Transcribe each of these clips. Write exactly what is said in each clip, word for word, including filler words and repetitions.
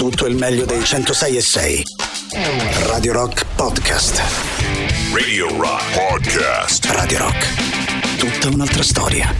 tutto il meglio dei centosei e sei. Radio Rock Podcast. Radio Rock Podcast. Radio Rock. Tutta un'altra storia.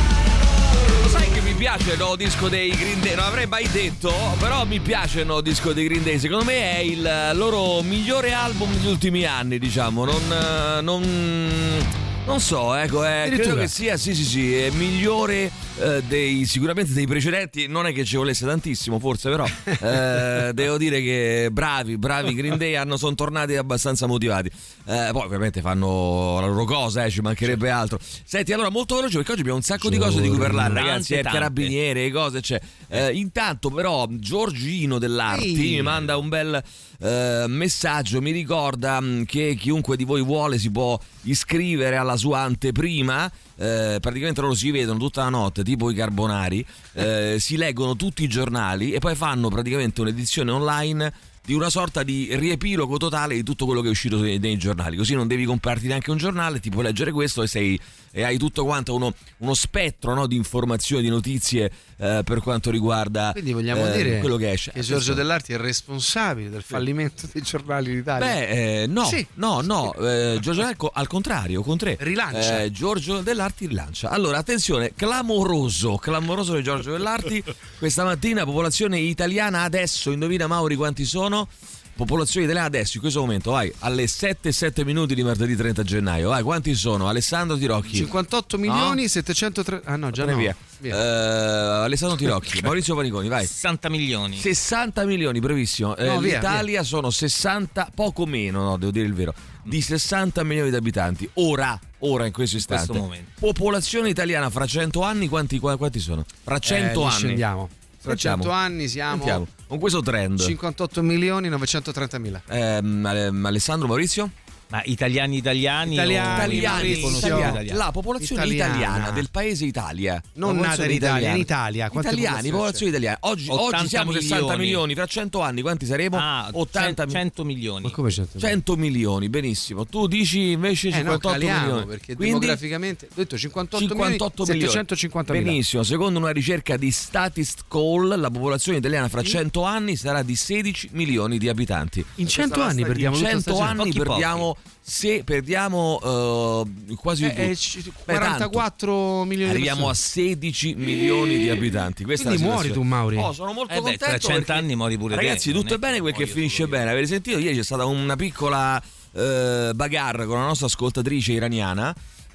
Sai che mi piace il nuovo disco dei Green Day? Non avrei mai detto, però mi piace il nuovo disco dei Green Day. Secondo me è il loro migliore album degli ultimi anni, diciamo. Non... non... Non so, ecco, eh, credo che sia, sì sì sì, è migliore eh, dei, sicuramente dei precedenti, non è che ci volesse tantissimo forse, però eh, devo dire che bravi, bravi Green Day, hanno, sono tornati abbastanza motivati, eh, poi ovviamente fanno la loro cosa, eh, ci mancherebbe altro. Senti, allora molto veloce perché oggi abbiamo un sacco di cose di cui parlare, ragazzi, eh, carabinieri, cose, cioè, eh, intanto però Giorgino dell'Arti Ehi. mi manda un bel... Uh, messaggio, mi ricorda mh, che chiunque di voi vuole si può iscrivere alla sua anteprima. Uh, praticamente loro si vedono tutta la notte, tipo i Carbonari, uh, si leggono tutti i giornali e poi fanno praticamente un'edizione online di una sorta di riepilogo totale di tutto quello che è uscito nei, nei giornali, così non devi comprarti neanche un giornale, ti puoi leggere questo e sei e hai tutto quanto uno, uno spettro, no, di informazioni, di notizie eh, per quanto riguarda quindi vogliamo eh, dire quello che esce. Che Giorgio Dell'Arti è responsabile del fallimento sì. dei giornali d'Italia? Beh, eh, no, sì. no, no, eh, Giorgio Dell'Arti al contrario, con tre. Rilancia. Eh, Giorgio Dell'Arti rilancia. Allora, attenzione, clamoroso, clamoroso di Giorgio Dell'Arti. Questa mattina, popolazione italiana adesso, indovina Mauri quanti sono? Popolazione italiana adesso, in questo momento, vai, alle sette e sette minuti di martedì trenta gennaio, vai, quanti sono? Alessandro Tirocchi. cinquantotto milioni no? settecentotre... Ah no, già no. Via. via. Uh, Alessandro Tirocchi, Maurizio Paniconi, vai. sessanta milioni. sessanta milioni, brevissimo. No, eh, via, L'Italia via. sono sessanta, poco meno, no, devo dire il vero, di sessanta milioni di abitanti. Ora, ora in questo istante. In questo momento. Popolazione italiana fra cento anni, quanti, quanti sono? Fra cento eh, anni. Scendiamo. Fra cento anni siamo Sentiamo. Con questo trend cinquantotto milioni novecentotrentamila. ehm, Alessandro, Maurizio? Ma italiani italiani italiani, italiani, italiani. la popolazione italiana. italiana del paese Italia, non nata in Italia, in Italia. Quante italiani, popolazione italiana. Oggi, oggi siamo milioni. sessanta milioni, fra cento anni quanti saremo? Ah, ottanta cento milioni. Ma come cento? cento milioni, benissimo. Tu dici invece eh cinquantotto no, caliamo, milioni. perché quindi demograficamente ho detto cinquantotto, cinquantotto milioni, milioni. settecentocinquantamila. Benissimo, secondo una ricerca di Statisticall, la popolazione italiana fra cento anni sarà di sedici milioni di abitanti. In cento anni perdiamo in cento tutta anni pochi, perdiamo pochi. Se perdiamo uh, quasi eh, tutto. eh, quarantaquattro Beh, milioni arriviamo di a sedici milioni di abitanti. Questa Quindi è la muori tu, situazione. Mauri. Oh, sono molto Eh beh, contento tra cento perché, anni muori pure te. ragazzi, tutto è bene quel che finisce bene. Avete sentito ieri c'è stata una piccola uh, bagarre con la nostra ascoltatrice iraniana.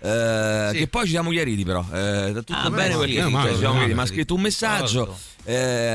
Uh, sì. Che poi ci siamo chiariti, però uh, tutto ah, bene beh, quel sì, che no, finisce, ma- ci siamo no, chiariti. no, Mi ha scritto un messaggio uh,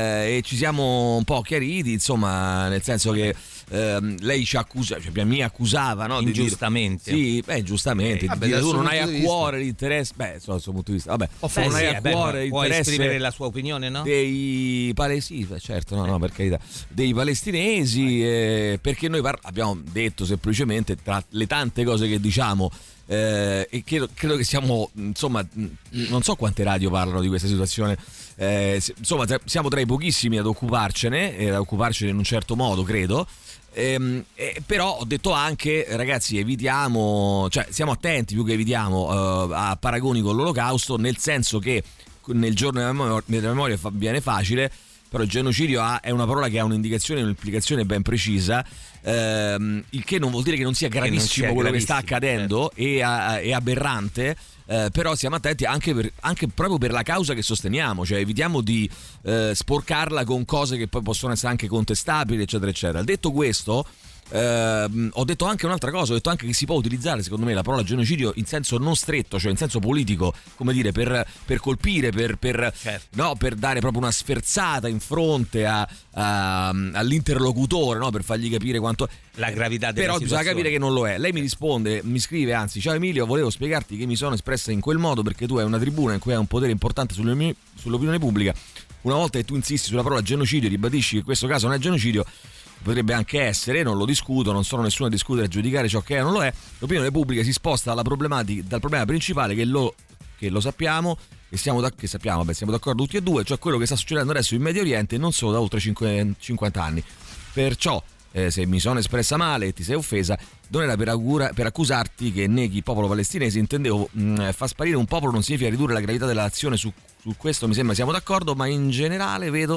e ci siamo un po' chiariti, insomma, nel senso che Uh, lei ci accusa, cioè mi accusava, no, ingiustamente. Di dire, sì, beh, giustamente, eh, di vabbè, dire, tu non hai a punto di cuore l'interesse, beh, insomma, dal suo punto di vista, vabbè, Beh, non sì, hai a beh, cuore può l'interesse esprimere la sua opinione, no? dei palestinesi, certo, no, no, per carità, dei palestinesi, eh, perché noi par- abbiamo detto semplicemente tra le tante cose che diciamo. Eh, e credo, credo che siamo, insomma, non so quante radio parlano di questa situazione, eh, insomma tra, siamo tra i pochissimi ad occuparcene e ad occuparcene in un certo modo, credo. Ehm, eh, però ho detto anche, ragazzi, evitiamo, cioè siamo attenti più che evitiamo uh, a paragoni con l'Olocausto, nel senso che nel giorno della memoria, della memoria fa, viene facile, però il genocidio ha, è una parola che ha un'indicazione e un'implicazione ben precisa, ehm, il che non vuol dire che non sia gravissimo sia quello gravissimo, che sta accadendo, certo. e, a, e aberrante. Eh, però siamo attenti anche, per, anche proprio per la causa che sosteniamo, cioè evitiamo di eh, sporcarla con cose che poi possono essere anche contestabili, eccetera eccetera. Detto questo, Uh, ho detto anche un'altra cosa, ho detto anche che si può utilizzare, secondo me, la parola genocidio in senso non stretto, cioè in senso politico, come dire, per, per colpire, per, per, certo. no, per dare proprio una sferzata in fronte a, a, all'interlocutore, no, per fargli capire quanto la gravità della però situazione. bisogna capire che non lo è. Lei mi risponde, mi scrive anzi: ciao Emilio, volevo spiegarti che mi sono espressa in quel modo perché tu hai una tribuna in cui hai un potere importante sull'opinione, sull'opinione pubblica. Una volta che tu insisti sulla parola genocidio e ribadisci che in questo caso non è genocidio, potrebbe anche essere, non lo discuto, non sono nessuno a discutere, a giudicare ciò che è o non lo è, l'opinione pubblica si sposta dalla problematica, dal problema principale che lo, che lo sappiamo, e siamo da, che sappiamo, beh, siamo d'accordo tutti e due, cioè quello che sta succedendo adesso in Medio Oriente non solo da oltre cinquanta anni. Perciò eh, se mi sono espressa male e ti sei offesa, non era per, augura, per accusarti che neghi il popolo palestinese, intendevo mh, far sparire un popolo non significa ridurre la gravità dell'azione, su, su questo mi sembra siamo d'accordo, ma in generale vedo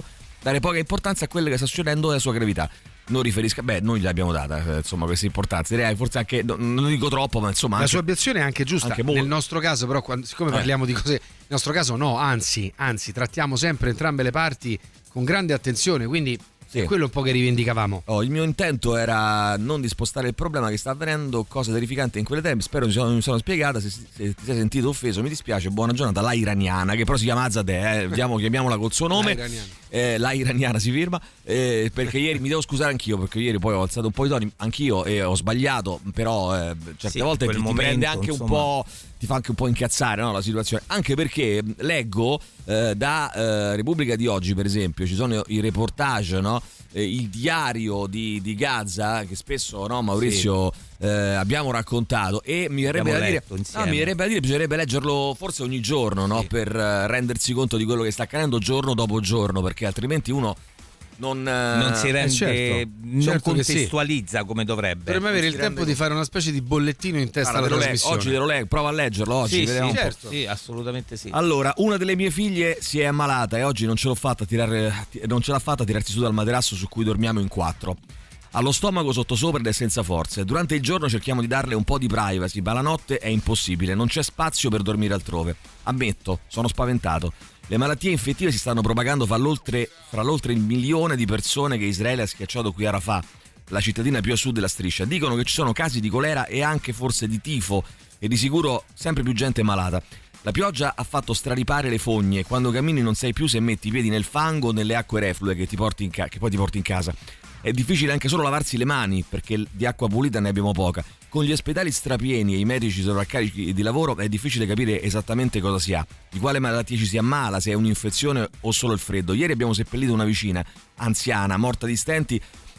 dare poca importanza a quello che sta succedendo nella sua gravità. Non riferisca, beh, noi gliel'abbiamo data, insomma, questa importanza. Direi forse anche, non dico troppo, ma insomma. La anche, sua obiezione è anche giusta. Anche nel nostro caso, però, quando, siccome eh. parliamo di cose, nel nostro caso no, anzi, anzi, trattiamo sempre entrambe le parti con grande attenzione, quindi. Sì. È quello un po' che rivendicavamo. Oh, il mio intento era non di spostare il problema che sta avvenendo, cosa terrificante in quelle tempi. Spero mi sono, mi sono spiegata. Se, se ti sei sentito offeso, mi dispiace. Buona giornata. La iraniana, che però si chiama Azadeh, eh. Vediamo, chiamiamola col suo nome. La iraniana, eh, la iraniana si firma. Eh, perché ieri mi devo scusare anch'io, perché ieri poi ho alzato un po' i toni. Anch'io e ho sbagliato, però eh, certe sì, volte ti, momento, ti prende anche insomma. un po'. Ti fa anche un po' incazzare, no, la situazione. Anche perché leggo eh, da eh, Repubblica di oggi, per esempio, ci sono i reportage, no? Eh, il diario di, di Gaza, che spesso, no, Maurizio, sì. eh, abbiamo raccontato, e mi verrebbe da dire no, mi verrebbe da dire bisognerebbe leggerlo forse ogni giorno, no? Sì. Per uh, rendersi conto di quello che sta accadendo giorno dopo giorno, perché altrimenti uno Non, non si rende, certo, non certo contestualizza sì. come dovrebbe. Dovremmo avere il tempo di fare una specie di bollettino in testa alla trasmissione. Oggi te lo leggo, prova a leggerlo oggi. Sì, sì, certo. sì, assolutamente sì. Allora, una delle mie figlie si è ammalata e oggi non ce l'ho fatta a tirare, non ce l'ha fatta a tirarsi su dal materasso su cui dormiamo in quattro. Ha lo stomaco sottosopra ed è senza forze. Durante il giorno cerchiamo di darle un po' di privacy, ma la notte è impossibile, non c'è spazio per dormire altrove. Ammetto, sono spaventato. Le malattie infettive si stanno propagando fra l'oltre, fra l'oltre il milione di persone che Israele ha schiacciato qui a Rafah, la cittadina più a sud della striscia. Dicono che ci sono casi di colera e anche forse di tifo e di sicuro sempre più gente malata. La pioggia ha fatto straripare le fogne e quando cammini non sai più se metti i piedi nel fango o nelle acque reflue che, ti porti in ca- che poi ti porti in casa. È difficile anche solo lavarsi le mani perché di acqua pulita ne abbiamo poca. Con gli ospedali strapieni e i medici sovraccarichi di lavoro è difficile capire esattamente cosa si ha, di quale malattia ci si ammala, se è un'infezione o solo il freddo. Ieri abbiamo seppellito una vicina, anziana, morta di stenti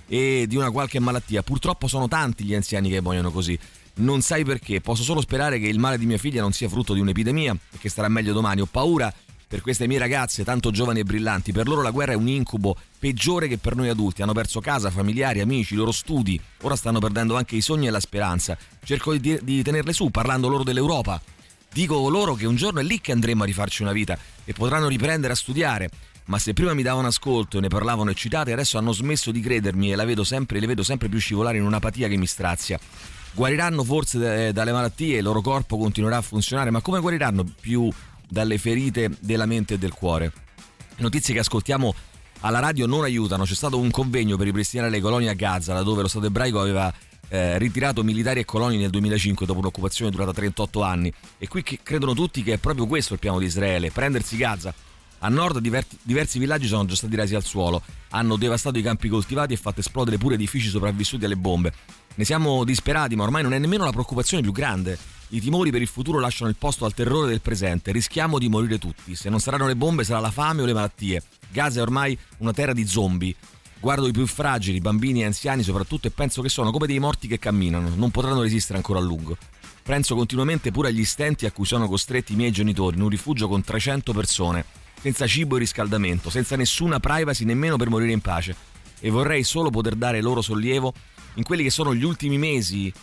e di una qualche malattia. Purtroppo sono tanti gli anziani che muoiono così. Non sai perché, posso solo sperare che il male di mia figlia non sia frutto di un'epidemia e che starà meglio domani. Ho paura per queste mie ragazze tanto giovani e brillanti. Per loro la guerra è un incubo peggiore che per noi adulti. Hanno perso casa, familiari, amici, i loro studi. Ora stanno perdendo anche i sogni e la speranza. Cerco di, di tenerle su parlando loro dell'Europa. Dico loro che un giorno è lì che andremo a rifarci una vita e potranno riprendere a studiare. Ma se prima mi davano ascolto e ne parlavano eccitate, adesso hanno smesso di credermi e la vedo sempre, le vedo sempre più scivolare in un'apatia che mi strazia. Guariranno forse dalle malattie, il loro corpo continuerà a funzionare, ma come guariranno più dalle ferite della mente e del cuore? Le notizie che ascoltiamo alla radio non aiutano. C'è stato un convegno per ripristinare le colonie a Gaza, laddove lo Stato ebraico aveva eh, ritirato militari e coloni nel duemilacinque dopo un'occupazione durata trentotto anni. E qui credono tutti che è proprio questo il piano di Israele, prendersi Gaza. A nord diversi, diversi villaggi sono già stati rasi al suolo, hanno devastato i campi coltivati e fatto esplodere pure edifici sopravvissuti alle bombe. Ne siamo disperati, ma ormai non è nemmeno la preoccupazione più grande. I timori per il futuro lasciano il posto al terrore del presente. Rischiamo di morire tutti. Se non saranno le bombe sarà la fame o le malattie. Gaza è ormai una terra di zombie. Guardo i più fragili, bambini e anziani soprattutto, e penso che sono come dei morti che camminano. Non potranno resistere ancora a lungo. Penso continuamente pure agli stenti a cui sono costretti i miei genitori in un rifugio con trecento persone, senza cibo e riscaldamento, senza nessuna privacy nemmeno per morire in pace. E vorrei solo poter dare loro sollievo in quelli che sono gli ultimi mesi,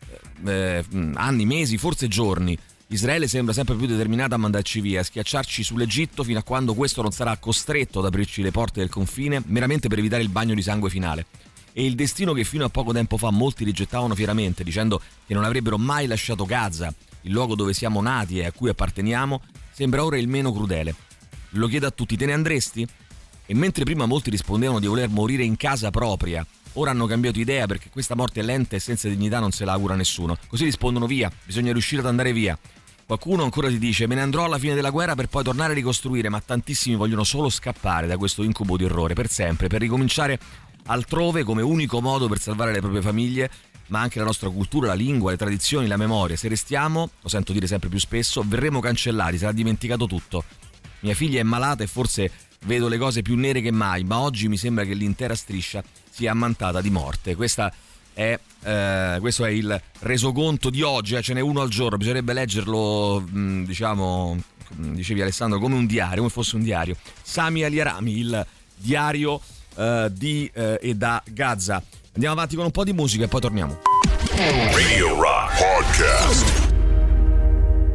eh, anni, mesi, forse giorni. Israele sembra sempre più determinata a mandarci via, a schiacciarci sull'Egitto fino a quando questo non sarà costretto ad aprirci le porte del confine meramente per evitare il bagno di sangue finale. E il destino che fino a poco tempo fa molti rigettavano fieramente, dicendo che non avrebbero mai lasciato Gaza, il luogo dove siamo nati e a cui apparteniamo, sembra ora il meno crudele. Lo chiedo a tutti, te ne andresti? E mentre prima molti rispondevano di voler morire in casa propria, ora hanno cambiato idea perché questa morte lenta e senza dignità non se la augura nessuno. Così rispondono via, bisogna riuscire ad andare via. Qualcuno ancora ti dice me ne andrò alla fine della guerra per poi tornare a ricostruire, ma tantissimi vogliono solo scappare da questo incubo di orrore per sempre, per ricominciare altrove come unico modo per salvare le proprie famiglie, ma anche la nostra cultura, la lingua, le tradizioni, la memoria. Se restiamo, lo sento dire sempre più spesso, verremo cancellati, sarà dimenticato tutto. Mia figlia è malata e forse vedo le cose più nere che mai, ma oggi mi sembra che l'intera striscia sia ammantata di morte. Questa è, eh, questo è il resoconto di oggi, eh, ce n'è uno al giorno, bisognerebbe leggerlo, mh, diciamo, dicevi Alessandro, come un diario, come fosse un diario. Sami Al-Yarami, il diario eh, di eh, e da Gaza. Andiamo avanti con un po' di musica e poi torniamo. Radio Rock Podcast.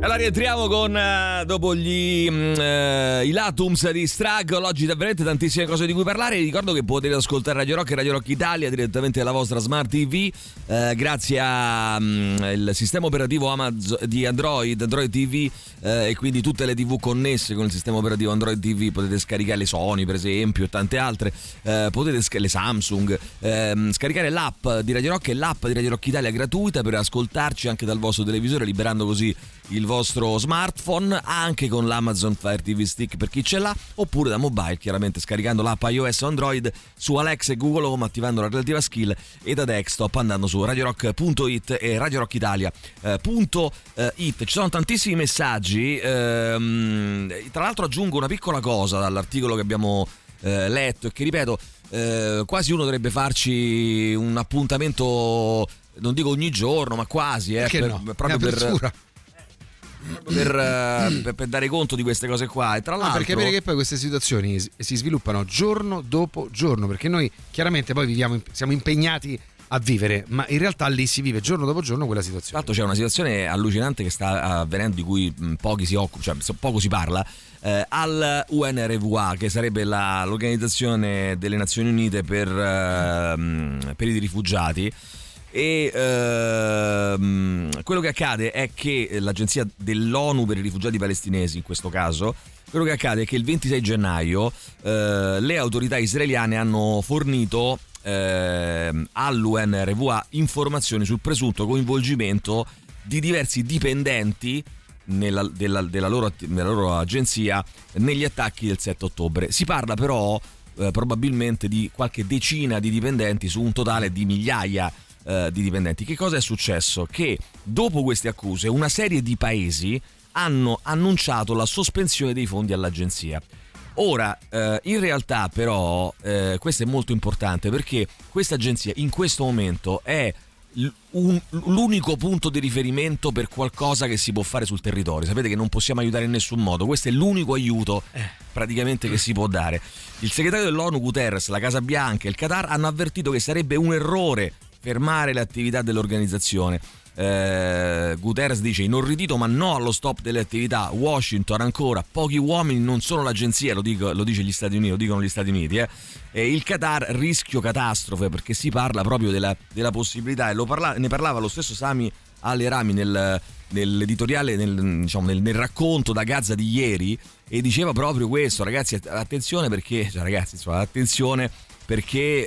Allora rientriamo con uh, dopo gli uh, i Latums di Struggle. Oggi veramente tantissime cose di cui parlare. Ricordo che potete ascoltare Radio Rock e Radio Rock Italia direttamente dalla vostra Smart T V uh, grazie al um, sistema operativo Amazon di Android, Android T V, uh, e quindi tutte le T V connesse con il sistema operativo Android T V. Potete scaricare le Sony per esempio e tante altre, uh, potete sc- le Samsung, uh, scaricare l'app di Radio Rock e l'app di Radio Rock Italia gratuita per ascoltarci anche dal vostro televisore, liberando così il vostro smartphone, anche con l'Amazon Fire T V Stick per chi ce l'ha, oppure da mobile, chiaramente scaricando l'app iOS o Android su Alexa e Google Home, attivando la relativa skill, e da desktop andando su radiorock punto it e radiorockitalia punto it. Ci sono tantissimi messaggi, ehm, tra l'altro aggiungo una piccola cosa dall'articolo che abbiamo eh, letto e che, ripeto, eh, quasi uno dovrebbe farci un appuntamento, non dico ogni giorno, ma quasi, eh, per, no? proprio per... Per, uh, per, per dare conto di queste cose qua. E tra l'altro, ah, per capire che poi queste situazioni si sviluppano giorno dopo giorno, perché noi chiaramente poi viviamo, siamo impegnati a vivere, ma in realtà lì si vive giorno dopo giorno quella situazione. Tra l'altro c'è una situazione allucinante che sta avvenendo, di cui pochi si occupano, cioè poco si parla, eh, al U N R W A, che sarebbe la, l'Organizzazione delle Nazioni Unite per, eh, per i rifugiati. E ehm, quello che accade è che l'agenzia dell'ONU per i rifugiati palestinesi, in questo caso, quello che accade è che il ventisei gennaio eh, le autorità israeliane hanno fornito eh, all'U N R W A informazioni sul presunto coinvolgimento di diversi dipendenti nella, della, della, loro, nella loro agenzia negli attacchi del sette ottobre. Si parla però eh, probabilmente di qualche decina di dipendenti su un totale di migliaia di dipendenti. Che cosa è successo? Che dopo queste accuse una serie di paesi hanno annunciato la sospensione dei fondi all'agenzia. Ora, eh, in realtà però eh, questo è molto importante, perché questa agenzia in questo momento è l- un, l'unico punto di riferimento per qualcosa che si può fare sul territorio. Sapete che non possiamo aiutare in nessun modo, questo è l'unico aiuto praticamente che si può dare. Il segretario dell'ONU Guterres, la Casa Bianca e il Qatar hanno avvertito che sarebbe un errore fermare le attività dell'organizzazione. eh, Guterres dice: inorridito ma no allo stop delle attività. Washington ancora: pochi uomini non sono l'agenzia, lo, dico, lo dice gli Stati Uniti, lo dicono gli Stati Uniti eh. E il Qatar: rischio catastrofe, perché si parla proprio della, della possibilità, e lo parla, ne parlava lo stesso Sami Al-Erami nel, nell'editoriale, nel, diciamo, nel, nel racconto da Gaza di ieri, e diceva proprio questo: ragazzi, attenzione, perché cioè, ragazzi, insomma, attenzione perché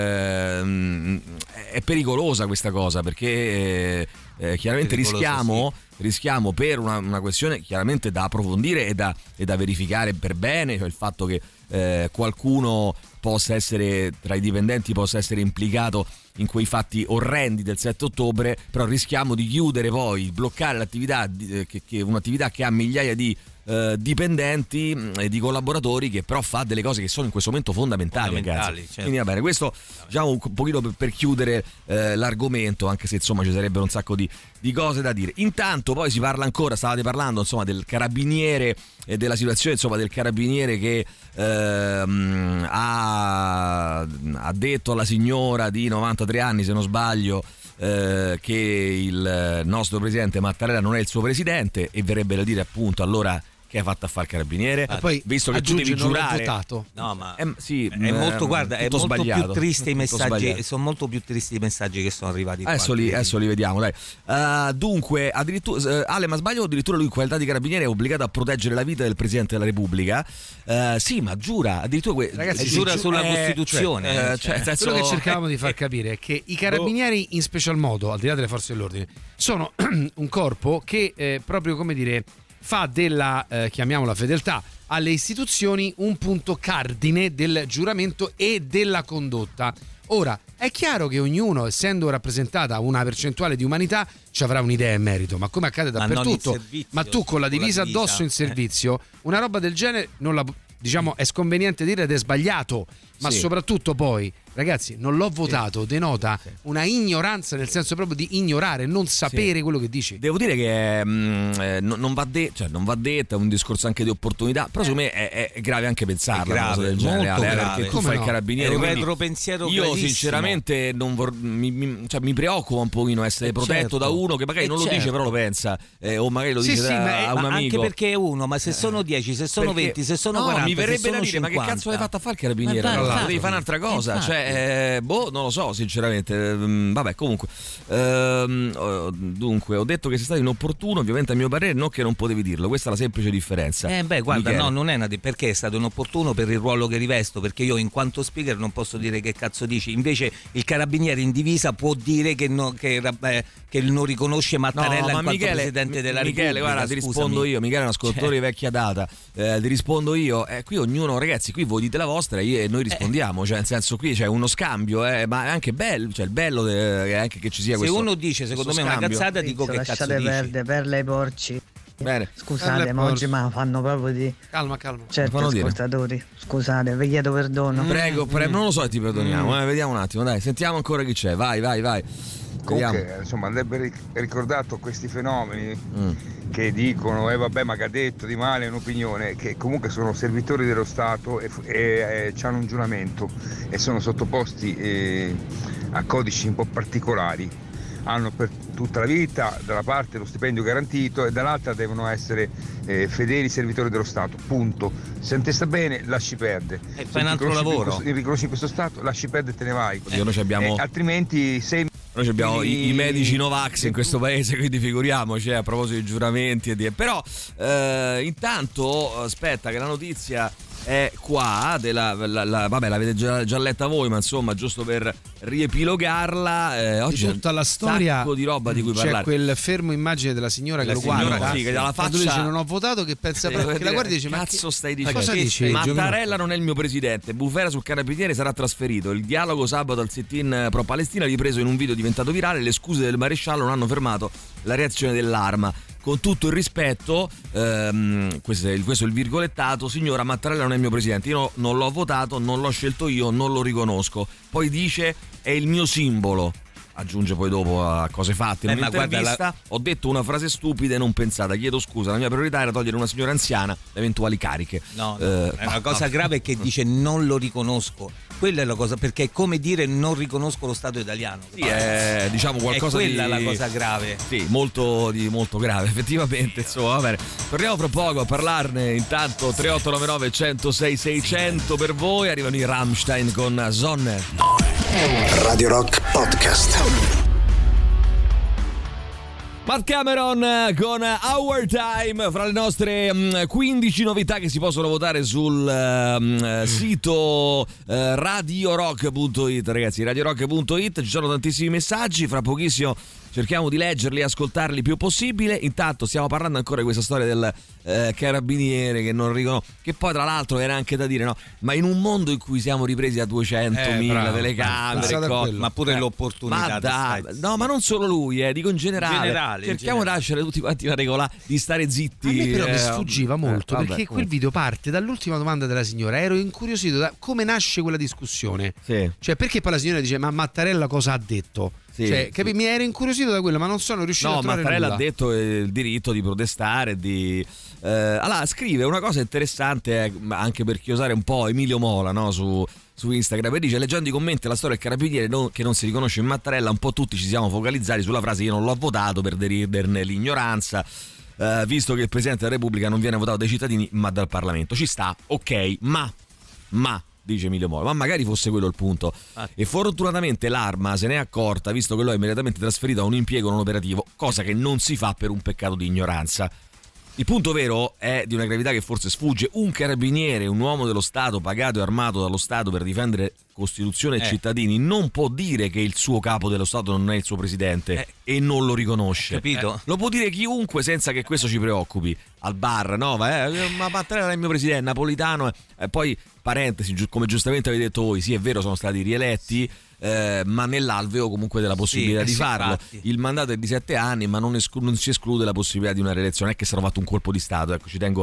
eh, è pericolosa questa cosa, perché eh, eh, chiaramente rischiamo, sì. rischiamo per una, una questione chiaramente da approfondire e da, e da verificare per bene, cioè il fatto che eh, qualcuno possa essere, tra i dipendenti possa essere implicato in quei fatti orrendi del sette ottobre, però rischiamo di chiudere poi, bloccare l'attività, di, che, che un'attività che ha migliaia di Uh, dipendenti e di collaboratori, che però fa delle cose che sono in questo momento fondamentali, fondamentali certo. Quindi va bene, questo diciamo un pochino per, per chiudere uh, l'argomento, anche se insomma ci sarebbero un sacco di, di cose da dire. Intanto poi si parla ancora, stavate parlando insomma del carabiniere e della situazione insomma del carabiniere che uh, ha, ha detto alla signora di novantatré anni, se non sbaglio, Uh, che il nostro presidente Mattarella non è il suo presidente, e verrebbe da dire appunto: allora che hai fatto a fare il carabiniere? Ah, poi visto che tu devi giurare, no, ma è, sì, è molto, guarda, è molto sbagliato, più triste i messaggi, sbagliato. sono molto più tristi i messaggi che sono arrivati. Adesso li, adesso li vediamo, dai. Uh, dunque, addirittura, uh, Ale, ma sbaglio, addirittura lui in qualità di carabiniere è obbligato a proteggere la vita del Presidente della Repubblica. Uh, sì, ma giura, addirittura que- ragazzi, giura sulla eh, Costituzione. Cioè, eh, cioè, cioè, senso... Quello che cercavamo di far capire è che i carabinieri, in special modo, al di là delle forze dell'ordine, sono un corpo che eh, proprio, come dire, fa della, eh, chiamiamola, fedeltà alle istituzioni un punto cardine del giuramento e della condotta. Ora, è chiaro che ognuno, essendo rappresentata una percentuale di umanità, ci avrà un'idea in merito, ma come accade dappertutto, ma, ma tu con la divisa, con la divisa addosso in servizio, una roba del genere non la, diciamo, è sconveniente dire ed è sbagliato ma sì. soprattutto poi, ragazzi, non l'ho votato, denota sì. una ignoranza, nel senso proprio di ignorare, non sapere sì. quello che dici. Devo dire che mh, non va detto, cioè non va detto, è un discorso anche di opportunità, però secondo me è, è grave anche pensarlo, è grave, una cosa del genere, molto Ale, grave. perché tu Come fai no? il carabiniere, è un quindi retropensiero io gravissimo. sinceramente non vor, mi, mi, cioè, mi preoccupa un pochino essere eh protetto certo. da uno che magari eh non lo certo. dice però lo pensa, eh, o magari lo sì, dice sì, da, ma a un ma amico. Anche perché è uno, ma se sono dieci, se sono Perché, venti, se sono no, quaranta, mi verrebbe se da sono dire, ma che cinquanta. cazzo l'hai fatto a fare il carabiniere? Ma Allora, infatti, devi fare un'altra cosa, infatti. cioè, eh, boh, non lo so, sinceramente. Ehm, vabbè, comunque. Ehm, dunque, ho detto che sei stato inopportuno, ovviamente a mio parere, non che non potevi dirlo. Questa è la semplice differenza. Eh beh, guarda, Michele. no, non è una di- perché è stato inopportuno per il ruolo che rivesto, perché io in quanto speaker non posso dire che cazzo dici. Invece il carabiniere in divisa può dire che, no, che, eh, che non riconosce Mattarella No, in ma quanto Michele, presidente della Michele, Repubblica. guarda, ti scusami. rispondo io. Michele è un ascoltatore Cioè. di vecchia data. Eh, ti rispondo io. Eh, qui ognuno, ragazzi, qui voi dite la vostra e io- e noi rispondiamo. Eh. Cioè, nel senso, qui c'è uno scambio, eh, ma è anche bello. Cioè, il bello è anche che ci sia Se questo. uno dice, secondo me, una scambio. cazzata, dico che cazzo lasciate dici. perdere, perle ai porci. Bene. Scusate, Perle ma ai oggi porci. mi fanno proprio di Calma, calma. certi fanno dire. ascoltatori. Scusate, vi chiedo perdono. Prego, prego, non lo so, ti perdoniamo. Eh, vediamo un attimo, dai, sentiamo ancora chi c'è. Vai, vai, vai. Vediamo. Comunque, insomma, andrebbe ric- ricordato questi fenomeni Mm. che dicono, eh vabbè, ma che ha detto di male, è un'opinione, che comunque sono servitori dello Stato e, f- e, e hanno un giuramento e sono sottoposti eh, a codici un po' particolari. Hanno per tutta la vita da una parte lo stipendio garantito e dall'altra devono essere eh, fedeli servitori dello Stato, punto. Se non ti sta bene, lasci perdere. E Se fai un ti altro riconosci in lavoro. questo- riconosci in questo Stato, lasci perdere e te ne vai. Oddio, noi ci abbiamo, Eh, altrimenti sei noi ci abbiamo i, i medici Novax in questo paese, quindi figuriamoci, eh, a proposito di giuramenti e di... Però eh, intanto aspetta che la notizia è qua della, la, la, vabbè, l'avete già, già letta voi, ma insomma, giusto per riepilogarla, eh, oggi Di tutta la c'è storia un sacco di roba di cui c'è parlare. quel fermo immagine della signora La che signora, lo guarda, sì, che dalla quando lui faccia- dice non ho votato, che pensa Sì, proprio, che la dire, guarda e dice ma cazzo che- stai ma dicendo? cosa Che dici? sei- Giovanni? Mattarella non è il mio presidente. Bufera sul carabiniere sarà trasferito. Il dialogo sabato al sit-in pro Palestina ripreso in un video diventato virale. Le scuse del maresciallo non hanno fermato la reazione dell'Arma. Con tutto il rispetto, ehm, questo, è il, questo è il virgolettato, signora, Mattarella non è il mio presidente, io non l'ho votato, non l'ho scelto io, non lo riconosco. Poi dice è il mio simbolo. Aggiunge poi dopo a cose fatte in Eh, ma un'intervista, guarda, ho detto una frase stupida e non pensata, chiedo scusa, la mia priorità era togliere una signora anziana da eventuali cariche. No, no, Eh, è una ma- cosa no. grave che dice non lo riconosco. Quella è la cosa, perché è come dire non riconosco lo Stato italiano. Sì, è diciamo qualcosa è quella di... la cosa grave. Sì, molto, di, molto grave, effettivamente. Insomma, va bene. Torniamo fra poco a parlarne. Intanto tre otto nove nove, uno zero sei, seicento per voi. Arrivano i Rammstein con Sonne. Radio Rock Podcast. Matt Cameron con Our Time, fra le nostre mh, quindici novità che si possono votare sul mh, sito uh, radio rock punto it. Ragazzi, radio rock punto it, ci sono tantissimi messaggi, fra pochissimo cerchiamo di leggerli e ascoltarli il più possibile. Intanto stiamo parlando ancora di questa storia del eh, carabiniere che non riconosco, che poi tra l'altro era anche da dire, no? Ma in un mondo in cui siamo ripresi a duecentomila Eh, telecamere, Pensate a co- quello. Ma pure Eh, l'opportunità. ma dai, stai- no, ma non solo lui, eh, dico in generale. In generale, in cerchiamo di generale. lasciare tutti quanti una regola di stare zitti. A me però mi eh, sfuggiva molto eh, vabbè, perché quel comunque. video parte dall'ultima domanda della signora. Ero incuriosito da come nasce quella discussione. Sì. Cioè, perché poi la signora dice: ma Mattarella cosa ha detto? Sì, cioè, sì. capi? Mi ero incuriosito da quello, ma non sono riuscito No, a trovare Mattarella nulla. ha detto eh, il diritto di protestare, di eh, allora scrive una cosa interessante, eh, anche per chiosare un po' Emilio Mola, no, su su Instagram, e dice: leggendo i commenti la storia del carabiniere non, che non si riconosce in Mattarella, un po' tutti ci siamo focalizzati sulla frase io non l'ho votato per deriderne l'ignoranza, eh, visto che il Presidente della Repubblica non viene votato dai cittadini ma dal Parlamento. Ci sta, ok, ma ma dice Emilio Moro, ma magari fosse quello il punto. Ah. E fortunatamente l'Arma se n'è accorta, visto che lo ha immediatamente trasferito a un impiego non operativo, cosa che non si fa per un peccato di ignoranza. Il punto vero è di una gravità che forse sfugge. Un carabiniere, un uomo dello Stato pagato e armato dallo Stato per difendere Costituzione e eh. cittadini, non può dire che il suo capo dello Stato non è il suo presidente eh. e non lo riconosce. Capito? Eh. Lo può dire chiunque senza che questo ci preoccupi. Al bar, no? Eh, ma Mattarella è il mio presidente, Napolitano. E eh. poi, parentesi, gi- come giustamente avete detto voi, sì, è vero, sono stati rieletti. Eh, ma nell'alveo comunque della possibilità sì, di sì, farlo. infatti. Il mandato è di sette anni, ma non, esclu- non si esclude la possibilità di una rielezione. Non è che sarà fatto un colpo di Stato, ecco, ci tengo a,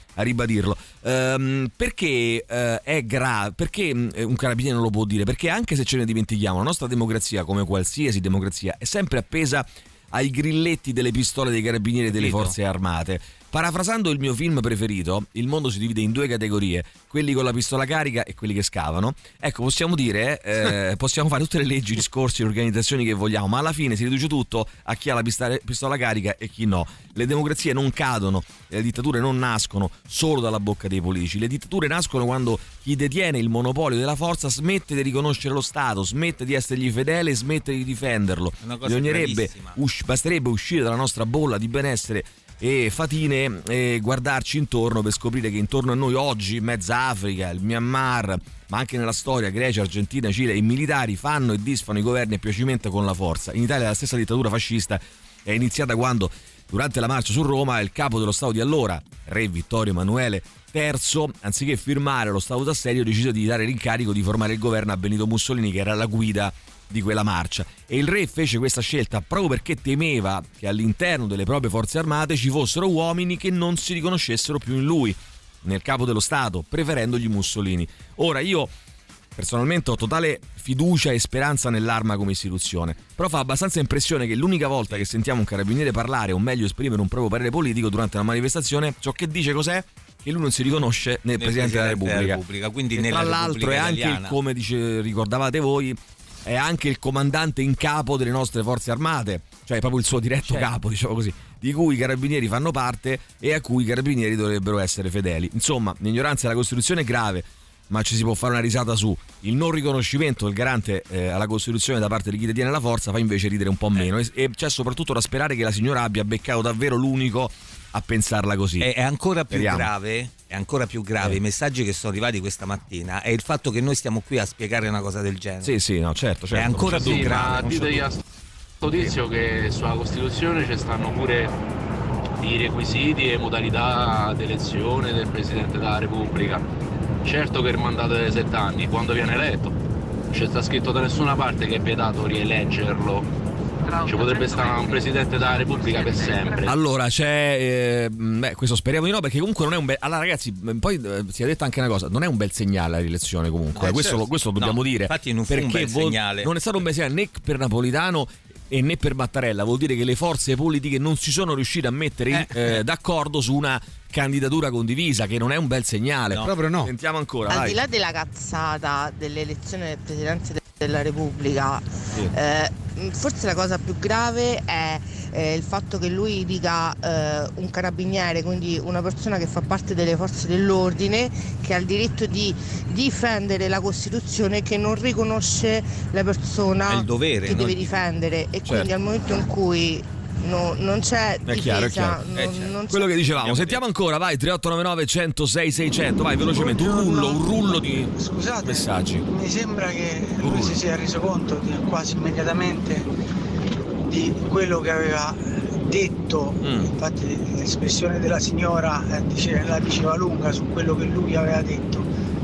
a ribadirlo. Ehm, perché eh, è grave? Perché un carabiniere non lo può dire? Perché anche se ce ne dimentichiamo, la nostra democrazia, come qualsiasi democrazia, è sempre appesa ai grilletti delle pistole dei carabinieri e delle forze armate. Parafrasando il mio film preferito, il mondo si divide in due categorie, quelli con la pistola carica e quelli che scavano. Ecco, possiamo dire, eh, possiamo fare tutte le leggi, discorsi, organizzazioni che vogliamo, ma alla fine si riduce tutto a chi ha la pistola, pistola carica e chi no. Le democrazie non cadono, le dittature non nascono solo dalla bocca dei politici. Le dittature nascono quando chi detiene il monopolio della forza smette di riconoscere lo Stato, smette di essergli fedele, smette di difenderlo. Bisognerebbe, us- basterebbe uscire dalla nostra bolla di benessere e fatine e guardarci intorno per scoprire che intorno a noi oggi in mezza Africa, il Myanmar, ma anche nella storia Grecia, Argentina, Cile, i militari fanno e disfano i governi a piacimento con la forza. In Italia la stessa dittatura fascista è iniziata quando, durante la marcia su Roma, il capo dello Stato di allora, re Vittorio Emanuele terzo, anziché firmare lo Stato d'Assedio, decise di dare l'incarico di formare il governo a Benito Mussolini, che era la guida di quella marcia, e il re fece questa scelta proprio perché temeva che all'interno delle proprie forze armate ci fossero uomini che non si riconoscessero più in lui, nel capo dello Stato, preferendogli Mussolini. Ora, io personalmente ho totale fiducia e speranza nell'arma come istituzione, però fa abbastanza impressione che l'unica volta che sentiamo un carabiniere parlare, o meglio esprimere un proprio parere politico durante una manifestazione, ciò che dice cos'è? Che lui non si riconosce nel, nel Presidente, Presidente della Repubblica, della Repubblica quindi nella tra l'altro Repubblica è anche il, come dice, ricordavate voi, è anche il comandante in capo delle nostre forze armate, cioè proprio il suo diretto certo. capo, diciamo così, di cui i carabinieri fanno parte e a cui i carabinieri dovrebbero essere fedeli. Insomma, l'ignoranza della Costituzione è grave, ma ci si può fare una risata su. Il non riconoscimento del garante eh, alla Costituzione da parte di chi detiene la forza fa invece ridere un po' meno, eh. e, e c'è soprattutto da sperare che la signora abbia beccato davvero l'unico a pensarla così. È, è ancora più Speriamo. grave È ancora più grave, eh. i messaggi che sono arrivati questa mattina è il fatto che noi stiamo qui a spiegare una cosa del genere. Sì, sì, no, certo, certo. È ancora più sì, grave. Ma ditegli a sto tizio che sulla Costituzione ci stanno pure i requisiti e modalità di elezione del Presidente della Repubblica. Certo che il mandato è sette anni, quando viene eletto. Non c'è sta scritto da nessuna parte che è vietato rieleggerlo. Ci potrebbe stare un Presidente della Repubblica per sempre. Allora c'è, eh, beh, questo speriamo di no, perché comunque non è un bel. Allora ragazzi, poi eh, si è detta anche una cosa, non è un bel segnale la rielezione comunque, eh, questo, certo. lo, questo lo dobbiamo no, dire. Infatti non fu un bel vol- segnale. Non è stato un bel segnale né per Napolitano e né per Mattarella, vuol dire che le forze politiche non si sono riuscite a mettere eh. Eh, d'accordo su una candidatura condivisa, che non è un bel segnale. No, proprio no. Sentiamo ancora. Al vai. di là della cazzata dell'elezione del Presidente della Repubblica, sì. eh, forse la cosa più grave è eh, il fatto che lui dica eh, un carabiniere, quindi una persona che fa parte delle forze dell'ordine, che ha il diritto di difendere la Costituzione e che non riconosce la persona il dovere, che non... deve difendere, e certo. quindi al momento in cui No, non c'è è chiaro, difesa, è chiaro. Non, Eh, certo. non c'è... Quello che dicevamo, sentiamo ancora, vai, tre otto nove nove, uno zero sei, sei zero zero, vai velocemente, un rullo, un rullo di Scusate, messaggi. Mi sembra che lui si sia reso conto di, quasi immediatamente di quello che aveva detto, mm. infatti l'espressione della signora eh, dice, la diceva lunga su quello che lui aveva detto,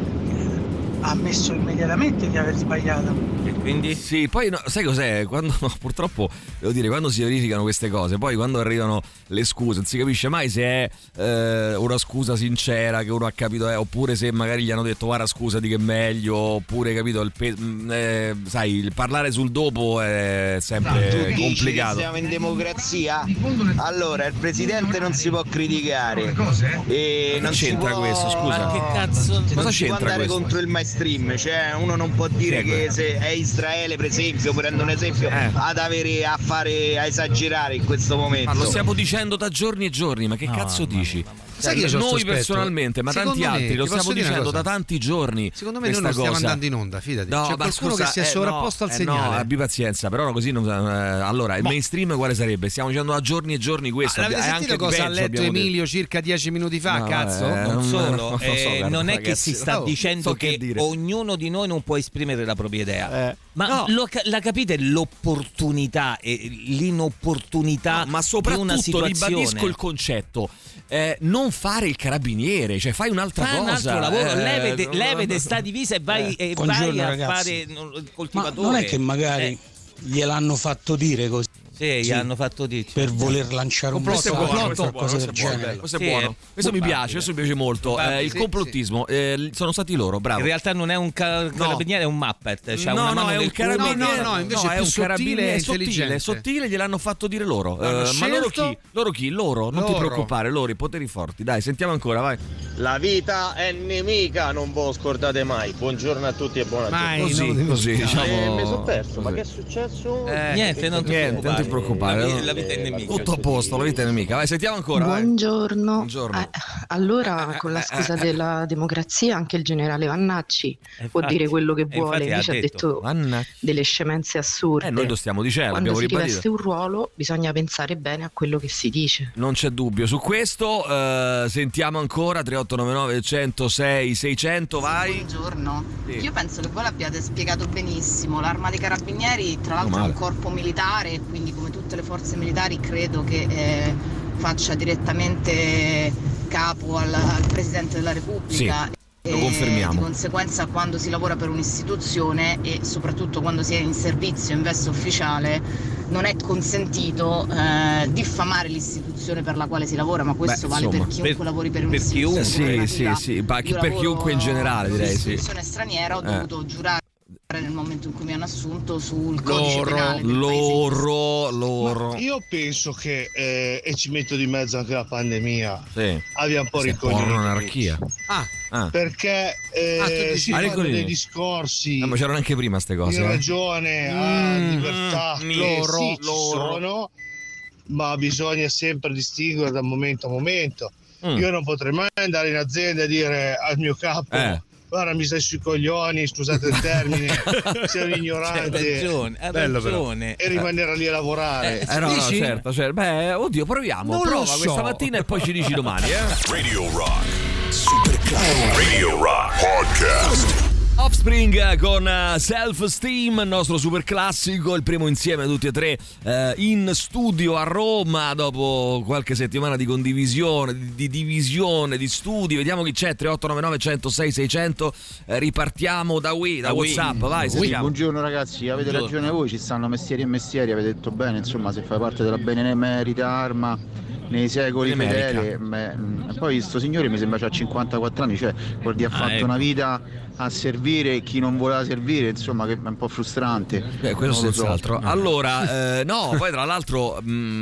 ha ammesso immediatamente di aver sbagliato. E quindi? Sì, poi no, sai cos'è? Quando no, purtroppo devo dire, quando si verificano queste cose, poi quando arrivano le scuse, non si capisce mai se è eh, una scusa sincera che uno ha capito, eh, oppure se magari gli hanno detto guarda scusati che è meglio, oppure capito il pe- eh, sai, il parlare sul dopo è sempre tu complicato. Siamo in democrazia, allora il presidente non si può criticare e non c'entra si può, questo, scusa. Ma che cazzo? non Cosa si può c'entra andare questo? contro il mainstream, cioè uno non può dire che se è Israele per esempio, prendo un esempio, eh. ad avere a fare a esagerare in questo momento. Ma lo stiamo dicendo da giorni e giorni, ma che no, cazzo no, dici? no, no, no. Sai che io noi sospetto? personalmente, ma Secondo tanti me, altri lo ti posso stiamo dire una dicendo da cosa? tanti giorni. Secondo me noi non questa stiamo cosa. andando in onda, fidati. No, C'è ma qualcuno scusa, che si è eh, sovrapposto no, al eh, segnale. no, abbi pazienza, però così non, eh, allora il Boh. mainstream quale sarebbe? Stiamo dicendo da giorni e giorni questo. Ma l'avete è sentito anche cosa ha peggio, letto abbiamo Emilio detto. circa dieci minuti fa? No, Cazzo? eh, Non solo, non lo so, eh, guarda, non è ragazzi. che si sta Oh, dicendo so che, che dire. ognuno di noi non può esprimere la propria idea, Eh, ma no. lo, la capite l'opportunità e l'inopportunità No, ma di una soprattutto situazione? ribadisco il concetto, eh, non fare il carabiniere, cioè fai un'altra Fai un cosa. altro lavoro, eh, levete, no, levete no, sta divisa e vai, eh. e Buongiorno, vai a ragazzi. fare il Ma coltivatore. non è che magari Eh. gliel'hanno fatto dire così? Sì, gli hanno fatto dire per voler lanciare un questo è buono, messaggio, questo è buono, qualcosa questo è del buono, genere. questo è Sì, buono. è Questo mi probabile. piace, questo mi piace molto. Eh, il sì, complottismo, eh, sono stati loro, bravo. In realtà non è un ca- carabiniere, è un Muppet. C'ha no, una no, mano è nel un culo. carabiniere. No, no, invece no, è è più un sottile carabiniere e sottile, intelligente. sottile, gliel'hanno fatto dire loro. L'hanno Eh, ma loro scelto? chi? Loro chi? Loro, non ti Loro. preoccupare, loro, i poteri forti. Dai, sentiamo ancora, vai. La vita è nemica, non ve lo scordate mai. Buongiorno a tutti e buona Mai, giornata. Così, no, così, diciamo. Eh, mi sono perso, ma così. che è successo? Eh, Niente, non ti niente, non ti preoccupare. La, no? vi- la vita è nemica. Tutto a posto, la vita è nemica. Vai, sentiamo ancora. vai. Buongiorno. Buongiorno. Eh, allora, con la scusa della democrazia, anche il generale Vannacci può infatti- dire quello che eh, vuole. infatti ha Invece ha detto. detto Vannacci. delle scemenze assurde. Eh, noi lo stiamo dicendo, Quando abbiamo si ribadito. riveste un ruolo, bisogna pensare bene a quello che si dice. Non c'è dubbio su questo. eh, sentiamo ancora tre otto nove nove uno zero sei sei zero zero, vai. Buongiorno, Sì. io penso che voi l'abbiate spiegato benissimo. L'Arma dei Carabinieri tra l'altro è male. un corpo militare e quindi come tutte le forze militari credo che eh, faccia direttamente capo al, al Presidente della Repubblica. Sì, lo E confermiamo. Di conseguenza quando si lavora per un'istituzione e soprattutto quando si è in servizio in veste ufficiale non è consentito eh, diffamare l'istituzione per la quale si lavora, ma questo Beh, vale insomma, per chiunque per- lavori per per un'istituzione. Sì, governativa. sì, sì, ma chi- Io per lavoro chiunque in generale, direi, sì. in un'istituzione straniera ho Eh. dovuto giurare nel momento in cui mi hanno assunto sul codice Loro, penale del paese. loro, loro. Ma io penso che, eh, e ci metto di mezzo anche la pandemia, Sì. abbia un po' Sì, ricoglionito. porno, anarchia. Ah, Ah. Perché eh, Ah, tu dici- si Ah, fanno ricoglionito. dei discorsi Eh, ma c'erano anche prima ste di cose. eh. ragione, a Mm, libertà, mm, che loro, sì, ci loro. sono, ma bisogna sempre distinguere da momento a momento. Mm. Io non potrei mai andare in azienda e dire al mio capo Eh. guarda mi stai sui coglioni, scusate il termine, sei un C'ha ignorante, ragione, ha Bello, però. ragione. e rimanere lì a lavorare. Eh no, no, Dici? certo, certo. Beh, oddio, proviamo. Non lo Prova so. questa mattina e poi ci dici domani, eh. Radio Rock. Super Radio Rock Podcast. Offspring con eh, Self Esteem, il nostro super classico, il primo insieme tutti e tre eh, in studio a Roma dopo qualche settimana di condivisione, di, di divisione, di studi. Vediamo chi c'è, tre otto nove nove uno zero sei sei zero zero. Eh, ripartiamo da Wii, da Da Wii. WhatsApp, vai, Wii, sentiamo. Buongiorno ragazzi, avete Buongiorno. ragione voi, ci stanno mestieri e mestieri, avete detto bene, insomma se fai parte della benemerita arma nei secoli Benemerica. fedeli, beh, mh, poi sto signore mi sembra c'ha cinquantaquattro anni, cioè vuol dire ha Ah, fatto ecco. una vita a servire chi non voleva servire, insomma che è un po' frustrante. Beh, questo Non lo so. senz'altro. Allora, eh, no, poi tra l'altro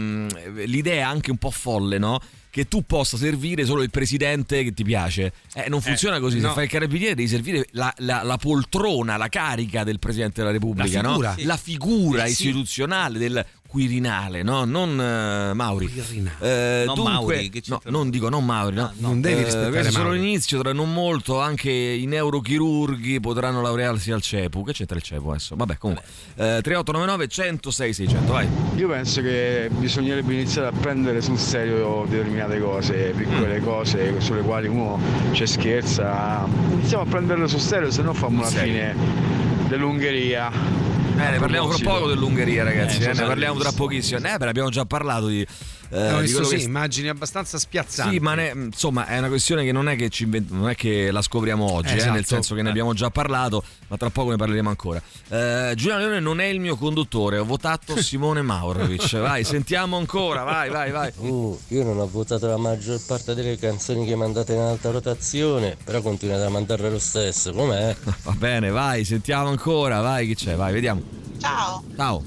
mh, l'idea è anche un po' folle, no? Che tu possa servire solo il presidente che ti piace. Eh, non funziona così. Se no. fai il carabiniere devi servire la, la- la poltrona, la carica del presidente della Repubblica, La figura. no? La figura Eh, sì. istituzionale del Quirinale, no? Non eh, Mauri. Quirinale. Eh, Non dunque, Mauri, che no, c'entra? non dico non Mauri, no. non devi Eh, rispettare questo è solo Mauri. l'inizio, tra non molto anche i neurochirurghi potranno laurearsi al CEPU. Che c'entra il CEPU adesso? Vabbè, comunque. Eh, tre otto nove nove uno zero sei sei zero zero, vai. Io penso che bisognerebbe iniziare a prendere sul serio determinate cose, piccole cose sulle quali uno ci scherza. Iniziamo a prenderle sul serio, se no fammo la Sul serio. fine dell'Ungheria. Eh, ne parliamo fra poco dell'Ungheria, ragazzi. Eh, Eh, ne sono parliamo tra visto. pochissimo. Eh, beh, abbiamo già parlato di. eh, Ho di visto quello sì, che- immagini abbastanza spiazzanti. Sì, ma ne- insomma è una questione che non è che ci invent- non è che la scopriamo oggi, eh, Esatto. nel senso che ne abbiamo già parlato, ma tra poco ne parleremo ancora. Eh, Giuliano Leone non è il mio conduttore, ho votato Simone Maurovic. Vai, sentiamo ancora, vai, vai, vai. Uh, io non ho votato la maggior parte delle canzoni che mandate in alta rotazione, però continuate a mandarle lo stesso, com'è? Va bene, vai, sentiamo ancora, vai, chi c'è? Vai, vediamo. Ciao, Ciao.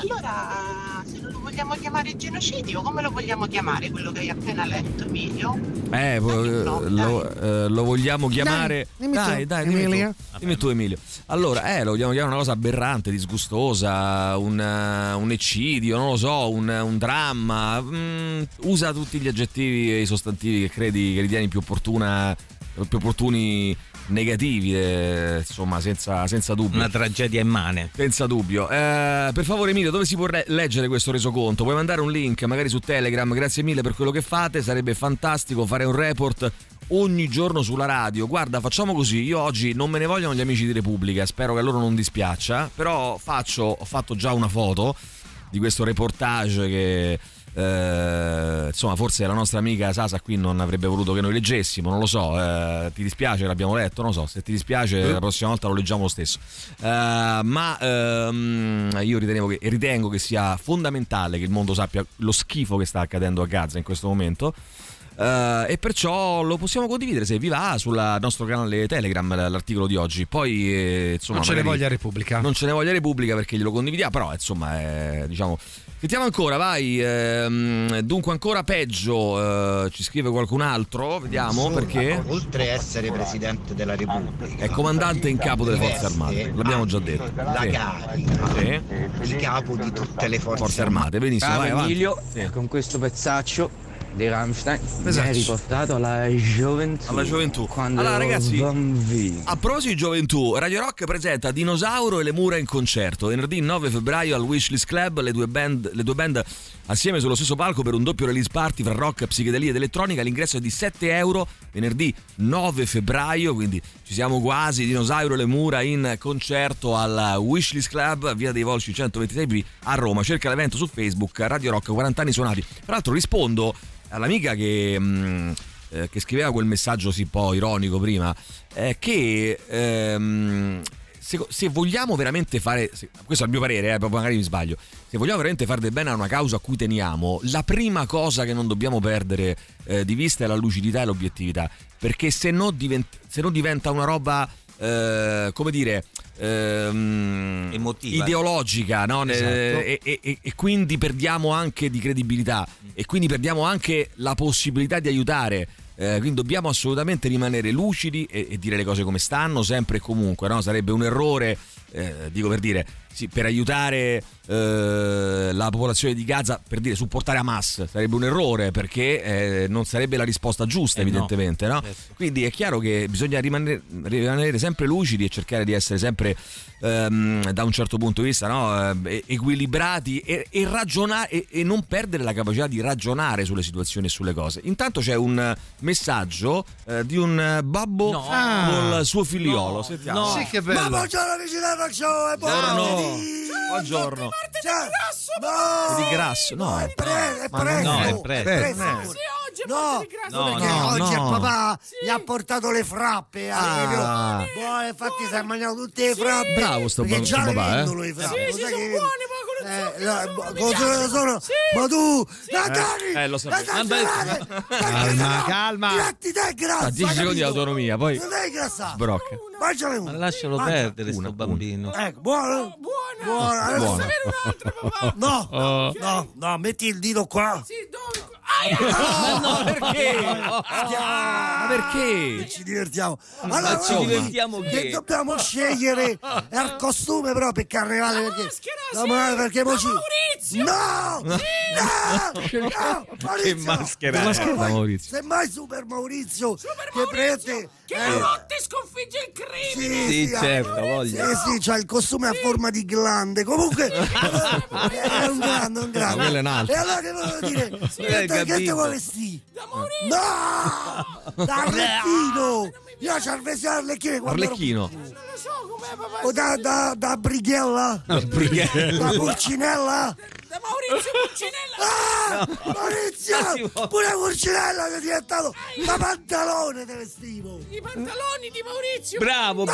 allora se non lo vogliamo chiamare genocidio, come lo vogliamo chiamare quello che hai appena letto, Emilio? Eh, vo- eh, lo, eh, lo vogliamo chiamare. Dai, dimmi dai, tu, dai, dimmi Emilia. tu. Dimmi tu, Emilio. Allora, eh, lo vogliamo chiamare una cosa aberrante, disgustosa, un, eh, un eccidio, non lo so, un, un dramma. Mm, usa tutti gli aggettivi e i sostantivi che credi che ritieni più opportuna, più opportuni negativi, eh, insomma, senza, senza dubbio. Una tragedia immane. Senza dubbio. Eh, per favore, Emilio, dove si può re- leggere questo resoconto? Puoi mandare un link, magari su Telegram. Grazie mille per quello che fate. Sarebbe fantastico fare un report ogni giorno sulla radio. Guarda, facciamo così. Io oggi non me ne vogliono gli amici di Repubblica. Spero che a loro non dispiaccia. Però faccio, ho fatto già una foto di questo reportage che eh, insomma forse la nostra amica Sasa qui non avrebbe voluto che noi leggessimo, non lo so, eh, ti dispiace, l'abbiamo letto, non lo so, se ti dispiace la prossima volta lo leggiamo lo stesso, eh, ma ehm, io ritenevo che, ritengo che sia fondamentale che il mondo sappia lo schifo che sta accadendo a Gaza in questo momento. Uh, e perciò lo possiamo condividere, se vi va, sul nostro canale Telegram l'articolo di oggi. Poi eh, insomma, non ce ne voglia Repubblica, non ce ne voglia Repubblica perché glielo condividiamo, però insomma eh, diciamo sentiamo ancora, vai. ehm, dunque ancora peggio, eh, ci scrive qualcun altro, vediamo. Insomma, perché oltre a essere presidente della Repubblica è comandante in capo delle forze armate, l'abbiamo già detto, la sì. carica Sì. di capo di tutte le forze, forze armate. Benissimo, vai, Emilio, sì. Con questo pezzaccio di Rammstein mi Esatto. hai riportato alla gioventù. Alla gioventù. Quando Allora ragazzi, bambino. a proposito di gioventù, Radio Rock presenta Dinosauro e le Mura in concerto venerdì nove febbraio al Wishlist Club. Le due band, le due band assieme sullo stesso palco per un doppio release party fra rock, psichedelia ed elettronica. L'ingresso è di sette euro venerdì nove febbraio, quindi ci siamo quasi. Dinosauro e le Mura in concerto al Wishlist Club, via dei Volsci centoventisei B a Roma. Cerca l'evento su Facebook, Radio Rock quaranta anni suonati. Tra l'altro rispondo all'amica che, mh, eh, che scriveva quel messaggio sì, un po' ironico prima, eh, che ehm, se, se vogliamo veramente fare, se, questo è il mio parere, eh, magari mi sbaglio, se vogliamo veramente fare del bene a una causa a cui teniamo, la prima cosa che non dobbiamo perdere eh, di vista è la lucidità e l'obiettività, perché se no diventa, se no diventa una roba eh, come dire ehm, emotiva, ideologica, no? Esatto. e, e, e quindi perdiamo anche di credibilità e quindi perdiamo anche la possibilità di aiutare. Eh, quindi dobbiamo assolutamente rimanere lucidi e, e dire le cose come stanno sempre e comunque, no? Sarebbe un errore, eh, dico per dire, sì, per aiutare eh, la popolazione di Gaza, per dire supportare Hamas sarebbe un errore, perché eh, non sarebbe la risposta giusta, eh evidentemente, no? no? Certo. Quindi è chiaro che bisogna rimanere, rimanere sempre lucidi e cercare di essere sempre ehm, da un certo punto di vista, no? eh, equilibrati e, e ragionare e, e non perdere la capacità di ragionare sulle situazioni e sulle cose. Intanto c'è un messaggio eh, di un babbo no. col suo figliolo. No. Sentiamo. No. Sì, che bello. Ma buongiorno amici del Rock Show e Buongiorno. Buongiorno. È di grasso, no, è pre- è Ma presto. no, è presto. No, no, No, perché no, oggi no. il papà gli ha portato le frappe. Ah. Ah. Boh, infatti si è mangiato tutte le frappe. Bravo sto perché ba- già sto le papà, eh. vendono le frappe. Sì, Lo sì, sai sono che- buone, ma con Eh, lo la- zucchero. con Mi lo piace. sono, Sì. ma tu, Eh, Natali, eh, lo sapevo. esagerare, Calma, calma. Diretti te grassa, Ah, dieci secondi di capito? autonomia, poi Non devi grassare. sbrocca. Mangiane uno. Ma lascialo Mangia. perdere Una, sto bambino. Ecco, buono? Buona. Buono. Adesso- Buono. Avere un'altra, papà. No, Oh. no, no, metti il dito qua. Sì, dove? Ma no, perché? Ma perché? Ci divertiamo. Ma Allora, ci quindi, divertiamo che? dobbiamo scegliere il costume però per carnevale perché maschera, no, sì. ma perché Da mo ci- Maurizio. No! No! No! Maurizio! maschera No, è? Da poi, Maurizio. Semmai Super Maurizio Super che Maurizio, prende che eh, notte sconfigge il crimine. Sì, ah, certo, Sì, voglia. sì, c'ha il costume a forma di glande. Comunque è un grande, un grande. Ma quello è un altro. E allora che volevo dire? hai Che, che te capito. vuoi vestire? Da Maurizio. No! Da Arlecchino! Io c'ho il vestito Arlecchino quando ero Arlecchino. Non lo so com'è, papà. o da, da, da Brighella? Da Pulcinella? Da Maurizio Pulcinella. Ah! Maurizio! Pure Pulcinella che è diventato da pantalone te vestivo! I pantaloni di Maurizio. Bravo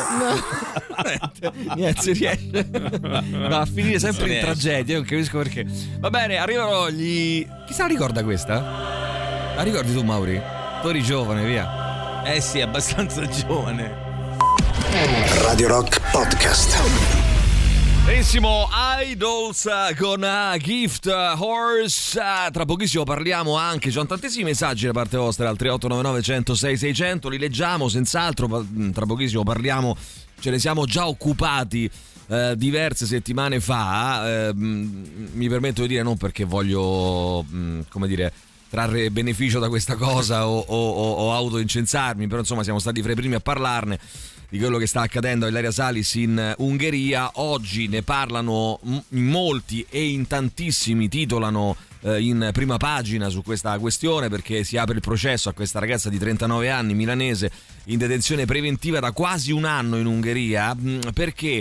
bimbo. Niente, si riesce. Va a finire sempre in riesce. tragedia, io non capisco perché. Va bene, arrivano gli. Chi se la ricorda questa? La ricordi tu, Mauri? Tu eri giovane, via. Eh sì, abbastanza giovane. Radio Rock Podcast. Benissimo, Idols con uh, Gift uh, Horse. Uh, tra pochissimo parliamo anche, ci sono tantissimi messaggi da parte vostra al tre otto nove nove uno zero sei sei zero zero, li leggiamo senz'altro. pa- Tra pochissimo parliamo, ce ne siamo già occupati uh, diverse settimane fa. Uh, mh, mi permetto di dire, non perché voglio, mh, come dire, trarre beneficio da questa cosa o, o, o, o autoincensarmi, però insomma siamo stati fra i primi a parlarne di quello che sta accadendo a Ilaria Salis in Ungheria. Oggi ne parlano in molti e in tantissimi titolano eh, in prima pagina su questa questione, perché si apre il processo a questa ragazza di trentanove anni milanese in detenzione preventiva da quasi un anno in Ungheria, mh, perché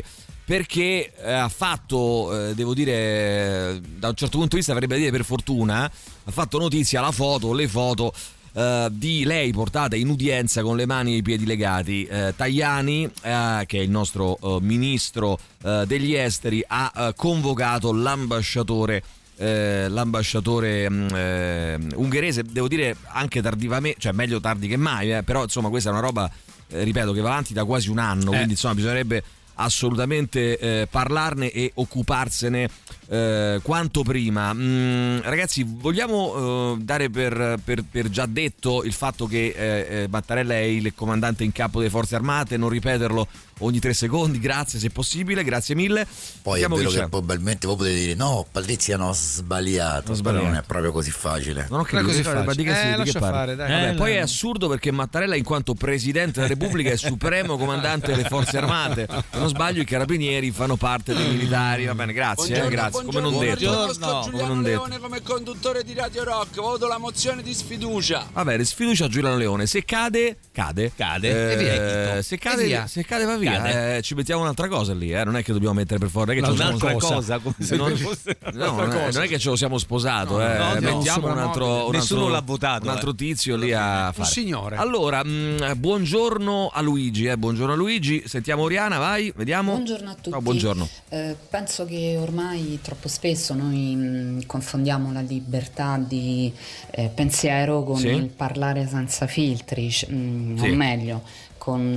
perché eh, ha fatto, eh, devo dire, eh, da un certo punto di vista avrebbe da dire per fortuna, ha fatto notizia la foto, le foto Uh, di lei portata in udienza con le mani e i piedi legati. uh, Tajani, uh, che è il nostro uh, ministro uh, degli esteri, ha uh, convocato l'ambasciatore uh, l'ambasciatore um, uh, ungherese, devo dire anche tardivamente, cioè meglio tardi che mai, eh, però insomma questa è una roba, eh, ripeto, che va avanti da quasi un anno, eh. quindi insomma bisognerebbe assolutamente eh, parlarne e occuparsene eh, quanto prima. Mm, ragazzi, vogliamo eh, dare per, per, per già detto il fatto che eh, Mattarella è il comandante in capo delle forze armate, non ripeterlo ogni tre secondi, grazie se possibile, grazie mille. Poi Vediamo è vero che che c'è. Probabilmente voi potete dire no, Patrizia hanno sbagliato, Ho sbagliato. però non è proprio così facile. Non ho capito così di fare, facile. di che si- Eh, di che lascia parli? fare, dai. Vabbè, Eh, poi no. è assurdo perché Mattarella in quanto presidente della Repubblica è supremo comandante delle forze armate, se non sbaglio i carabinieri fanno parte dei militari. Va bene, grazie, eh, grazie, come non detto, Buongiorno, come non detto. Leone come conduttore di Radio Rock, voto la mozione di sfiducia. Va bene, sfiducia a Giuliano Leone, se cade, cade. Cade. Eh, E via. se cade, E via. se cade va via. Cade. Eh, ci mettiamo un'altra cosa lì, eh. Non è che dobbiamo mettere per forza. Che ce lo siamo- Un'altra cosa, come se non, fosse no, un'altra non, è, cosa. non è che ce lo siamo sposato, No, eh. no, no, mettiamo un altro, un Nessuno altro- l'ha votato, un altro eh. tizio lì a fare. signore. Allora, mh, buongiorno a Luigi, eh. Buongiorno a Luigi. Sentiamo Oriana, vai, vediamo. Buongiorno a tutti. No, buongiorno. Eh, penso che ormai troppo spesso noi mh, confondiamo la libertà di eh, pensiero con Sì. il parlare senza filtri, c- mh, Sì. o meglio, con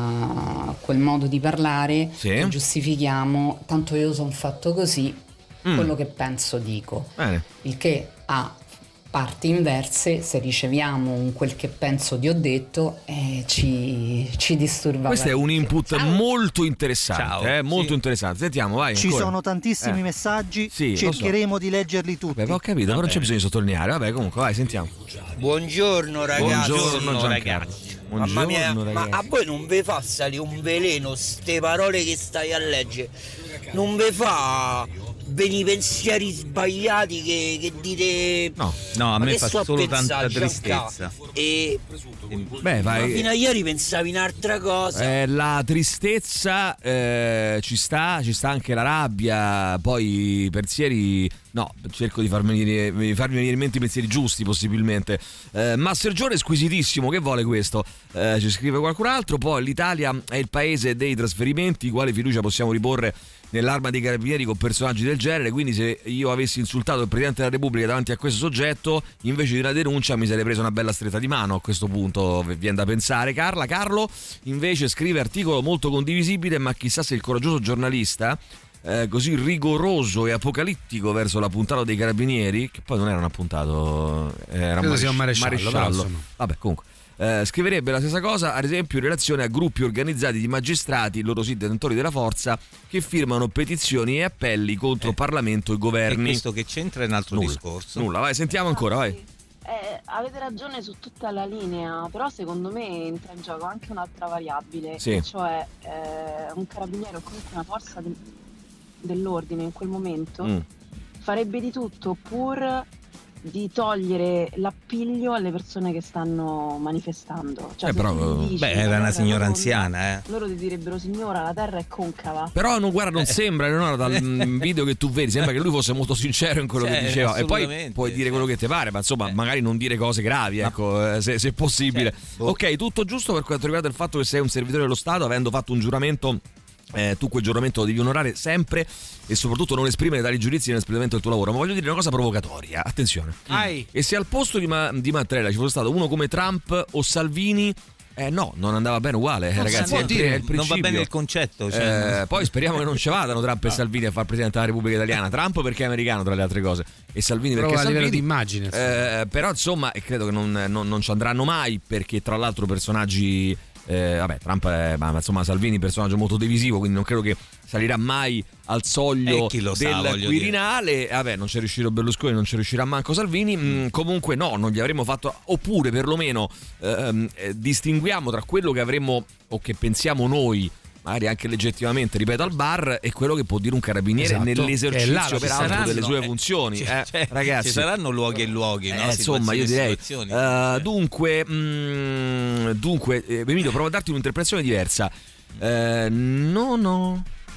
eh, quel modo di parlare Sì. che giustifichiamo, tanto io sono fatto così, Mm. quello che penso dico. Bene. Il che ha parti inverse, se riceviamo un quel che penso di ho detto, eh, ci, ci disturba. Questo è un parecchio. input molto interessante, Ciao. eh, molto Sì. interessante. Sentiamo, vai. Ci ancora. sono tantissimi Eh. messaggi, Sì, lo so. cercheremo di leggerli tutti. Beh, ho capito, però non c'è bisogno di sottolineare. Vabbè, comunque, vai, sentiamo. Buongiorno ragazzi. Buongiorno, Giancarlo. Mamma mia, Buongiorno, ma ragazzi. a voi non vi fa salire un veleno ste parole che stai a leggere? Non vi fa venire pensieri sbagliati che, che dite. No, no, a Ma me che fa sto a solo pensare, tanta Gianca? tristezza. E Beh, ma vai. fino a ieri pensavi in altra cosa. Eh, la tristezza eh, ci sta, ci sta anche la rabbia, poi i pensieri, no, cerco di farmi venire, farmi venire in mente i pensieri giusti possibilmente. Eh, Massergione è squisitissimo, che vuole questo? Eh, ci scrive qualcun altro, poi l'Italia è il paese dei trasferimenti, quale fiducia possiamo riporre nell'arma dei carabinieri con personaggi del genere? Quindi se io avessi insultato il Presidente della Repubblica davanti a questo soggetto, invece di una denuncia mi sarei preso una bella stretta di mano. A questo punto viene da pensare. Carla Carlo invece scrive articolo molto condivisibile, ma chissà se il coraggioso giornalista eh, così rigoroso e apocalittico verso l'appuntato dei carabinieri, che poi non era un appuntato, era Credo un sia un maresciallo, però, insomma. vabbè, comunque Eh, scriverebbe la stessa cosa, ad esempio, in relazione a gruppi organizzati di magistrati, loro sì detentori della forza, che firmano petizioni e appelli contro Parlamento e governi. E questo che c'entra è un altro Nulla. discorso. Nulla, vai, sentiamo ancora, vai. Eh, avete ragione su tutta la linea, però secondo me entra in gioco anche un'altra variabile, Sì. cioè eh, un carabiniere o comunque una forza del- dell'ordine in quel momento Mm. farebbe di tutto pur di togliere l'appiglio alle persone che stanno manifestando. Cioè, Eh, se però, tu gli dici beh, che era la una terra è signora rotonda, anziana, eh. loro ti direbbero signora la terra è concava. Però no, guarda, non sembra, Leonora, dal mm, video che tu vedi, sembra che lui fosse molto sincero in quello Cioè, che diceva. E poi assolutamente, puoi dire quello che ti pare, ma insomma, magari non dire cose gravi, ecco, eh, se, se possibile. Ok, tutto giusto per quanto riguarda il fatto che sei un servitore dello Stato, avendo fatto un giuramento. Eh, tu quel giuramento lo devi onorare sempre e soprattutto non esprimere tali giudizi nell'espletamento del tuo lavoro. Ma voglio dire una cosa provocatoria, attenzione. Ai. E se al posto di, Ma- di Mattarella ci fosse stato uno come Trump o Salvini, eh no, non andava bene uguale, eh, Non si ragazzi. può È il, dire, è il non va principio. bene il concetto, cioè, Eh, poi speriamo che non ci vadano Trump e Salvini a far presidente della Repubblica Italiana. Trump perché è americano, tra le altre cose, e Salvini Però perché a Salvini. livello di immagine, Eh, però insomma, e credo che non, non, non ci andranno mai, perché tra l'altro personaggi. Eh, vabbè, Trump è, ma insomma Salvini personaggio molto divisivo, quindi non credo che salirà mai al soglio E chi lo sa, del voglio Quirinale. Vabbè, non c'è riuscito Berlusconi, non c'è riuscirà manco Salvini. Mm, comunque no, non gli avremmo fatto, oppure perlomeno ehm, eh, distinguiamo tra quello che avremmo o che pensiamo noi, magari anche legittimamente, ripeto, al bar, e quello che può dire un carabiniere Esatto, nell'esercizio che è là, ci peraltro saranno, delle sue eh, funzioni. ci- eh, cioè, ragazzi, ci saranno luoghi e luoghi, no? eh, insomma, io Situazioni e direi. situazioni. eh, dunque, mm, dunque, eh, Emilio, provo a darti un'interpretazione diversa. Eh, no, no.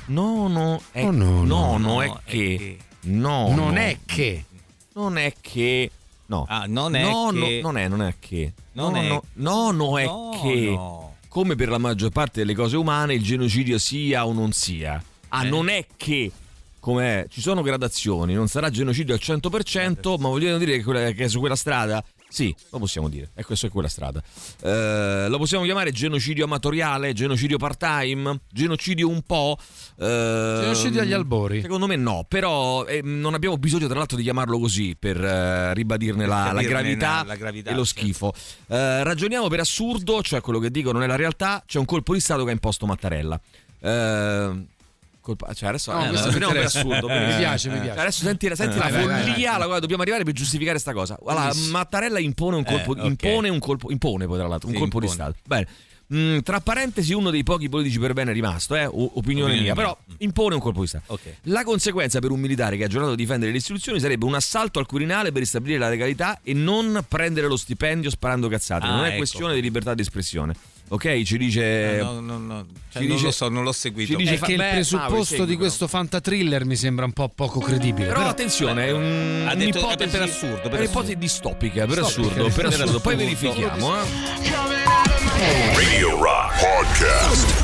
no, no, è, Oh, no, no, no, no, è no, che, è che. no, Non no, è che. non è che, no, Ah, non è no, che. no, non è, non è che, Non no, è- no, no, no, è No, che, no. come per la maggior parte delle cose umane, il genocidio sia o non sia. Ah, Eh. non è che, com'è, ci sono gradazioni, non sarà genocidio al cento per cento, ma vogliono dire che, quella, che è su quella strada? Sì, lo possiamo dire, è questo è quella strada. Eh, lo possiamo chiamare genocidio amatoriale, genocidio part-time, genocidio un po'. eh, Genocidio agli albori. Secondo me no, però eh, non abbiamo bisogno tra l'altro di chiamarlo così per eh, ribadirne la, la capirne gravità, la- la gravità, e lo certo. schifo. Eh, ragioniamo per assurdo, cioè quello che dico non è la realtà, c'è un colpo di Stato che ha imposto Mattarella. Eh, colpa- cioè adesso No, eh, questo ragioniamo mi per interessa. assurdo. Mi perché- piace, mi cioè, piace. adesso senti, senti la Vai, vai, vai, follia vai. alla quale dobbiamo arrivare per giustificare sta cosa. Allora, Benissimo. Mattarella impone un colpo, Eh, ok. impone un colpo, impone poi tra l'altro un Sì, colpo di impone. Stato. Bene. Mm, tra parentesi, uno dei pochi politici per bene è rimasto, eh? o- opinione, Opinione mia, mia. però impone un colpo di Stato. Ok. La conseguenza per un militare che ha giurato di difendere le istituzioni sarebbe un assalto al Quirinale per ristabilire la legalità e non prendere lo stipendio sparando cazzate. Ah, non è ecco. questione di libertà di espressione. Ok, ci dice. No, no, no, cioè, ci non dice- lo so, non l'ho seguito. ci dice- È che il beh, presupposto Mauri, segui, di questo fantatriller mi sembra un po' poco credibile. Però attenzione, è un, Ha detto- un'ipotesi per assurdo, per è un'ipotesi distopica, per Stopica, assurdo, per per assurdo. Poi assurdo. verifichiamo, eh. Radio Rock Podcast.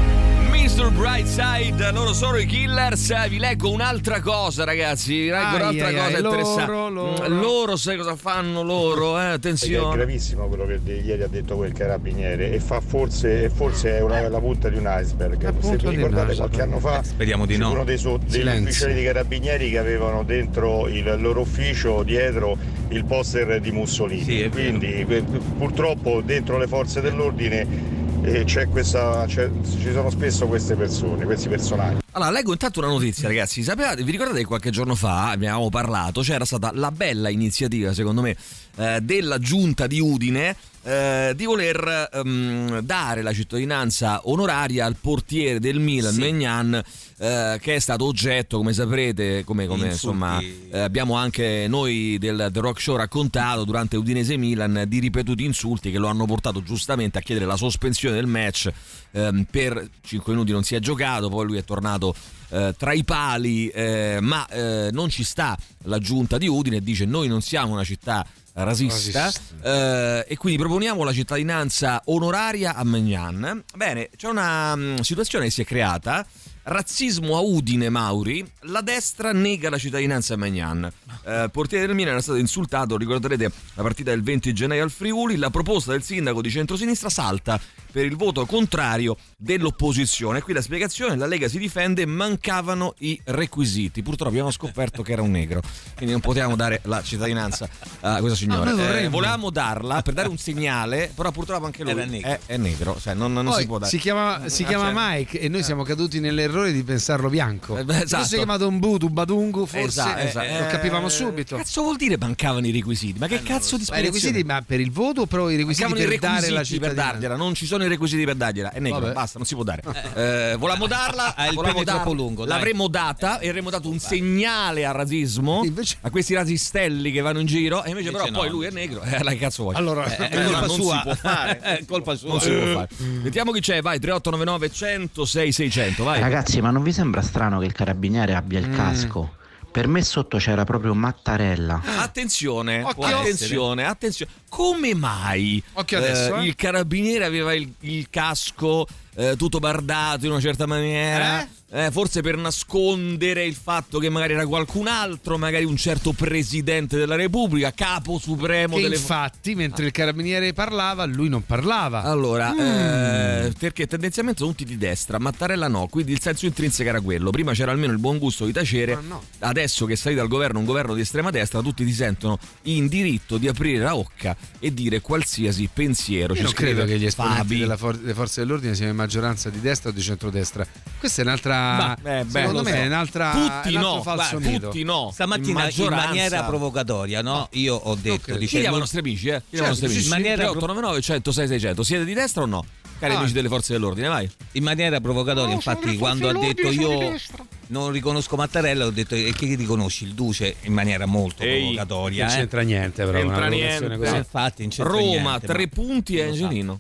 mister Brightside, loro sono i Killers. Vi leggo un'altra cosa, ragazzi. Vi leggo Ai, un'altra ai, cosa ai, interessante. loro, loro. Mm, loro, sai cosa fanno loro? Eh? È Attenzione. gravissimo quello che di- ieri ha detto quel carabiniere e fa forse, e forse è una, la punta di un iceberg. La Se punta vi di un ricordate iceberg. qualche anno fa Eh, speriamo di no. uno dei, so- degli Silenzio. ufficiali di carabinieri che avevano dentro il loro ufficio dietro il poster di Mussolini. Sì, è vero. Quindi que- purtroppo dentro le forze dell'ordine eh, c'è questa, c'è- ci sono spesso queste persone, questi personaggi. Allora, leggo intanto una notizia, ragazzi. Sapevate, vi ricordate che qualche giorno fa abbiamo parlato? C'era stata la bella iniziativa, secondo me, eh, della giunta di Udine eh, di voler ehm, dare la cittadinanza onoraria al portiere del Milan, Sì. Maignan, eh, che è stato oggetto, come saprete, come, come Insulti. insomma eh, abbiamo anche noi del The Rock Show raccontato durante Udinese Milan di ripetuti insulti che lo hanno portato giustamente a chiedere la sospensione del match. Ehm, per cinque minuti non si è giocato, poi lui è tornato eh, tra i pali, eh, ma eh, non ci sta la giunta di Udine e dice noi non siamo una città rasista, Rasista. eh, e quindi proponiamo la cittadinanza onoraria a Maignan. Bene, c'è una mm, situazione che si è creata. Razzismo a Udine, Mauri. La destra nega la cittadinanza a Maignan. Eh, il portiere del Milan era stato insultato, ricorderete la partita del venti gennaio al Friuli. La proposta del sindaco di centrosinistra salta per il voto contrario dell'opposizione. Qui la spiegazione: la Lega si difende, mancavano i requisiti. Purtroppo abbiamo scoperto che era un negro, quindi non potevamo dare la cittadinanza a questo signore. Ah, noi Eh, vorremmo. volevamo darla per dare un segnale, però purtroppo anche lui Era negro. È, è negro, cioè non, non Poi si può dare. si chiama, si Ah, chiama cioè- Mike e noi siamo caduti nell'errore di pensarlo bianco. Eh, beh, esatto. Se si è chiamato un Butu, Badungu, forse Esatto, eh, esatto. lo capivamo Eh, subito. Che cazzo vuol dire mancavano i requisiti? Ma che cazzo di Ma i requisiti spiegazione? ma per il voto o però i requisiti Mancavano per i dare la requisiti per cittadinanza? dargliela, non ci sono i requisiti per dargliela. È negro, Vabbè. basta, non si può dare. Eh, volevamo darla, Ha il volevamo pene darla, troppo lungo, dai. l'avremmo data e avremmo dato un segnale al razzismo, Invece- a questi rasistelli che vanno in giro, e invece, Invece però no. poi lui è negro. Eh, che cazzo vuoi? Allora, Eh, È colpa non sua. si può fare. È colpa sua. Non si può fare. Sentiamo chi c'è, vai, tre otto nove nove cento sei seicento, vai. Ragazzi, ma non vi sembra strano che il carabiniere abbia il casco? Per me sotto c'era proprio Mattarella. Attenzione, Occhio. attenzione, attenzione. Come mai Occhio adesso, eh. il carabiniere aveva il, il casco eh, tutto bardato in una certa maniera? Eh? Eh, forse per nascondere il fatto che magari era qualcun altro, magari un certo presidente della Repubblica, capo supremo che delle infatti mentre il carabiniere parlava lui non parlava. Allora, Mm. eh, perché tendenzialmente sono tutti di destra, Mattarella no, quindi il senso intrinseco era quello. Prima c'era almeno il buon gusto di tacere, Ma no. adesso che è salito al governo un governo di estrema destra, tutti si sentono in diritto di aprire la bocca e dire qualsiasi pensiero. Io Ci non scrive credo che gli esponenti Fabi. della for- delle forze dell'ordine siano in maggioranza di destra o di centrodestra. Questa è un'altra. Ma, eh, beh, secondo lo me so. è un'altra. Tutti è un altro no, falso guarda, mito. tutti no. Stamattina in, maggioranza. maniera provocatoria, no? Io ho detto credo. Chiediamo ai dicendo nostri amici, eh. Chiediamo ai Certo, nostri sì, amici. sì. In maniera tre otto nove nove cento sei seicento. Siete di destra o no? Cari Ah. amici delle forze dell'ordine, vai. in maniera provocatoria, infatti quando ha detto io non riconosco Mattarella ho detto e che riconosci il Duce in maniera molto Ehi, provocatoria. Non eh. c'entra niente, però. C'entra una niente. provocazione Eh, così. infatti non c'entra Roma, niente, tre ma- punti e lo sa. Angelino.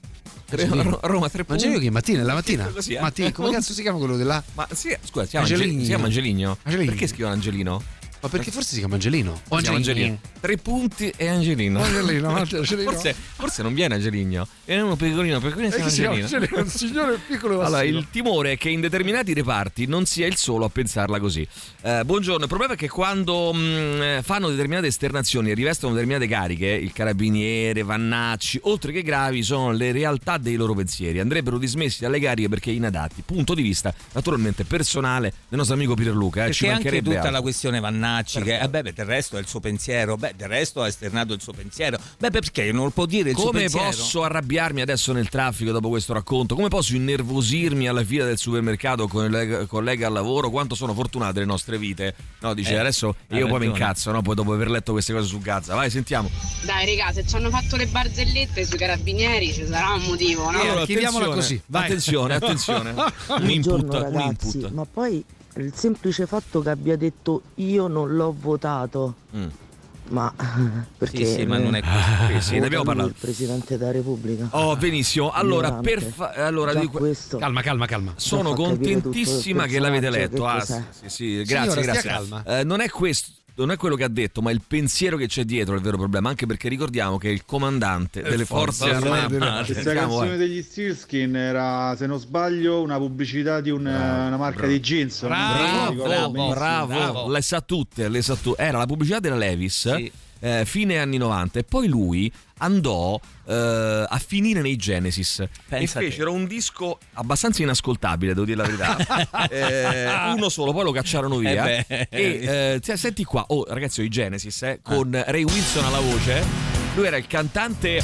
tre, a Roma tre punti. Angelino che mattina, la mattina? Così, eh? Mattina, come cazzo si chiama quello della? Ma sì, scusa, si chiama Angelino. Angelino. Si chiama Angelino? Angelino. Perché scrivono Angelino? Ma perché forse si chiama Angelino? O Angelino. Angelino. Tre punti e Angelino. Angelino, Angelino. Forse, forse non viene Angelino. È uno pecorino, pecorino si chiama Angelino. Un signore piccolo. Allora, il timore è che in determinati reparti non sia il solo a pensarla così. Eh, buongiorno, il problema è che quando mh, fanno determinate esternazioni e rivestono determinate cariche, il carabiniere, Vannacci, oltre che gravi, sono le realtà dei loro pensieri. Andrebbero dismessi dalle cariche perché inadatti. Punto di vista naturalmente personale del nostro amico Pierluca. Eh, perché ci anche tutta altro. la questione Vannacci, che eh, beh, del resto è il suo pensiero, beh, del resto ha esternato il suo pensiero. Beh, perché non può dire il Come suo pensiero? Come posso arrabbiarmi adesso nel traffico dopo questo racconto? Come posso innervosirmi alla fila del supermercato con il collega al lavoro? Quanto sono fortunate le nostre vite? No, dice Eh, adesso hai io poi mi ragione. incazzo, no? Poi dopo aver letto queste cose su Gaza. Vai, sentiamo. Dai raga, se ci hanno fatto le barzellette sui carabinieri ci sarà un motivo, no? Allora, chiediamola così. Vai. Attenzione, attenzione. Un input, Buongiorno un ragazzi, input. ma poi il semplice fatto che abbia detto io non l'ho votato, Mm. ma perché Sì, sì, ma non è così. Sì, sì, ne abbiamo vota lui parlato. il Presidente della Repubblica. Oh, benissimo. Allora, Ignorante. per fa- allora Già di que- questo Calma, calma, calma. sono fa capire contentissima tutto il che l'avete personaggio, letto. che Ah, cos'è. sì, sì, grazie, Signora, grazie. stia calma. Eh, non è questo. Non è quello che ha detto, ma il pensiero che c'è dietro è il vero problema. Anche perché ricordiamo che il comandante delle forze forza armate. armate. Questa Sentiamo, canzone eh. degli Steelskin era, se non sbaglio, una pubblicità di un- Bravo, una marca bravo. di jeans. non mi Bravo, ricordo bravo, benissimo. bravo, Bravo. le sa tutte, le sa tu- Era la pubblicità della Levi's, Sì. eh, fine anni novanta, e poi lui andò eh, a finire nei Genesis. Pensa e te. fecero un disco abbastanza inascoltabile, devo dire la verità. Eh, uno solo, poi lo cacciarono via. Eh beh. e eh, cioè, senti qua, oh ragazzi, i Genesis, eh, con Ray Wilson alla voce. Lui era il cantante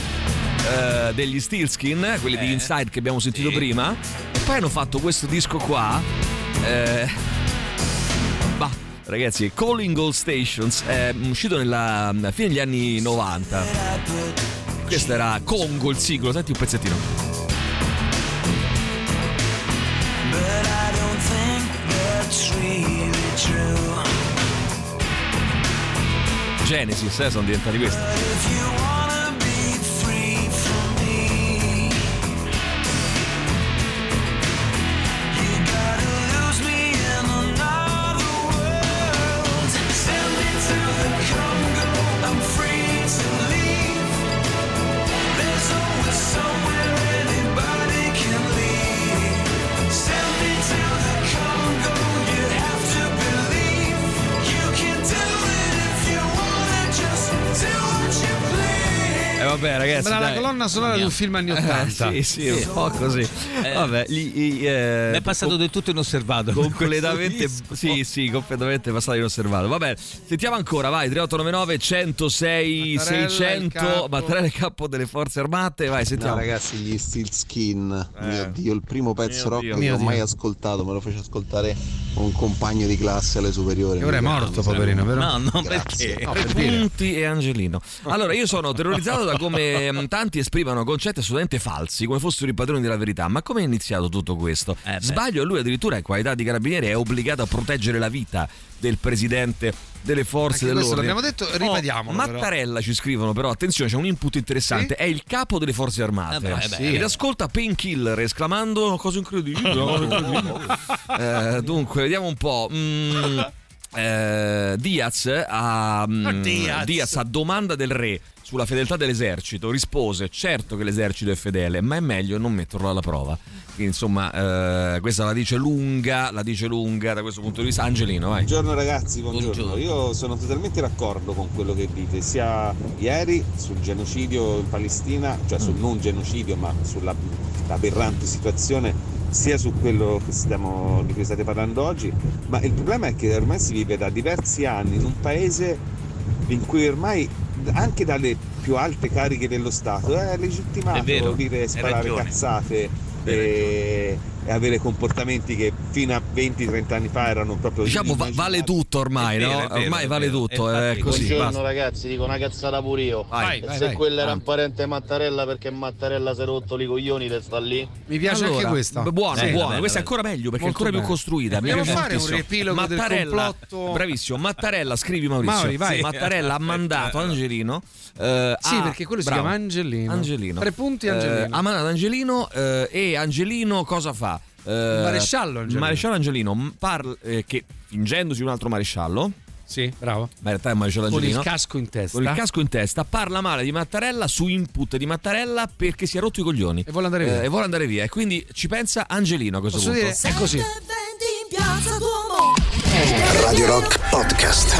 eh, degli Steelskin, quelli di Eh, Inside che abbiamo sentito sì. prima. E poi hanno fatto questo disco qua. Eh, bah, ragazzi, Calling All Stations è uscito nella fine degli anni novanta. Questo era Congo, il singolo, senti un pezzettino. Genesis, eh, sono diventati questi. Eh vabbè ragazzi, Sembra la dai. colonna sonora di un film anni ottanta. Eh, sì, sì, un po' così. Vabbè, gli, gli, eh, Mi è passato del tutto inosservato. completamente questo sì sì completamente passato inosservato. Vabbè, sentiamo ancora, vai. Tre otto nove nove uno zero sei Mattarella, il seicento capo. Mattarella, il capo delle forze armate. Vai, sentiamo. No ragazzi, gli Steelskin, Eh. mio Dio, il primo pezzo Mio rock Dio. che Mio ho Dio. mai ascoltato, me lo fece ascoltare un compagno di classe alle superiori. E ora è Mi morto, chiama, poverino, vero? No, no, Grazie. perché? No, Tre per dire. punti e Angelino. Allora, io sono terrorizzato da come mh, tanti esprimono concetti assolutamente falsi, come fossero i padroni della verità. Ma come è iniziato tutto questo? Eh beh. Sbaglio, lui addirittura in qualità di carabiniere è obbligato a proteggere la vita del presidente delle forze Anche questo dell'ordine. l'abbiamo detto, ripetiamolo, Oh, però. Mattarella ci scrivono, però attenzione, c'è un input interessante. Sì? È il capo delle forze armate. Eh beh, eh beh. Ed ascolta Painkiller esclamando cosa incredibile. cosa incredibile. Eh, dunque, vediamo un po'. Mm, eh, Diaz a mm, Diaz. Diaz a domanda del re sulla fedeltà dell'esercito rispose: certo che l'esercito è fedele, ma è meglio non metterlo alla prova. Quindi insomma, eh, questa la dice lunga, la dice lunga da questo punto di vista. Angelino, vai. Buongiorno ragazzi, buongiorno. Buongiorno. Io sono totalmente d'accordo con quello che dite, sia ieri sul genocidio in Palestina, cioè sul non genocidio, ma sulla aberrante situazione, sia su quello che stiamo, di cui state parlando oggi. Ma il problema è che ormai si vive da diversi anni in un paese in cui ormai anche dalle più alte cariche dello Stato è legittimato È vero, dire hai sparare ragione. cazzate e, e avere comportamenti che fino a venti trenta anni fa erano proprio diciamo va- vale tutto ormai, vero, no? è vero, Ormai è vale vero. tutto, è Infatti, così. Buongiorno basta. ragazzi, dico una cazzata pure io. Vai, e vai, se vai. quello era Ah. un parente Mattarella, perché Mattarella si è rotto i coglioni e sta lì? Mi piace Allora, anche questa. b- buona, Sì, buona. bella, Questa è bella. ancora meglio perché Molto è ancora più bella. costruita. Mi Vogliamo piace fare un tantissimo. riepilogo del Mattarella, complotto? bravissimo. Mattarella, scrivi Maurizio. Mauri, vai. Sì. Mattarella ha mandato Angelino. eh, Sì, a- perché quello si bravo. chiama Angelino. Angelino. Tre punti Eh, Angelino. ha mandato Angelino eh, e Angelino cosa fa? Eh, Maresciallo Angelino. Maresciallo Angelino m- parla, eh, che fingendosi un altro maresciallo. Sì, bravo. Ma in realtà è Maresciallo Con Angelino. il casco in testa. Con il casco in testa parla male di Mattarella su input di Mattarella perché si è rotto i coglioni. E vuole andare via. Eh, e vuole andare via. E quindi ci pensa Angelino a questo Posso punto. dire? È così. Radio Rock Podcast.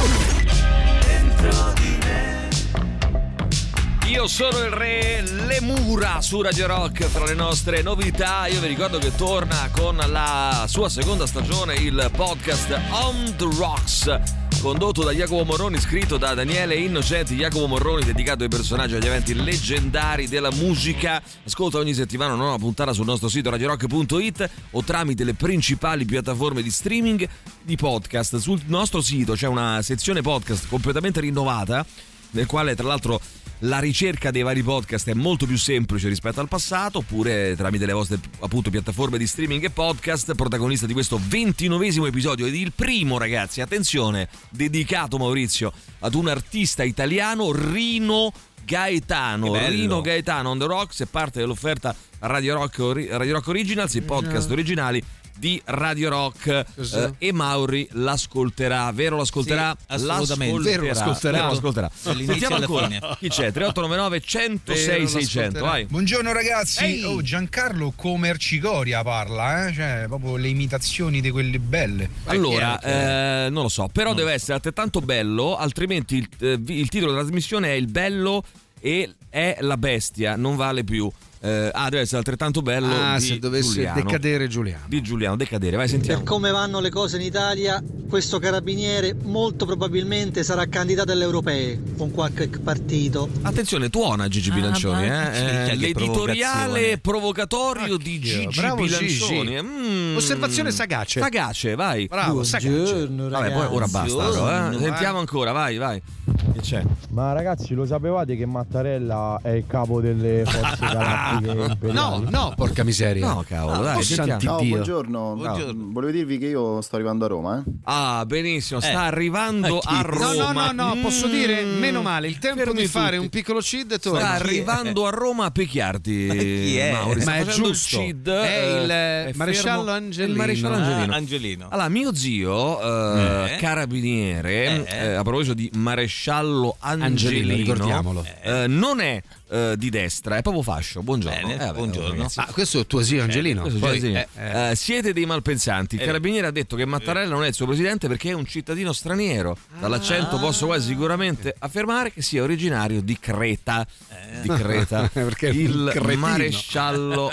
Io sono il re Lemura su Radio Rock. Tra le nostre novità io vi ricordo che torna con la sua seconda stagione il podcast On The Rocks, condotto da Jacopo Morroni, scritto da Daniele Innocenti. Jacopo Morroni, dedicato ai personaggi e agli eventi leggendari della musica. Ascolta ogni settimana una nuova puntata sul nostro sito radio rock punto it o tramite le principali piattaforme di streaming di podcast. Sul nostro sito c'è una sezione podcast completamente rinnovata, nel quale tra l'altro la ricerca dei vari podcast è molto più semplice rispetto al passato, oppure tramite le vostre appunto piattaforme di streaming e podcast. Protagonista di questo ventinovesimo episodio ed il primo, ragazzi, attenzione, dedicato, Maurizio, ad un artista italiano, Rino Gaetano. Rino Gaetano on the Rocks è parte dell'offerta Radio Rock, Radio Rock Originals, i podcast originali di Radio Rock. eh, e Mauri l'ascolterà, vero? L'ascolterà? Sì, assolutamente. L'ascolterà. Vero, l'ascolterà. Vero, l'ascolterà. Dall'inizio Sentiamo alla ancora fine. chi c'è? tre otto nove nove uno zero sei sei zero zero. Vai. Buongiorno ragazzi. Ehi. Oh, Giancarlo Comercicoria parla, eh? Cioè proprio le imitazioni di quelle belle. Allora, eh, non lo so, però deve essere altrettanto bello, altrimenti il, eh, il titolo della trasmissione è Il bello e è la bestia, non vale più. Eh, ah, deve essere altrettanto bello. Ah, di se dovesse Giuliano. decadere Giuliano. Di Giuliano, decadere, vai, sentiamo. Per come vanno le cose in Italia, questo carabiniere molto probabilmente sarà candidato alle europee con qualche partito. Attenzione, tuona Gigi Ah, Bilancioni, ma- eh? Cioè, Eh, che l'editoriale provocatorio di Gigi bravo Bilancioni. Gigi. Mm. Osservazione sagace. Sagace, vai. Bravo, Buongiorno, Vabbè, poi ora basta. Buongiorno. allora, eh. Sentiamo ancora, vai, vai. Che c'è? Ma ragazzi, lo sapevate che Mattarella è il capo delle forze galattiche imperiali? No, no, porca miseria. No, cavolo, Ah, dai, oh, sentiamo. santi Ciao, Dio. buongiorno. Buongiorno. No, volevo dirvi che io sto arrivando a Roma, eh? Ah, benissimo, sta Eh. arrivando A chi? a No, Roma. no, no, no, posso Mm. dire, meno male, il tempo Fermi di fare tutti. un piccolo cid e Sta torna. arrivando a Roma a pecchiarti. chi è? Mauri, sta Ma è facendo il giusto. CID, È eh, il è maresciallo fermo. Angelino. Il maresciallo Angelino. Ah, Angelino. Allora, mio zio, eh, Eh. carabiniere, Eh. eh, a proposito di maresciallo Angelino, Angelino, ricordiamolo. eh, non è eh, di destra, è proprio fascio. Buongiorno. Bene, Eh, vabbè, buongiorno. ragazzi. Ah, questo è tuo zio Angelino. Questo Poi, sì, sì. eh, eh. Eh, siete dei malpensanti. Il Eh. carabiniere ha detto che Mattarella non è il suo presidente perché è un cittadino straniero. Dall'accento posso quasi sicuramente affermare che sia originario di Creta. Di Creta. Perché è un il cretino. maresciallo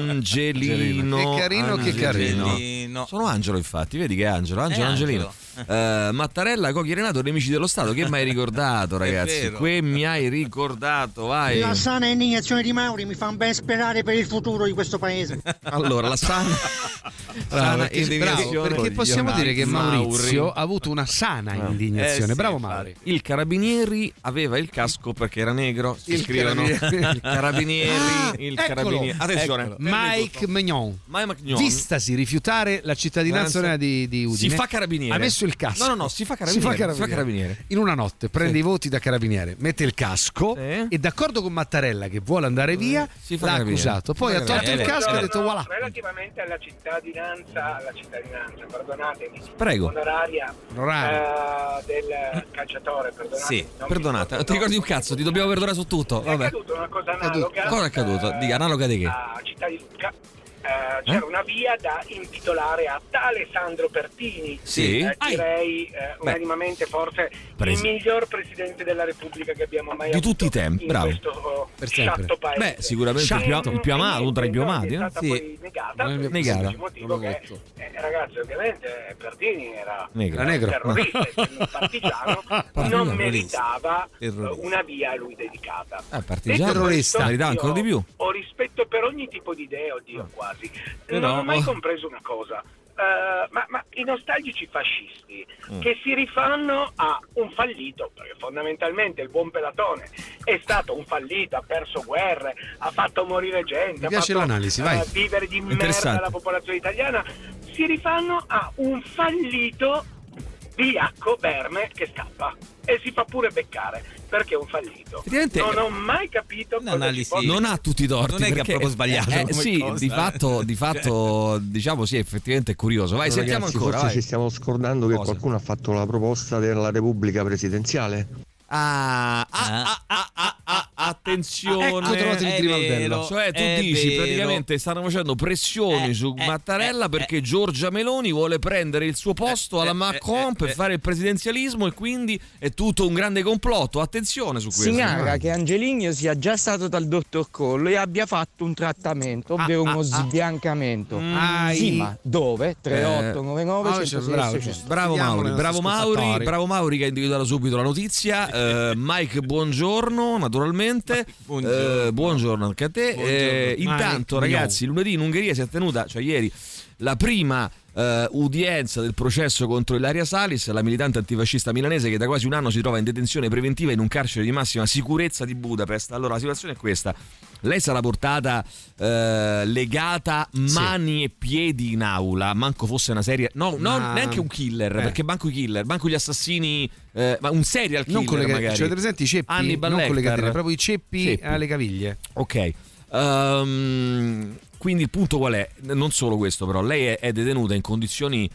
Angelino. Che carino, che carino. Angelino. Sono Angelo, infatti, vedi che è Angelo, Angelo È Angelino. Eh, Mattarella, Cocchi Renato, nemici dello Stato. Che mi hai ricordato, ragazzi? vero. Che mi hai ricordato, vai. La sana indignazione di Mauri mi fa ben sperare per il futuro di questo paese. Allora, la sana, Bravo, sana perché, bravo, indignazione perché di possiamo dire che Maurizio Mauri. ha avuto una sana Ah. indignazione. Eh sì, Bravo infatti. Mauri. Il carabinieri aveva il casco perché era negro. Si Il scrivono carabinieri. il carabinieri. Ah, il eccolo, carabinieri. Attenzione, eccolo. Mike Mignon. Mike Magnon Vistasi rifiutare la cittadinanza Grazie. di, di Udine, si fa carabiniere. ha messo il casco. No, no, no, si fa carabiniere. Si fa carabiniere. Si fa carabiniere. In una notte prende Sì. i voti da carabiniere, mette il casco Sì. e d'accordo con Mattarella che vuole andare via, Si fa l'ha carabiniere. accusato. Poi Si ha fa tolto il carabiniere. casco e ha detto No, voilà. relativamente alla cittadinanza, alla cittadinanza, perdonatemi, Prego. onoraria Onoraria. eh, del calciatore, perdonatemi. Sì, non mi perdonate, ricordo ti ricordi il un cazzo, ti dobbiamo perdonare su tutto. nome. È Vabbè. accaduto una cosa analoga. Cosa è accaduto? Dica, analoga di che? A Città di Lucca. Eh, c'era Eh? una via da intitolare a tale Sandro Pertini, Sì. eh, Ai. direi eh, unanimamente forse Presi- il miglior presidente della Repubblica che abbiamo mai Di avuto tutti i tempi, in bravo. questo oh, Per sempre. sciatto paese. Beh, sicuramente il più, il più amato, uno tra i più amati. È eh? stata Sì. poi negata per il Negata. semplice motivo che, eh, ragazzi, ovviamente Pertini era Negro. un Era negro. terrorista, essendo un partigiano, Partigiano, non meritava eh, terrorista. una via a lui dedicata. Eh, partigiano, Detto questo, meritava ancora io di più. Ho rispetto per ogni tipo di idea, oddio quasi. Però- Non ho mai compreso una cosa. Uh, ma, ma i nostalgici fascisti mm. che si rifanno a un fallito, perché fondamentalmente il buon Pelatone è stato un fallito, ha perso guerre, ha fatto morire gente, mi ha piace fatto l'analisi, vai. Uh, vivere di merda la popolazione italiana, si rifanno a un fallito vigliacco Verme che scappa e si fa pure beccare perché è un fallito. Non ho mai capito cosa ci possa... non ha tutti i torti, non è perché che ha proprio sbagliato eh, come sì, cosa, di fatto, di fatto diciamo sì, effettivamente è curioso. Vai, Allora, sentiamo ragazzi, ancora. Forse Vai. ci stiamo scordando che Cosa? qualcuno ha fatto la proposta della Repubblica presidenziale. Ah, ah, ah, ah, ah, ah, attenzione, ecco, trovate il grimaldello. Cioè tu è dici vero. praticamente stanno facendo pressioni Eh, su eh, Mattarella eh, perché Giorgia Meloni vuole prendere il suo posto alla eh, Macron eh, per eh. fare il presidenzialismo, e quindi è tutto un grande complotto. Attenzione su questo. Si narra che Angeligno sia già stato dal dottor Collo e abbia fatto un trattamento, ovvero Ah, uno ah, ah. sbiancamento. Mm. Sì, ma dove? tre otto nove nove Eh, uno zero bravo, sei zero zero. Bravo Vediamo Mauri, le bravo nostre Mauri, ascoltatori. bravo Mauri che ha individuato subito la notizia. Eh, Mike, buongiorno, naturalmente. Buongiorno. Eh, buongiorno anche a te. Eh, Buongiorno. intanto, Mike, ragazzi, lunedì in Ungheria si è tenuta, cioè ieri, la prima eh, udienza del processo contro Ilaria Salis, la militante antifascista milanese che da quasi un anno si trova in detenzione preventiva in un carcere di massima sicurezza di Budapest. Allora, la situazione è questa. Lei sarà portata eh, legata mani e piedi in aula, manco fosse una serie, no, no Ma- neanche un killer, Eh. perché manco i killer, manco gli assassini, eh, ma un serial killer Non con le magari. caviglie, cioè presenti i ceppi, Hannibal non con le Lecter. catene, proprio i ceppi, Ceppi. alle caviglie. Ok. Ehm, quindi il punto qual è? Non solo questo, però, lei è, è detenuta in condizioni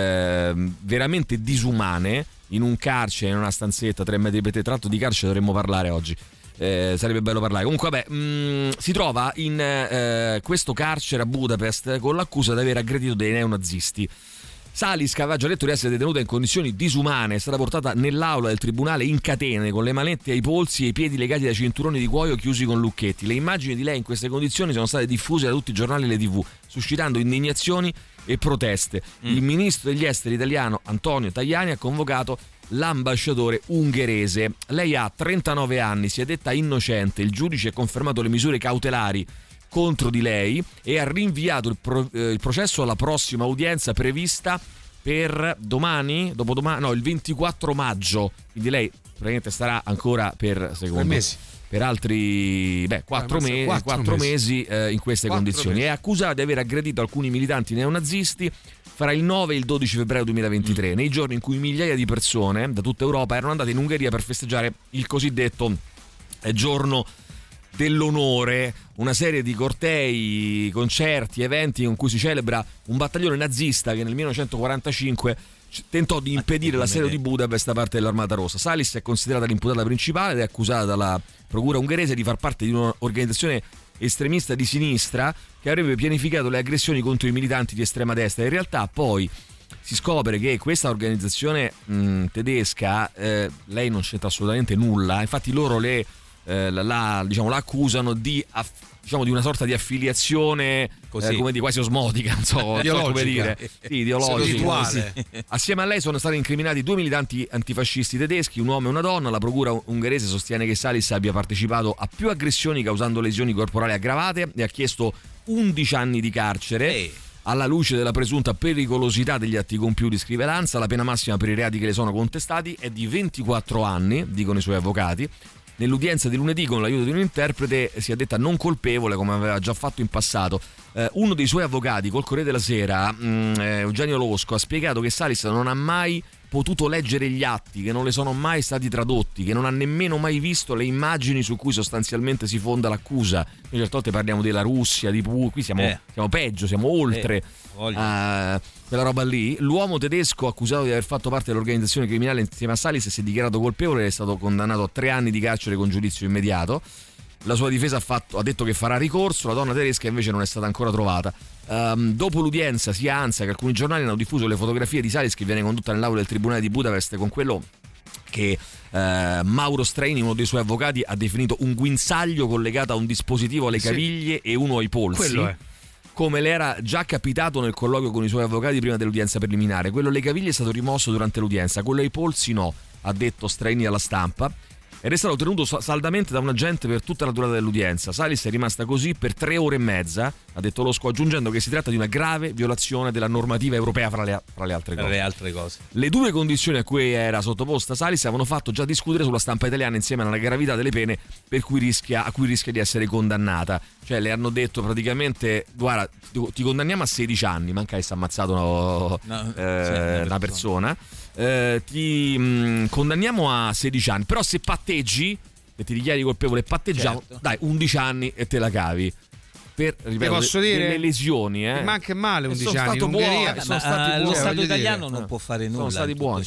ehm, veramente disumane, in un carcere, in una stanzetta tre metri per te. Tra l'altro di carcere dovremmo parlare oggi. Eh, sarebbe bello parlare. Comunque vabbè, mh, si trova in eh, questo carcere a Budapest con l'accusa di aver aggredito dei neonazisti. Salis, che aveva già detto di essere detenuta in condizioni disumane, è stata portata nell'aula del tribunale in catene, con le manette ai polsi e i piedi legati da cinturoni di cuoio chiusi con lucchetti. Le immagini di lei in queste condizioni sono state diffuse da tutti i giornali e le tivù, suscitando indignazioni e proteste. Mm. Il ministro degli esteri italiano Antonio Tajani ha convocato l'ambasciatore ungherese. Lei ha trentanove anni, si è detta innocente, il giudice ha confermato le misure cautelari contro di lei e ha rinviato il, pro, eh, il processo alla prossima udienza prevista per domani, dopodomani, no, il ventiquattro maggio. Quindi lei praticamente starà ancora per secondo Tre mesi. per altri beh, quattro, Eh, me- quattro quattro mesi. mesi eh, in queste Quattro condizioni. mesi. È accusata di aver aggredito alcuni militanti neonazisti fra il nove e il dodici febbraio duemilaventitré, nei giorni in cui migliaia di persone da tutta Europa erano andate in Ungheria per festeggiare il cosiddetto eh, giorno dell'onore, una serie di cortei, concerti, eventi con cui si celebra un battaglione nazista che nel millenovecentoquarantacinque c- tentò di impedire l'assedio di Budapest da parte dell'Armata Rossa. Salis è considerata l'imputata principale ed è accusata dalla procura ungherese di far parte di un'organizzazione estremista di sinistra che avrebbe pianificato le aggressioni contro i militanti di estrema destra. In realtà poi si scopre che questa organizzazione mh, tedesca, eh, lei non c'entra assolutamente nulla, infatti loro le Eh, la, la, diciamo, la accusano di, aff, diciamo, di una sorta di affiliazione Così. eh, come dire, quasi osmotica, non so, non so come dire, sì, ideologica. Spirituale. Assieme a lei sono stati incriminati due militanti antifascisti tedeschi, un uomo e una donna. La procura ungherese sostiene che Salis abbia partecipato a più aggressioni causando lesioni corporali aggravate e ha chiesto undici anni di carcere. Ehi. Alla luce della presunta pericolosità degli atti compiuti, scrive l'ANSA, la pena massima per i reati che le sono contestati è di ventiquattro anni, dicono i suoi avvocati. Nell'udienza di lunedì, con l'aiuto di un interprete, si è detta non colpevole, come aveva già fatto in passato. Eh, uno dei suoi avvocati, col Corriere della Sera, mh, eh, Eugenio Losco, ha spiegato che Salis non ha mai potuto leggere gli atti, che non le sono mai stati tradotti, che non ha nemmeno mai visto le immagini su cui sostanzialmente si fonda l'accusa. Noi certe volte parliamo della Russia, di Putin, qui siamo, Eh. siamo peggio, siamo oltre Eh, voglio. a quella roba lì. L'uomo tedesco accusato di aver fatto parte dell'organizzazione criminale insieme a Salis si è dichiarato colpevole e è stato condannato a tre anni di carcere con giudizio immediato. La sua difesa ha, fatto, ha detto che farà ricorso, la donna tedesca invece non è stata ancora trovata. Um, dopo l'udienza sia ANSA che alcuni giornali hanno diffuso le fotografie di Salis che viene condotta nell'aula del tribunale di Budapest con quello che eh, Mauro Straini, uno dei suoi avvocati, ha definito un guinzaglio collegato a un dispositivo alle Sì. caviglie e uno ai polsi. Quello è. Come le era già capitato nel colloquio con i suoi avvocati prima dell'udienza preliminare. Quello alle caviglie è stato rimosso durante l'udienza, quello ai polsi no, ha detto Straini alla stampa. ed è stato tenuto saldamente da un agente per tutta la durata dell'udienza. Salis è rimasta così per tre ore e mezza, ha detto Losco, aggiungendo che si tratta di una grave violazione della normativa europea fra le, fra le altre cose. Le altre cose. Le due condizioni a cui era sottoposta Salis avevano fatto già discutere sulla stampa italiana insieme alla gravità delle pene per cui rischia, a cui rischia di essere condannata. Cioè le hanno detto praticamente guarda ti condanniamo a sedici anni, manca che si è ammazzato no, no, eh, una persona, eh, ti mh, condanniamo a sedici anni, però se patteggi e ti dichiari colpevole e patteggiamo, certo. dai undici anni e te la cavi. Per, ripeto, posso le, dire, le lesioni, eh. manca male undici sono anni stato in buono, Ungheria, sono stati buoni. Lo Stato italiano dire. non no. può fare nulla. Sono stati buoni.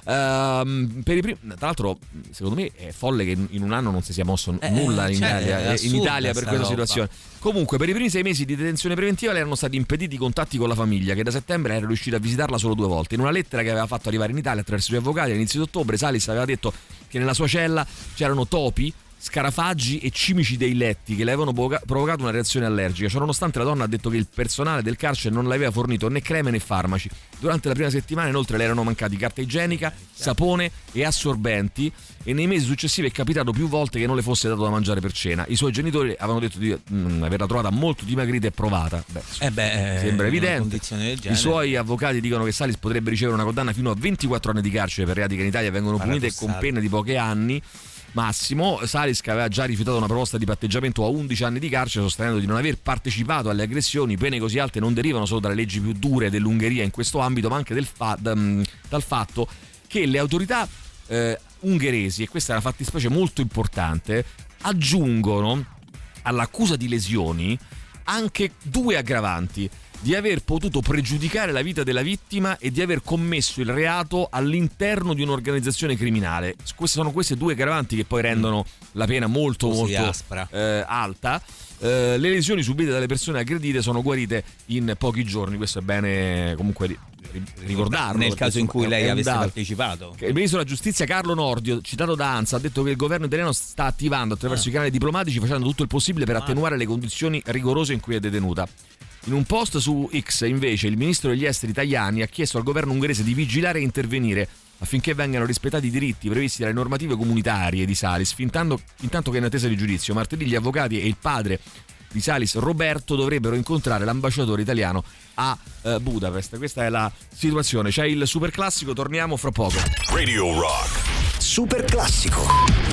Uh, per i primi, tra l'altro, secondo me è folle che in un anno non si sia mosso eh, nulla in, cioè, Italia, in Italia per questa roba. situazione. Comunque, per i primi sei mesi di detenzione preventiva le erano stati impediti i contatti con la famiglia, che da settembre era riuscita a visitarla solo due volte. In una lettera che aveva fatto arrivare in Italia attraverso i suoi avvocati all'inizio di ottobre, Salis aveva detto che nella sua cella c'erano topi, scarafaggi e cimici dei letti che le avevano provocato una reazione allergica. Ciononostante la donna ha detto che il personale del carcere non le aveva fornito né creme né farmaci. Durante la prima settimana inoltre le erano mancati carta igienica, sapone e assorbenti, e nei mesi successivi è capitato più volte che non le fosse dato da mangiare per cena. I suoi genitori avevano detto di mh, averla trovata molto dimagrita e provata. Beh, eh beh, sembra evidente. I suoi avvocati dicono che Salis potrebbe ricevere una condanna fino a ventiquattro anni di carcere per reati che in Italia vengono punite con pene di pochi anni massimo. Salis, che aveva già rifiutato una proposta di patteggiamento a undici anni di carcere, sostenendo di non aver partecipato alle aggressioni. Pene così alte non derivano solo dalle leggi più dure dell'Ungheria in questo ambito, ma anche del fa- dal fatto che le autorità eh, ungheresi, e questa è una fattispecie molto importante, aggiungono all'accusa di lesioni anche due aggravanti: di aver potuto pregiudicare la vita della vittima e di aver commesso il reato all'interno di un'organizzazione criminale. Queste sono queste due aggravanti che poi rendono la pena molto Così molto aspra. Eh, alta. Eh, le lesioni subite dalle persone aggredite sono guarite in pochi giorni. Questo è bene comunque ricordarlo, nel caso in cui lei avesse dato. partecipato. Il ministro della giustizia Carlo Nordio, citato da ANSA, ha detto che il governo italiano sta attivando attraverso ah. i canali diplomatici, facendo tutto il possibile per ah. attenuare le condizioni rigorose in cui è detenuta. In un post su X, invece, il ministro degli esteri Tajani ha chiesto al governo ungherese di vigilare e intervenire affinché vengano rispettati i diritti previsti dalle normative comunitarie di Salis, fintanto, intanto che è in attesa di giudizio. Martedì gli avvocati e il padre di Salis, Roberto, dovrebbero incontrare l'ambasciatore italiano a uh, Budapest. Questa è la situazione. C'è il super classico, torniamo fra poco. Radio Rock. Super classico.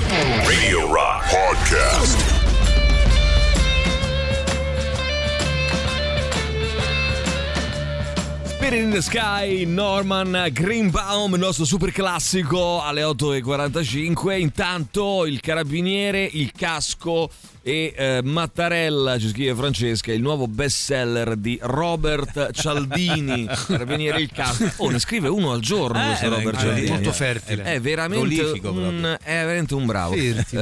Radio Rock Podcast. Spirit in the Sky, Norman Greenbaum, il nostro super classico alle otto e quarantacinque. Intanto il carabiniere, il casco e eh, Mattarella, ci scrive Francesca, il nuovo bestseller di Robert Cialdini. Carabiniere, il casco. Oh, ne scrive uno al giorno eh, questo Robert Cialdini. Molto fertile. È veramente un, è veramente un bravo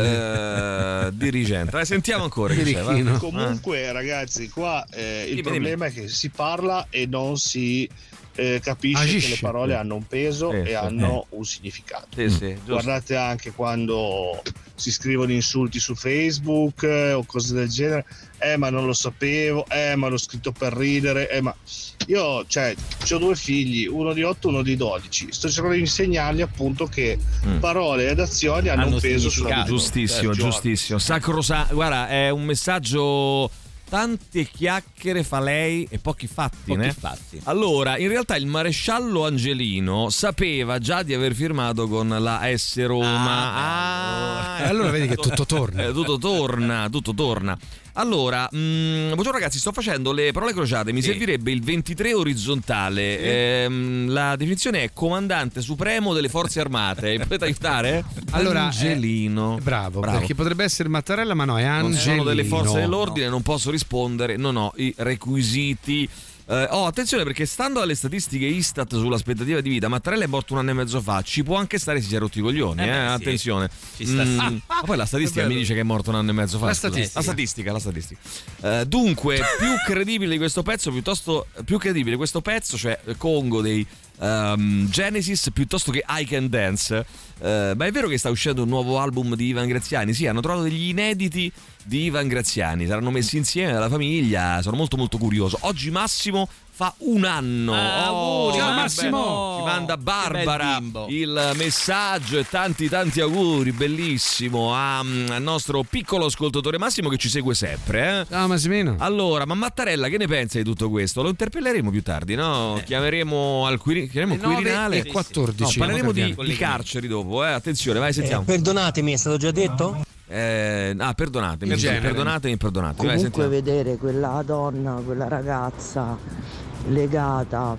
eh, dirigente. Vai, sentiamo ancora che c'è, comunque ragazzi, qua eh, il dimmi, problema dimmi. è che si parla e non si Eh, capisce Agisce. che le parole hanno un peso eh, e sì, hanno eh. un significato. Sì, sì, guardate anche quando si scrivono insulti su Facebook eh, o cose del genere, eh ma non lo sapevo, eh ma l'ho scritto per ridere, eh ma io cioè ho due figli, uno di otto, uno di dodici, sto cercando di insegnargli appunto che mm. parole ed azioni hanno, hanno un peso sulla vita. Giustissimo, eh, giustissimo, sacrosanto. Guarda, è un messaggio. Tante chiacchiere fa lei e pochi fatti, pochi né? fatti. Allora, in realtà il maresciallo Angelino sapeva già di aver firmato con la S Roma. Ah, ah, allora vedi che tutto torna. Eh, tutto torna, tutto torna. Allora, mh, buongiorno ragazzi, sto facendo le parole crociate, mi sì. servirebbe il ventitré orizzontale. Sì. Ehm, la definizione è comandante supremo delle forze armate. Mi potete aiutare? Allora, Angelino. Eh, bravo, bravo, perché potrebbe essere Mattarella, ma no, è Angelino. Non sono delle forze dell'ordine, no. non posso rispondere, non ho i requisiti. Eh, oh, attenzione, perché stando alle statistiche Istat sull'aspettativa di vita, Mattarella è morto un anno e mezzo fa. Ci può anche stare se si è rotti i coglioni, eh, eh? Sì. Attenzione. Ci sta. Mm, ah, ma poi la statistica mi dice che è morto un anno e mezzo fa. La statistica, la statistica, la statistica. Eh, dunque, più credibile di questo pezzo, piuttosto più credibile questo pezzo, cioè Congo dei Um, Genesis, piuttosto che I Can Dance. Uh, ma è vero che sta uscendo un nuovo album di Ivan Graziani? Sì, hanno trovato degli inediti di Ivan Graziani, saranno messi insieme dalla famiglia, sono molto molto curioso. Oggi Massimo fa un anno. Ah, oh, ciao Massimo, ci manda Barbara il messaggio e tanti tanti auguri, bellissimo, a, al nostro piccolo ascoltatore Massimo che ci segue sempre. Eh? Ciao Massimino. Allora, ma Mattarella, che ne pensa di tutto questo? Lo interpelleremo più tardi, no? Eh. Chiameremo al Quiri- chiameremo Quirinale e quattordici. No, parleremo di, di carceri dopo, eh? Attenzione, vai, sentiamo. Eh, perdonatemi, è stato già detto? Eh, ah, perdonatemi, perdonatemi, perdonatemi. Vai, Comunque vedere quella donna, quella ragazza legata,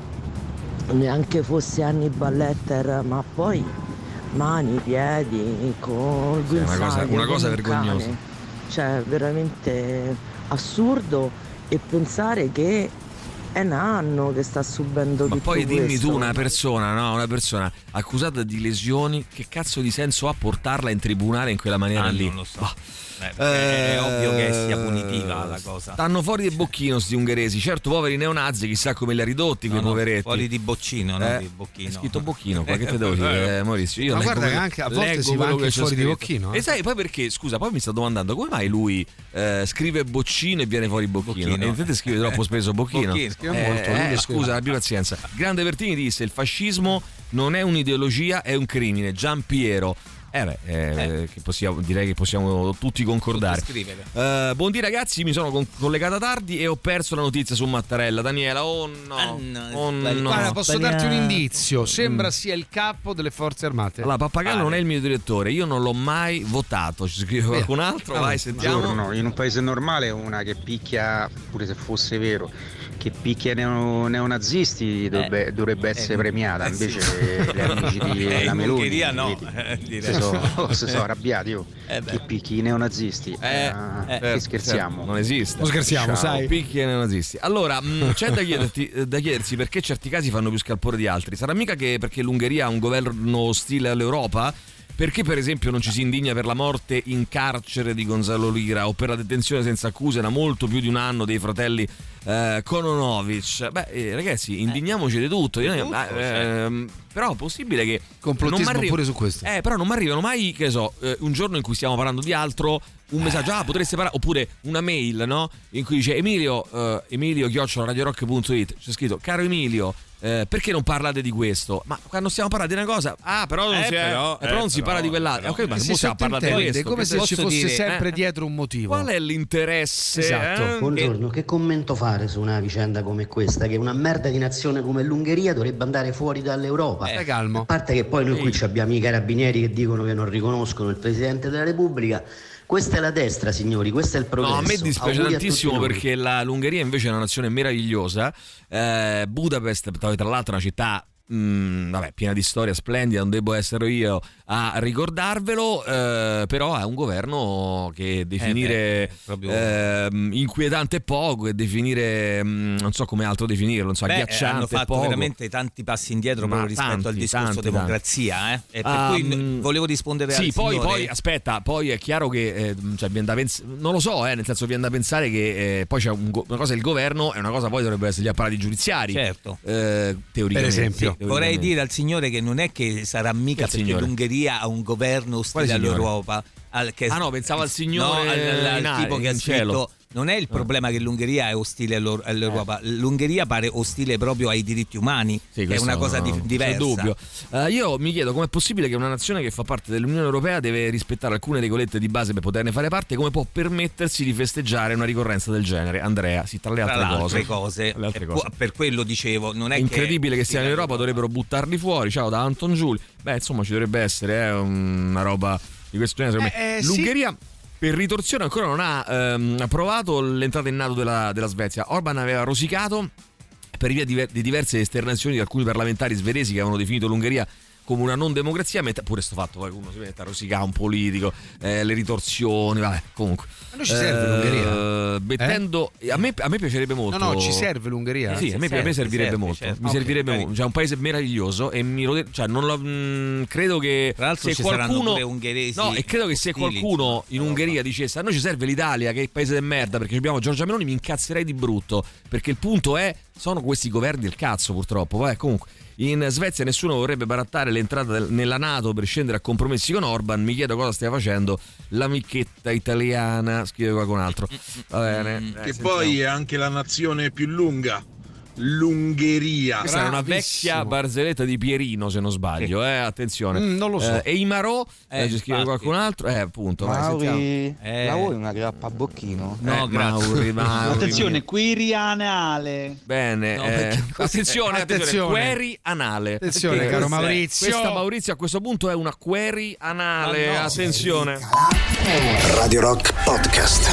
neanche fosse Hannibal Lecter, ma poi mani, piedi, col sì, una cosa, una cosa un vergognosa. cane. Cioè veramente assurdo, e pensare che è un anno che sta subendo ma tutto poi dimmi questo. tu, una persona, no, una persona accusata di lesioni, che cazzo di senso ha portarla in tribunale in quella maniera ah, lì? Non lo so. Bah. Eh, è ovvio che sia punitiva la cosa. Stanno fuori di bocchino sti ungheresi. Certo, poveri neonazi, chissà come li ha ridotti quei no, poveretti. Fuori di boccino, eh, no? Di bocchino. È scritto bocchino, qua che te devo dire, eh, Maurizio? Io ma guarda quello, che anche a volte si va anche fuori di bocchino. Eh? E sai, poi perché, scusa, poi mi sto domandando come mai lui eh, scrive boccino e viene fuori bocchino. bocchino. E te scrive troppo spesso bocchino. bocchino. Eh, molto, eh, scusa, abbi pazienza. Grande Bertini disse: il fascismo non è un'ideologia, è un crimine. Gian Piero. Eh beh, eh, eh. Che possiamo, direi che possiamo tutti concordare. Uh, buondì ragazzi, mi sono con- collegata tardi e ho perso la notizia su Mattarella. Daniela, oh no, ah, no, oh no. Guarda, posso Daniela. darti un indizio? Sembra mm. sia il capo delle forze armate. Allora, Pappagallo ah, non è il mio direttore, io non l'ho mai votato. Ci scrive qualcun altro? Ah, vai, sentiamo. Buongiorno, in un paese normale una che picchia, pure se fosse vero, che picchia neo, neonazisti dovrebbe, eh, dovrebbe essere eh, premiata, invece eh, gli amici di eh, la Meloni no, eh, si sono so arrabbiati, oh. eh, che picchi i neonazisti, eh, ah, eh, che scherziamo, certo, non esiste, non scherziamo, Ciao. sai, picchi i neonazisti. Allora mh, c'è da, chiederti, da chiedersi perché certi casi fanno più scalpore di altri. Sarà mica che perché l'Ungheria ha un governo ostile all'Europa? Perché per esempio non ci si indigna per la morte in carcere di Gonzalo Lira o per la detenzione senza accuse da molto più di un anno dei fratelli eh, Kononovic? Beh eh, ragazzi, indigniamoci di tutto, di tutto eh, eh, però è possibile che complottismo non pure su questo eh, però non mi arrivano mai, che so, eh, un giorno in cui stiamo parlando di altro, un messaggio, ah potreste parlare, oppure una mail, no? In cui dice Emilio eh, Emilio chiocciola radiorock punto it, c'è scritto: caro Emilio, Eh, perché non parlate di questo? Ma quando stiamo parlando di una cosa, ah, però non, eh, si, però, eh, però non eh, si parla di quell'altro. Però, ok, ma si stiamo parlando di questo. È come se ci fosse dire, sempre eh? dietro un motivo. Qual è l'interesse? Esatto. Eh? Buongiorno, che commento fare su una vicenda come questa? Che una merda di nazione come l'Ungheria dovrebbe andare fuori dall'Europa. Eh, calmo. A parte che poi noi qui abbiamo i carabinieri che dicono che non riconoscono il Presidente della Repubblica. Questa è la destra, signori, questo è il progresso. No, a me dispiace Auguri tantissimo perché la, l'Ungheria invece è una nazione meravigliosa. Eh, Budapest, tra l'altro, è una città Mm, vabbè, piena di storia splendida, non devo essere io a ricordarvelo, eh, però è un governo che definire eh beh, proprio... eh, inquietante è poco, e definire mh, non so come altro definirlo, non so, beh, agghiacciante hanno fatto poco. veramente tanti passi indietro proprio rispetto tanti, al discorso tanti, democrazia, eh? E per um, cui volevo rispondere sì, al poi, signore. poi aspetta, poi è chiaro che eh, cioè, viene da pens- non lo so, eh, nel senso viene da pensare che eh, poi c'è un go- una cosa è il governo e una cosa poi dovrebbe essere gli apparati giudiziari, certo, eh, teoricamente. Per esempio, sì, vorrei dire al signore che non è che sarà mica perché signore? l'Ungheria ha un governo ostile all'Europa. Al, che, ah no, pensavo al signore, no, al, al, al tipo che ha scritto cielo. Non è il problema che l'Ungheria è ostile all'Europa, eh. l'Ungheria pare ostile proprio ai diritti umani, sì, che è una cosa no, di, diversa. Dubbio. Uh, io mi chiedo com'è possibile che una nazione che fa parte dell'Unione Europea deve rispettare alcune regolette di base per poterne fare parte, come può permettersi di festeggiare una ricorrenza del genere? Andrea, sì, tra le altre, tra le cose. altre cose, le altre cose. Per quello dicevo, non è, è che incredibile che siano in Europa, dovrebbero buttarli fuori. Ciao da Anton Giuli. Beh, insomma, ci dovrebbe essere eh, una roba di questo genere. Eh, eh, L'Ungheria sì. Per ritorsione ancora non ha ehm, approvato l'entrata in NATO della, della Svezia. Orban aveva rosicato per via di, di diverse esternazioni di alcuni parlamentari svedesi che avevano definito l'Ungheria come una non democrazia, mette pure sto fatto, poi uno si mette a rosicare un politico, eh, le ritorsioni, vabbè, comunque. Ma non ci serve eh, l'Ungheria? Mettendo, eh? a, me, a me piacerebbe molto. No, no, ci serve l'Ungheria. Eh sì, a me, serve, a me servirebbe serve, molto. certo. Mi Okay, servirebbe okay. molto. Cioè, un paese meraviglioso e mi lo, cioè, non lo, mh, credo che tra l'altro se ci qualcuno pure ungheresi. No, e credo che se qualcuno in Ungheria dicesse a noi ci serve l'Italia, che è il paese del merda, perché abbiamo Giorgia Meloni, mi incazzerei di brutto, perché il punto è sono questi governi del cazzo, purtroppo. Vabbè, comunque. In Svezia nessuno vorrebbe barattare l'entrata del, nella NATO per scendere a compromessi con Orban. Mi chiedo cosa stia facendo l'amichetta italiana, scrive qualcun altro. Va bene. Che eh, poi è anche la nazione più lunga l'Ungheria. Questa è una vecchia barzelletta di Pierino, se non sbaglio, eh, attenzione. Mm, non lo so. Eh, e i Marò, Eh, eh, ci scrive infatti. qualcun altro? Eh, appunto, vai, sentiamo. Mauri, Eh. la vuoi una grappa a bocchino? No, Eh, grazie. Mauri, Mauri. Attenzione, query anale. Bene, No, eh, perché- attenzione, attenzione, Attenzione. query anale. Attenzione, Perché caro questa- Maurizio. Questa Maurizio a questo punto è una query anale, Ah, no. attenzione. Radio Rock Podcast.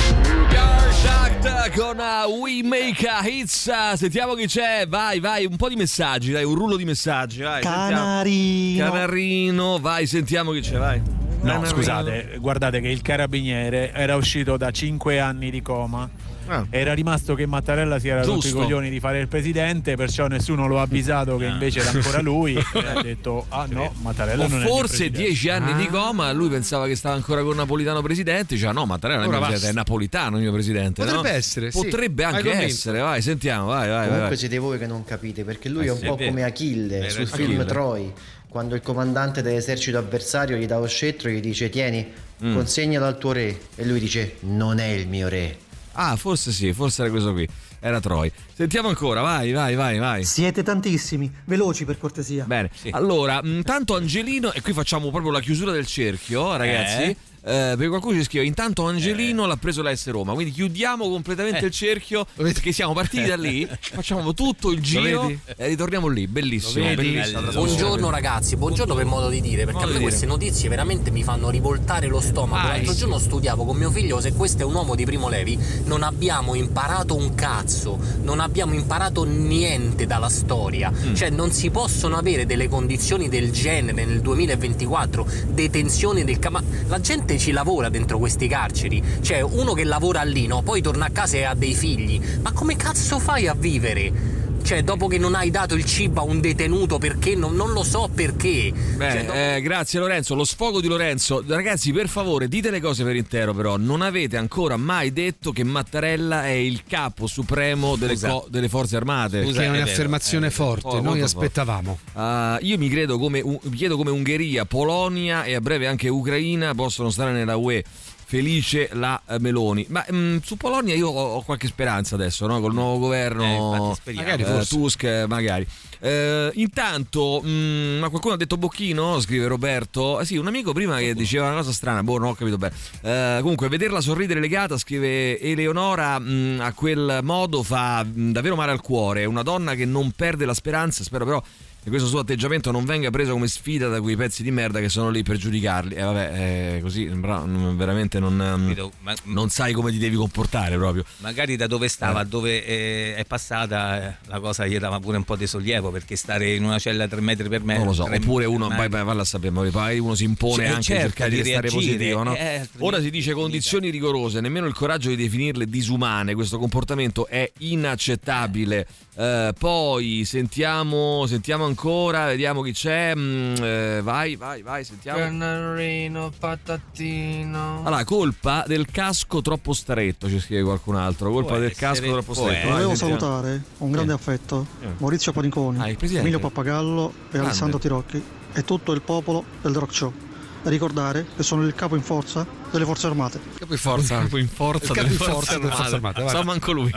Garshacht con uh, We Make a Hits. Uh, sentiamo chi c'è. Vai, vai, un po' di messaggi, dai, un rullo di messaggi. Vai, Canarino. sentiamo. Canarino, vai, sentiamo chi c'è, vai. No, Canarino. scusate, guardate che il carabiniere era uscito da cinque anni di coma. Ah. Era rimasto che Mattarella si era rotto i Giusto. coglioni di fare il presidente, perciò nessuno lo ha avvisato che invece era ancora lui e ha detto ah no, Mattarella O non è il mio forse presidente. dieci anni Ah. di coma, lui pensava che stava ancora con Napolitano presidente, cioè no, Mattarella non è, Ora mio presidente, basta. è Napolitano il mio presidente. Potrebbe no? essere, sì. Potrebbe Hai anche convinto. essere, vai, sentiamo, vai, vai, vai, Comunque vai. siete voi che non capite, perché lui Eh è un sì, po' è vero. come Achille Hai sul ragione. film Achille. Troy, quando il comandante dell'esercito avversario gli dà lo scettro e gli dice tieni, Mm. consegnalo al tuo re, e lui dice non è il mio re. Ah, forse sì, forse era questo qui. Era Troy. Sentiamo ancora, vai, vai, vai, vai. Siete tantissimi, veloci per cortesia. Bene, allora, intanto Angelino, e qui facciamo proprio la chiusura del cerchio, ragazzi. Eh? Eh, perché qualcuno ci scrive: intanto Angelino l'ha preso la S Roma, quindi chiudiamo completamente Eh. il cerchio perché siamo partiti da lì, facciamo tutto il giro vedi? e ritorniamo lì. Bellissimo, Lo vedi? bellissima Bello. trasmissione. Buongiorno ragazzi, buongiorno per modo di dire, perché Modo a me di queste dire. notizie veramente mi fanno rivoltare lo stomaco. Vai, L'altro sì. giorno studiavo con mio figlio se questo è un uomo di Primo Levi, non abbiamo imparato un cazzo, non abbiamo imparato niente dalla storia, Mm. cioè non si possono avere delle condizioni del genere nel duemilaventiquattro, detenzioni del ca- ma la gente ci lavora dentro questi carceri, cioè uno che lavora lì, no? Poi torna a casa e ha dei figli, ma come cazzo fai a vivere? Cioè dopo che non hai dato il cibo a un detenuto, perché non, non lo so perché. Bene, Cioè, dopo- eh, grazie Lorenzo, lo sfogo di Lorenzo. Ragazzi, per favore, dite le cose per intero, però non avete ancora mai detto che Mattarella è il capo supremo delle, Scusa. co- delle forze armate. Scusa, Che è è vero, un'affermazione è forte, Oh, noi molto aspettavamo. Uh, io mi credo come mi chiedo come Ungheria, Polonia e a breve anche Ucraina possono stare nella U E. Felice la eh, Meloni. Ma mh, su Polonia io ho, ho qualche speranza adesso, no? Col nuovo Eh, governo, infatti speriamo. magari Eh, Tusk, eh, magari. Eh, intanto, mh, ma qualcuno ha detto Bocchino? Scrive Roberto. Eh sì, un amico prima che diceva una cosa strana, boh, non ho capito bene. Eh, comunque, vederla sorridere legata, scrive Eleonora, mh, a quel modo fa mh, davvero male al cuore. È una donna che non perde la speranza, spero però che questo suo atteggiamento non venga preso come sfida da quei pezzi di merda che sono lì per giudicarli. E eh, vabbè, eh, così bra- veramente non, Ma- non sai come ti devi comportare proprio. Magari da dove stava Eh. a dove eh, è passata, eh, la cosa gli dava pure un po' di sollievo, perché stare in una cella tre metri per metro, Non lo so, tre oppure metri uno per vai, metro. vai, vai a sapere, ma poi uno si impone Cioè, anche cerca cercare di di stare reagire, positivo, no? eh, altrimenti Ora si dice condizioni rigorose, nemmeno il coraggio di definirle disumane, questo comportamento è inaccettabile. Eh, poi sentiamo sentiamo ancora, vediamo chi c'è. Mm, eh, vai, vai, vai, sentiamo. Canarino, patatino. Allora, colpa del casco troppo stretto, ci scrive qualcun altro. Colpa Può del essere, casco troppo può stretto. Vai, Volevo sentiamo. salutare con grande Eh. affetto Eh. Maurizio Paniconi, Ah, il presidente. Emilio Pappagallo e Grande. Alessandro Tirocchi e tutto il popolo del Rock Show. E ricordare che sono il capo in forza delle forze armate. Capo in forza. Capo in forza Il capo delle in forze forza delle forze armate. armate, vai. Sa manco lui.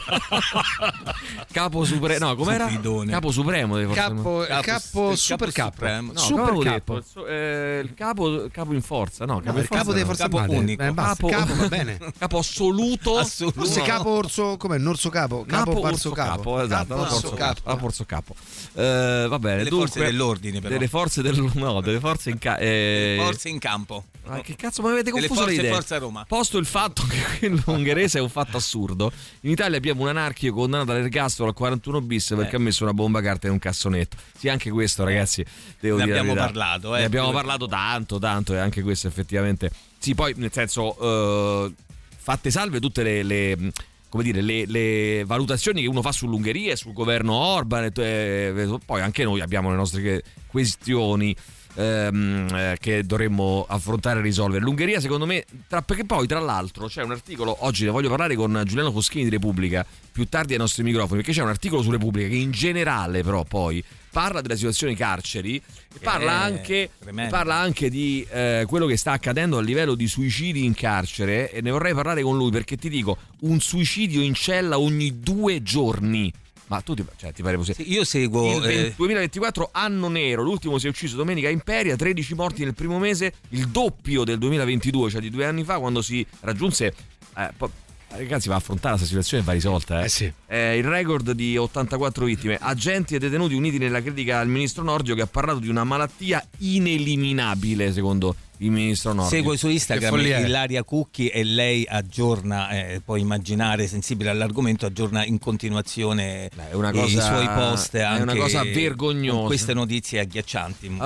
Capo supremo. No, com'era? Stupidone. Capo supremo delle forze armate. Capo, Capo- capo, il super capo capo. supremo. No, super come avevo capo. detto? Il, su- eh, il capo, capo in forza, no? Capo No, in il capo forza delle no. forze Capo armate. unico. Eh, basta, Capo- capo va bene. Capo assoluto. Assoluto. Forse capo orso, com'è? Norso capo, capo Capo parso orso capo. capo, esatto, Capo la orso forza capo. capo, la forza capo. Eh, va bene, Delle dunque, forze dell'ordine, però. delle forze del no, delle forze in ca- eh, Forze in campo. Ma che cazzo mi avete Delle confuso le forze idee? Forza Roma. Posto il fatto che quello ungherese è un fatto assurdo, in Italia abbiamo un anarchico condannato all'ergastolo al quarantuno bis perché Eh. ha messo una bomba carta in un cassonetto. Sì, anche questo, ragazzi, devo Ne dire la abbiamo verità. parlato, eh. Ne abbiamo parlato tanto, tanto, e anche questo effettivamente. Sì, poi nel senso, eh, fatte salve tutte le, le come dire, le, le valutazioni che uno fa sull'Ungheria e sul governo Orban, e, e, poi anche noi abbiamo le nostre questioni ehm, eh, che dovremmo affrontare e risolvere. L'Ungheria, secondo me, tra, perché poi tra l'altro c'è un articolo, oggi ne voglio parlare con Giuliano Foschini di Repubblica, più tardi ai nostri microfoni, perché c'è un articolo su Repubblica che in generale però poi parla della situazione carceri e parla anche, parla anche di eh, quello che sta accadendo a livello di suicidi in carcere, e ne vorrei parlare con lui perché ti dico, un suicidio in cella ogni due giorni. Ma tu ti, cioè, ti pare possibile? Sì, io seguo il eh... duemilaventiquattro anno nero, l'ultimo si è ucciso domenica a Imperia, tredici morti nel primo mese, il doppio del duemilaventidue, cioè di due anni fa, quando si raggiunse eh, po- ragazzi, va a affrontare questa situazione e va risolta. Eh. Eh sì. Eh, il record di ottantaquattro vittime. Agenti e detenuti uniti nella critica al ministro Nordio, che ha parlato di una malattia ineliminabile, secondo il ministro Nordio. Seguo su Instagram Ilaria Cucchi e lei aggiorna, eh, puoi immaginare, sensibile all'argomento, aggiorna in continuazione Beh, è una cosa, i suoi post. Anche è una cosa vergognosa. Con queste notizie agghiaccianti.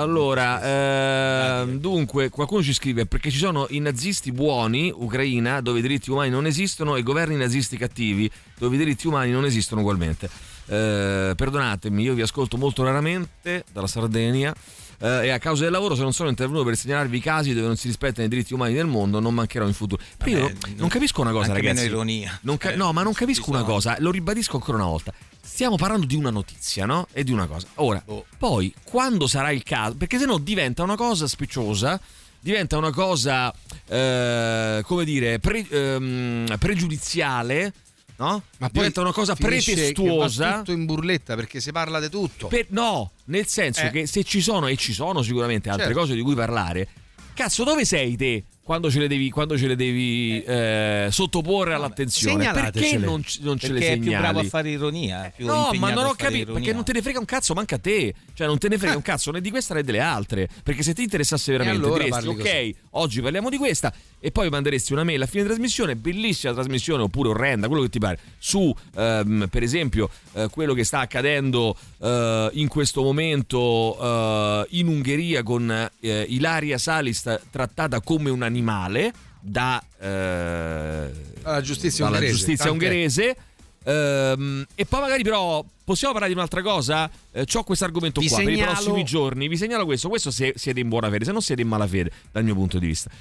Allora, eh, dunque, qualcuno ci scrive: perché ci sono i nazisti buoni, Ucraina, dove i diritti umani non esistono, e governi nazisti cattivi, dove i diritti umani non esistono ugualmente. Eh, perdonatemi, io vi ascolto molto raramente dalla Sardegna. Uh, e a causa del lavoro, se non sono intervenuto per segnalarvi i casi dove non si rispettano i diritti umani nel mondo, non mancherò in futuro. Però io non, non capisco una cosa, anche ragazzi. Meno ironia. Non ca- no, ma non capisco una cosa, lo ribadisco ancora una volta. Stiamo parlando di una notizia, no? E di una cosa. Ora, oh. poi, quando sarà il caso, perché sennò diventa una cosa spicciosa, diventa una cosa, eh, come dire, pre- ehm, pregiudiziale. No? Ma diventa una cosa pretestuosa. Va tutto in burletta, perché si parla di tutto. Per, no, nel senso eh. che se ci sono, e ci sono sicuramente altre certo. cose di cui parlare, cazzo, dove sei te quando ce le devi, quando ce le devi eh, sottoporre all'attenzione? Perché non, non ce perché le segnali? Perché è più bravo a fare ironia, è più no, ma non ho capito, perché non te ne frega un cazzo manca a te, cioè non te ne frega un cazzo né di questa né delle altre, perché se ti interessasse veramente allora diresti ok, così. oggi parliamo di questa, e poi manderesti una mail a fine trasmissione, bellissima trasmissione oppure orrenda, quello che ti pare, su ehm, per esempio eh, quello che sta accadendo eh, in questo momento eh, in Ungheria con eh, Ilaria Salis trattata come un animale da eh, la giustizia dalla ungherese, giustizia ungherese. Ehm, e poi magari però possiamo parlare di un'altra cosa. Eh, c'ho questo argomento vi qua segnalo... per i prossimi giorni. Vi segnalo questo. Questo se siete in buona fede, se non siete in malafede dal mio punto di vista.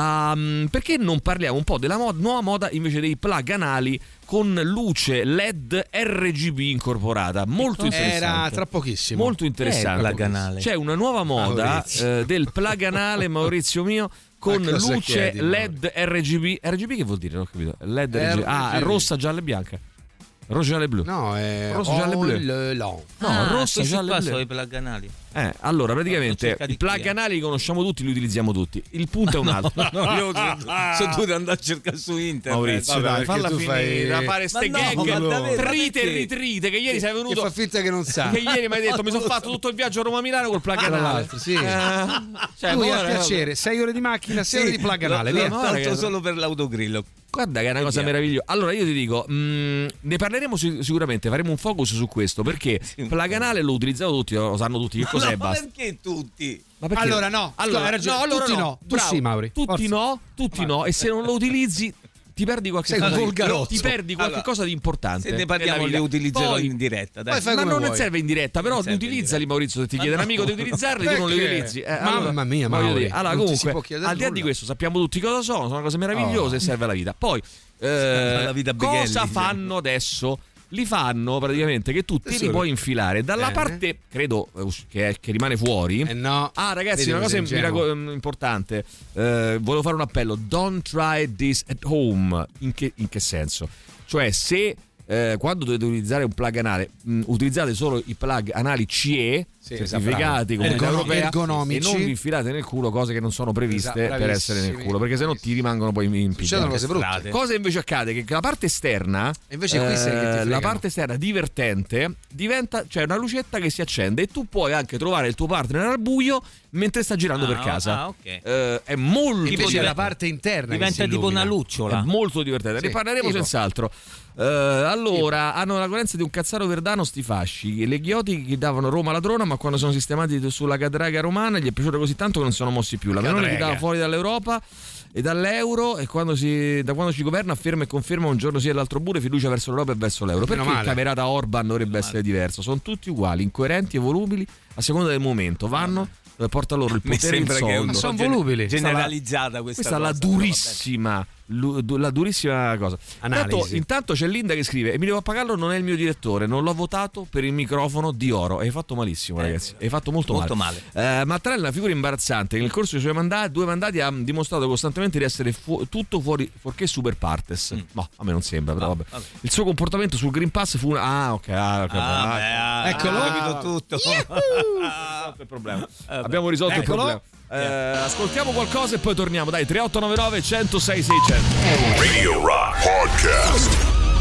Um, perché non parliamo un po' della mod- nuova moda invece dei plug anali con luce L E D R G B incorporata? Molto interessante. Era tra pochissimo. Molto interessante. Plug anale. C'è una nuova moda eh, del plug anale, Maurizio mio, con luce L E D R G B. R G B che vuol dire? Non ho capito. L E D R G B. Ah, rossa, gialla e bianca. Rossa, gialla e blu. No, è rossa, gialla e blu. Le... No, no ah, rossa, gialla e blu. Sono i plug anali. Eh, allora praticamente i plug anali li conosciamo tutti, li utilizziamo tutti. Il punto è un altro. No, no, io sono dovuto andare a cercare su internet. Maurizio, vabbè, dai, falla finire fai... a fare ste ma gag no, davvero, trite e ritrite che ieri sei venuto. Che fa finta che non sa. Che ieri mi hai detto mi sono fatto tutto il viaggio a Roma-Milano col plug anale. Sì. Eh, cioè, lui ha piacere, sei ore di macchina, sei ore di plug anale. L'ho fatto solo per l'autogrillo. Guarda che è una cosa meravigliosa. Allora io ti dico, mh, ne parleremo sicuramente, faremo un focus su questo, perché sì, plug anale lo utilizzano tutti, lo sanno tutti che cos'è, no, basta. Perché tutti? Ma perché? Allora no, allora, hai ragione, no, allora tutti no, no, tu bravo, sì, Mauri. Tutti Forza. no, tutti no, e se non lo utilizzi ti perdi qualche Sei cosa, volgarozzo. ti perdi qualche allora, cosa di importante. Se ne parliamo li utilizzerò poi, in diretta, dai. Ma non vuoi. serve in diretta, però utilizzali, Maurizio, se ti chiede un amico di utilizzarli, tu non li utilizzi. Eh, Mamma allora, mia, Mauri. Allora comunque, al di là di questo sappiamo tutti cosa sono, sono cose meravigliose oh. e serve alla vita. Poi eh, la vita cosa fanno adesso? Li fanno praticamente che tu te li puoi infilare dalla eh. parte, credo che, è, che rimane fuori. Eh no. Ah, ragazzi, una cosa miraco- importante. Eh, volevo fare un appello: don't try this at home. In che, in che senso? Cioè, se eh, quando dovete utilizzare un plug anale, mh, utilizzate solo i plug anali C E sì, certificati con l'Unione Europea ergonomici, e non vi infilate nel culo cose che non sono previste esatto, per essere nel culo, perché sennò ti rimangono poi impigliati. Cose brutte. Cosa invece accade? Che la parte esterna, invece qui sei che ti la parte esterna divertente diventa, cioè una lucetta che si accende e tu puoi anche trovare il tuo partner al buio mentre sta girando ah, per casa. Ah, okay. eh, è molto invece divertente. la parte interna diventa tipo una lucciola. È molto divertente. Sì, ne parleremo tipo. senz'altro. Uh, allora tipo. Hanno la coerenza di un cazzaro verdano sti fasci, le ghiotti che davano Roma ladrona, ma quando sono sistemati sulla cadrega romana gli è piaciuto così tanto che non sono mossi più. La Meloni che dava fuori dall'Europa e dall'euro, e quando si, da quando ci governa afferma e conferma un giorno sì e l'altro pure fiducia verso l'Europa e verso l'euro. Perché il camerata Orban dovrebbe essere diverso? Sono tutti uguali, incoerenti e volubili a seconda del momento. Vanno dove porta loro il potere e il soldo. Ma sono volubili. Generalizzata questa, questa cosa, è la durissima la durissima cosa. Analisi. Intanto, intanto c'è Linda che scrive: Emilio Pappagallo non è il mio direttore, non l'ho votato per il microfono di oro. Hai fatto malissimo, eh, ragazzi, hai fatto molto, molto male, male. Eh, Mattarella è una figura imbarazzante che nel corso dei suoi mandati, due mandati ha dimostrato costantemente di essere fu- tutto fuori fuorché super partes. Mm. Ma a me non sembra, però no, vabbè. Vabbè. Il suo comportamento sul Green Pass fu una... ah ok, ah, okay. ah, ah, beh, ah, eccolo, ho capito tutto. il problema. Abbiamo risolto Eccolo. il problema. Eh, ascoltiamo qualcosa e poi torniamo. Dai, tre otto nove nove uno zero sei sei zero zero. Radio Rock Podcast.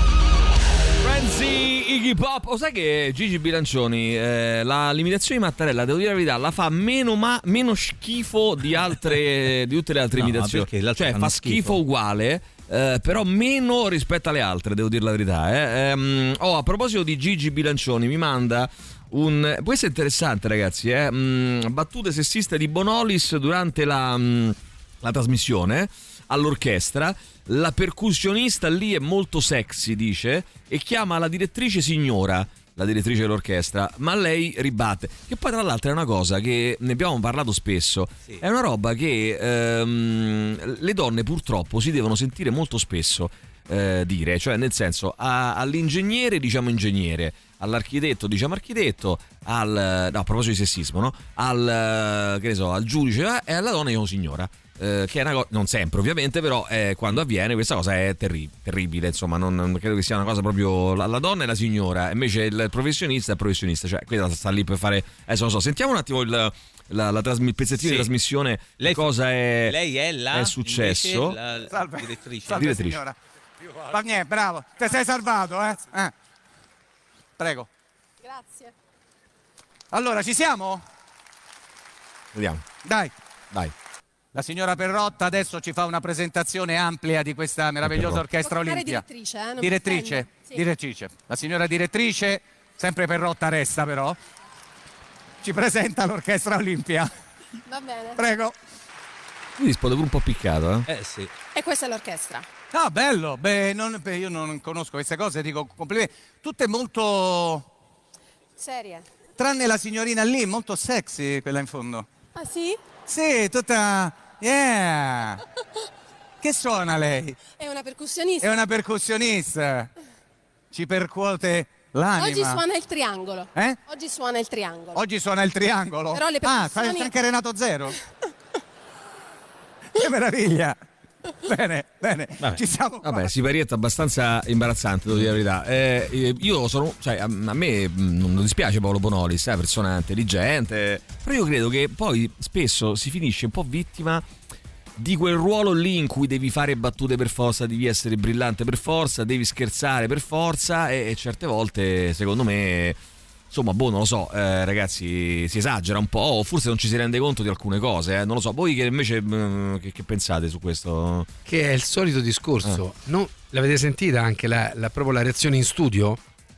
Renzi, Iggy Pop. O sai che Gigi Bilancioni eh, la limitazione di Mattarella, devo dire la verità, la fa meno, ma, meno schifo di altre di tutte le altre no, imitazioni. Cioè fa schifo, schifo uguale. Eh, però meno rispetto alle altre, devo dire la verità. Eh. Ehm, oh, a proposito di Gigi Bilancioni, mi manda un... questo è interessante, ragazzi. Eh? Mm, battute sessiste di Bonolis durante la, mm, la trasmissione all'orchestra. La percussionista lì è molto sexy, dice, e chiama la direttrice signora, la direttrice dell'orchestra, ma lei ribatte. Che poi tra l'altro è una cosa che ne abbiamo parlato spesso, sì. È una roba che ehm, le donne purtroppo si devono sentire molto spesso eh, dire, cioè nel senso a, all'ingegnere diciamo ingegnere, all'architetto diciamo architetto, al, no, a proposito di sessismo, no? Al, che ne so, al giudice e alla donna diciamo signora. Eh, che è una cosa, non sempre ovviamente, però eh, quando avviene questa cosa è terri- terribile, insomma non, non credo che sia una cosa proprio la, la donna e la signora, invece il professionista è il professionista, cioè questa sta lì per fare, adesso non so, sentiamo un attimo il, la, la trasmi- il pezzettino sì. di trasmissione, lei, cosa è, lei è, la, è successo la, salve, direttrice, salve direttrice. Signora Barnier, bravo, te sei salvato eh? eh prego, grazie. Allora ci siamo? Vediamo, dai dai. La signora Perrotta adesso ci fa una presentazione ampia di questa meravigliosa orchestra Olimpia. Direttrice, eh? Non direttrice, sì. direttrice. La signora direttrice, sempre Perrotta resta però, ci presenta l'orchestra Olimpia. Va bene. Prego. Mi risponde pure un po' piccato, eh? Eh sì. E questa è l'orchestra. Ah, bello. Beh, non, beh, io non conosco queste cose, dico complimenti. Tutte molto... serie. Tranne la signorina lì, molto sexy quella in fondo. Ah, sì? Sì, tutta... yeah! Che suona lei? È una percussionista. È una percussionista. Ci percuote l'anima. Oggi suona il triangolo. Eh? Oggi suona il triangolo. Oggi suona il triangolo? Però le percussioni... Ah, c'è anche Renato Zero? Che meraviglia! Bene, bene, vabbè. Ci siamo qua. Vabbè, siparietta abbastanza imbarazzante, devo dire la verità. Eh, io sono, cioè, a, a me non dispiace Paolo Bonolis, è eh, persona intelligente, però io credo che poi spesso si finisce un po' vittima di quel ruolo lì in cui devi fare battute per forza, devi essere brillante per forza, devi scherzare per forza e, e certe volte, secondo me, insomma, boh, non lo so, eh, ragazzi, si esagera un po', o forse non ci si rende conto di alcune cose, eh, non lo so. Voi che invece mh, che, che pensate su questo? Che è il solito discorso, eh. non, l'avete sentita anche la, la, proprio la reazione in studio?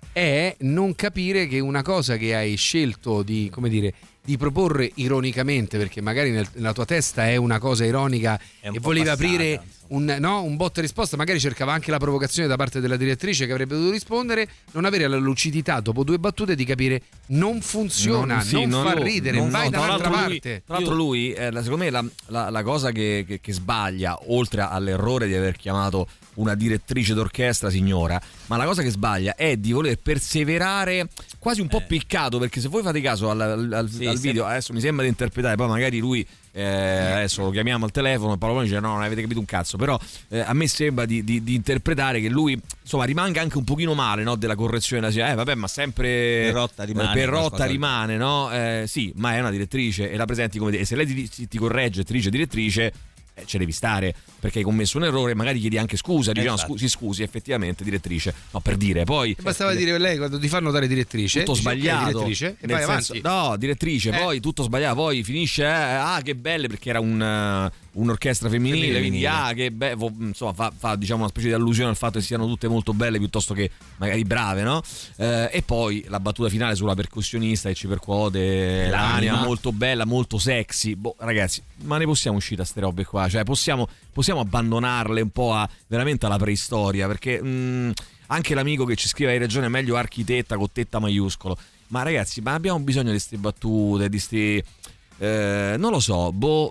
È non capire che una cosa che hai scelto di, come dire, di proporre ironicamente, perché magari nel, nella tua testa è una cosa ironica e volevi aprire un, no, un botta e risposta, magari cercava anche la provocazione da parte della direttrice che avrebbe dovuto rispondere, non avere la lucidità dopo due battute di capire non funziona, non, sì, non, non fa lo, ridere, non, vai no, da un'altra parte. Lui, tra l'altro lui, eh, secondo me la, la, la cosa che, che, che sbaglia, oltre all'errore di aver chiamato una direttrice d'orchestra signora, ma la cosa che sbaglia è di voler perseverare quasi un po' eh. piccato, perché se voi fate caso al, al, sì, al video, adesso mi sembra di interpretare, poi magari lui eh, adesso lo chiamiamo al telefono e Paolo dice no, non avete capito un cazzo, però eh, a me sembra di, di, di interpretare che lui insomma rimanga anche un pochino male, no, della correzione della signora, eh vabbè, ma sempre Perrotta rimane, Perrotta rimane, no? Eh, sì, ma è una direttrice e la presenti come te, e se lei ti, ti corregge, ti dice direttrice, eh, ce devi stare perché hai commesso un errore, magari chiedi anche scusa, dici esatto. no, scusi, scusi effettivamente direttrice, no, per dire, poi bastava eh, dire lei quando ti fanno notare direttrice tutto dici, sbagliato, okay, direttrice, e vai senso, avanti. no, direttrice, eh. poi tutto sbagliato, poi finisce eh, ah che belle, perché era un uh, un'orchestra femminile, femminile, quindi ah che be- insomma fa, fa diciamo una specie di allusione al fatto che siano tutte molto belle piuttosto che magari brave, no? Eh, e poi la battuta finale sulla percussionista che ci percuote l'anima, l'anima molto bella, molto sexy. Boh, ragazzi, ma ne possiamo uscire da ste robe qua? Cioè possiamo, possiamo abbandonarle un po' a veramente alla preistoria, perché mh, anche l'amico che ci scrive hai ragione, meglio architetta con tetta maiuscolo, ma ragazzi, ma abbiamo bisogno di queste battute, di sti Eh, non lo so, boh,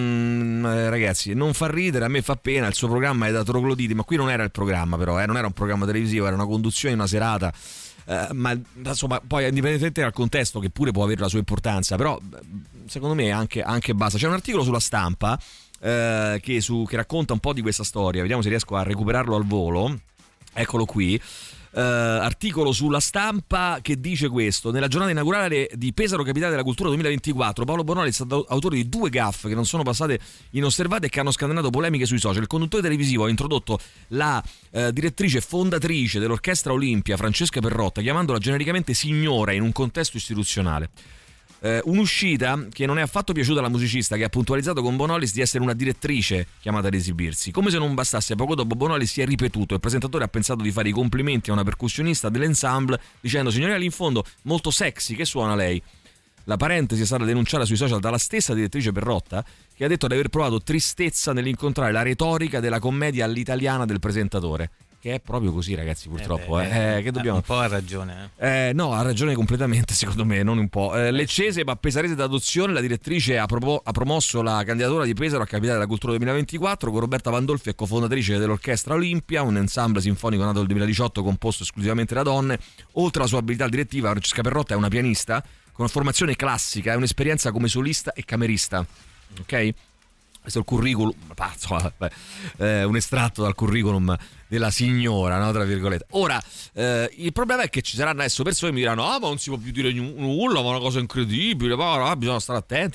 mm, eh, ragazzi, non fa ridere, a me fa pena. Il suo programma è da trogloditi, ma qui non era il programma, però, eh, non era un programma televisivo, era una conduzione, una serata. Eh, ma insomma, poi indipendentemente dal contesto, che pure può avere la sua importanza, però secondo me anche, anche basta. C'è un articolo sulla Stampa eh, che, su, che racconta un po' di questa storia. Vediamo se riesco a recuperarlo al volo. Eccolo qui. Uh, articolo sulla Stampa che dice questo: nella giornata inaugurale di Pesaro Capitale della Cultura duemilaventiquattro, Paolo Bonolis è stato autore di due gaffe che non sono passate inosservate e che hanno scatenato polemiche sui social. Il conduttore televisivo ha introdotto la uh, direttrice fondatrice dell'Orchestra Olimpia, Francesca Perrotta, chiamandola genericamente signora in un contesto istituzionale. Uh, un'uscita che non è affatto piaciuta alla musicista, che ha puntualizzato con Bonolis di essere una direttrice chiamata ad esibirsi. Come se non bastasse, poco dopo Bonolis si è ripetuto. Il presentatore ha pensato di fare i complimenti a una percussionista dell'ensemble dicendo: signorina, lì in fondo molto sexy, che suona lei? La parentesi è stata denunciata sui social dalla stessa direttrice Perrotta, che ha detto di aver provato tristezza nell'incontrare la retorica della commedia all'italiana del presentatore. Che è proprio così, ragazzi, purtroppo. Eh beh, eh, che dobbiamo... Un po' ha ragione. Eh. Eh, no, ha ragione completamente, secondo me, non un po'. Eh, leccese ma pesarese d'adozione, la direttrice ha, propo- ha promosso la candidatura di Pesaro a Capitale della Cultura duemilaventiquattro con Roberta Pandolfi, è cofondatrice dell'Orchestra Olimpia, un ensemble sinfonico nato nel duemiladiciotto composto esclusivamente da donne. Oltre alla sua abilità direttiva, Francesca Perrotta è una pianista con una formazione classica e un'esperienza come solista e camerista. Ok? Questo è il curriculum, pazzo, vabbè, eh, un estratto dal curriculum della signora, no, tra virgolette. Ora, eh, il problema è che ci saranno adesso persone che mi diranno: ah, ma non si può più dire nulla, ma è una cosa incredibile, ma no, bisogna stare attenti.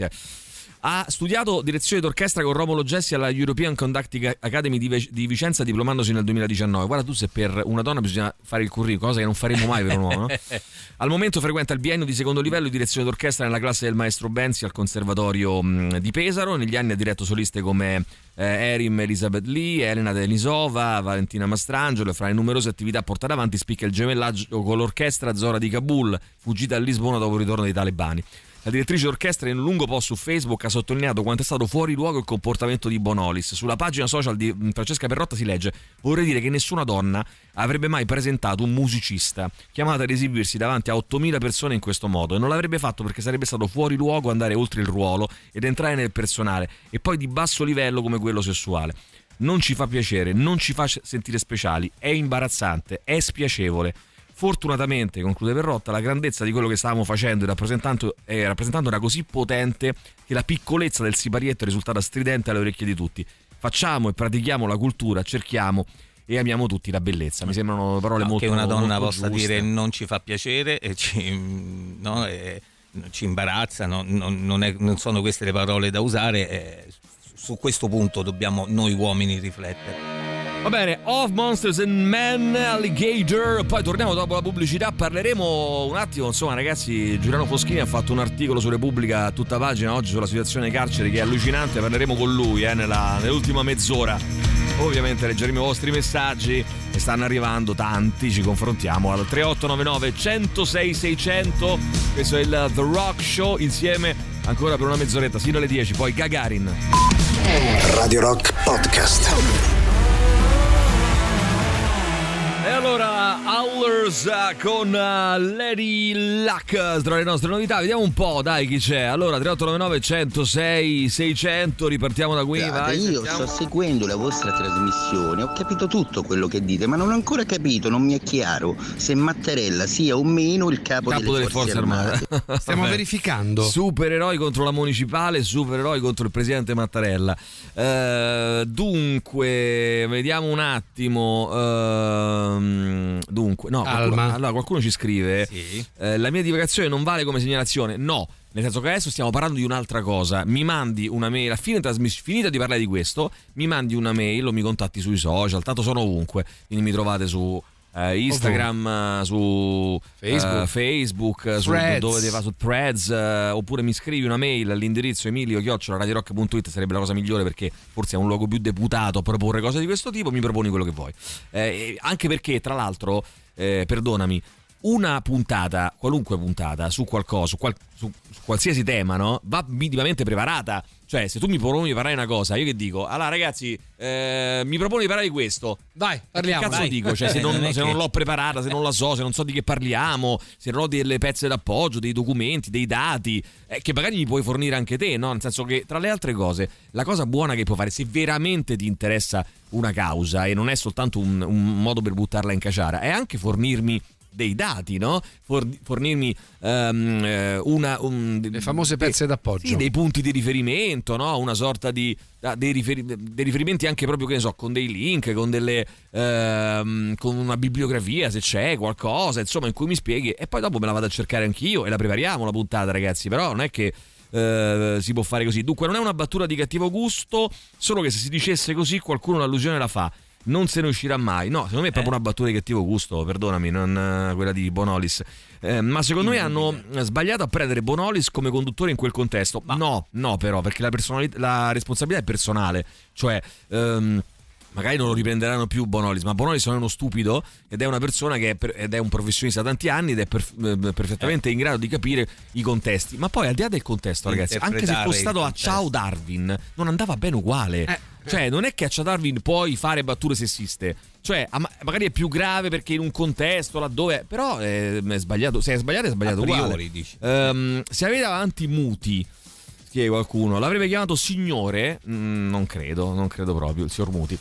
Ha studiato direzione d'orchestra con Romolo Gessi alla European Conducting Academy di, di Vicenza, diplomandosi nel duemiladiciannove. Guarda tu, se per una donna bisogna fare il curriculum, cosa che non faremo mai per un uomo, no? Al momento frequenta il biennio di secondo livello di direzione d'orchestra nella classe del maestro Benzi al Conservatorio mh, di Pesaro. Negli anni ha diretto soliste come eh, Erim Elizabeth Lee, Elena Denisova, Valentina Mastrangelo, e fra le numerose attività portate avanti spicca il gemellaggio con l'orchestra Zora di Kabul, fuggita a Lisbona dopo il ritorno dei talebani. La direttrice d'orchestra in un lungo post su Facebook ha sottolineato quanto è stato fuori luogo il comportamento di Bonolis. Sulla pagina social di Francesca Perrotta si legge: vorrei dire che nessuna donna avrebbe mai presentato un musicista chiamata ad esibirsi davanti a ottomila persone in questo modo, e non l'avrebbe fatto perché sarebbe stato fuori luogo andare oltre il ruolo ed entrare nel personale, e poi di basso livello come quello sessuale. Non ci fa piacere, non ci fa sentire speciali, è imbarazzante, è spiacevole. Fortunatamente, conclude Perrotta, la grandezza di quello che stavamo facendo e rappresentando, eh, rappresentando era così potente che la piccolezza del siparietto è risultata stridente alle orecchie di tutti. Facciamo e pratichiamo la cultura, cerchiamo e amiamo tutti la bellezza. Mi sembrano parole no, molto che una donna molto possa giuste. dire non ci fa piacere e ci, no, e ci imbarazza, no, non, non, è, non sono queste le parole da usare. E su questo punto dobbiamo noi uomini riflettere. Va bene, Of Monsters and Men, Alligator. Poi torniamo dopo la pubblicità, parleremo un attimo, insomma ragazzi, Giuliano Foschini ha fatto un articolo su Repubblica a tutta pagina oggi sulla situazione carceri che è allucinante, parleremo con lui eh, nella, nell'ultima mezz'ora. Ovviamente leggeremo i vostri messaggi e stanno arrivando tanti, ci confrontiamo al tre otto nove nove uno zero sei sei zero zero. Questo è il The Rock Show, insieme ancora per una mezz'oretta sino alle dieci, poi Gagarin. Radio Rock Podcast. E allora, Howlers con uh, Lady Luck tra le nostre novità. Vediamo un po', dai, chi c'è. Allora, tre otto nove nove uno zero sei sei zero zero, ripartiamo da qui. Guarda, vai, io sentiamo. sto seguendo la vostra trasmissione, ho capito tutto quello che dite, ma non ho ancora capito, non mi è chiaro se Mattarella sia o meno il capo, Capo delle, delle forze, forze armate. armate. Stiamo Vabbè. verificando. Supereroi contro la municipale, supereroi contro il presidente Mattarella. Eh, dunque, vediamo un attimo. Ehm, dunque, no, qualcuno, allora, qualcuno ci scrive: sì. eh, la mia divagazione non vale come segnalazione. No, nel senso che adesso stiamo parlando di un'altra cosa. Mi mandi una mail, a fine trasmissione, finita di parlare di questo, mi mandi una mail o mi contatti sui social, tanto sono ovunque, quindi mi trovate su Uh, Instagram, uh, su Facebook, uh, Facebook su, dove ti va, su Threads, uh, oppure mi scrivi una mail all'indirizzo emilio chiocciola radiorock punto it, sarebbe la cosa migliore perché forse è un luogo più deputato a proporre cose di questo tipo. Mi proponi quello che vuoi, eh, anche perché tra l'altro eh, perdonami, una puntata, qualunque puntata, su qualcosa, su, qual, su, su qualsiasi tema, no? Va minimamente preparata. Cioè, se tu mi proponi di parlare di una cosa, io che dico? Allora, ragazzi, eh, mi proponi di parlare di questo. Vai, parliamo. Che cazzo vai. dico? Cioè, se, non, non se che... non l'ho preparata, se non la so, se non so di che parliamo, se non ho delle pezze d'appoggio, dei documenti, dei dati, eh, che magari mi puoi fornire anche te, no? Nel senso che, tra le altre cose, la cosa buona che puoi fare, se veramente ti interessa una causa e non è soltanto un, un modo per buttarla in caciara, è anche fornirmi dei dati, no? Fornirmi um, una un, le famose pezze dei, d'appoggio, sì, dei punti di riferimento, no? Una sorta di dei, riferi, dei riferimenti anche proprio, che ne so, con dei link, con delle um, con una bibliografia, se c'è qualcosa, insomma, in cui mi spieghi, e poi dopo me la vado a cercare anch'io e la prepariamo la puntata, ragazzi. Però non è che Uh, si può fare così. Dunque non è una battuta di cattivo gusto, solo che se si dicesse così qualcuno l'allusione la fa, non se ne uscirà mai. No, secondo me è proprio eh. una battuta di cattivo gusto, perdonami, non uh, quella di Bonolis. Eh, ma secondo me hanno sbagliato a prendere Bonolis come conduttore in quel contesto. Ma no, no, però, perché la, personalità, la responsabilità è personale. Cioè, um, magari non lo riprenderanno più Bonolis, ma Bonolis non è uno stupido ed è una persona che è per, ed è un professionista da tanti anni ed è per, eh, perfettamente eh. in grado di capire i contesti. Ma poi, al di là del contesto, ragazzi, anche se fosse stato a Ciao Darwin, non andava bene uguale. Eh. Cioè, non è che a Ciao Darwin puoi fare battute sessiste. Cioè, magari è più grave perché in un contesto laddove, però è, è sbagliato. Se è sbagliato, è sbagliato uguale. Um, se avete avanti Muti, scrive qualcuno, l'avrebbe chiamato signore? Mm, non credo, non credo proprio, il signor Muti.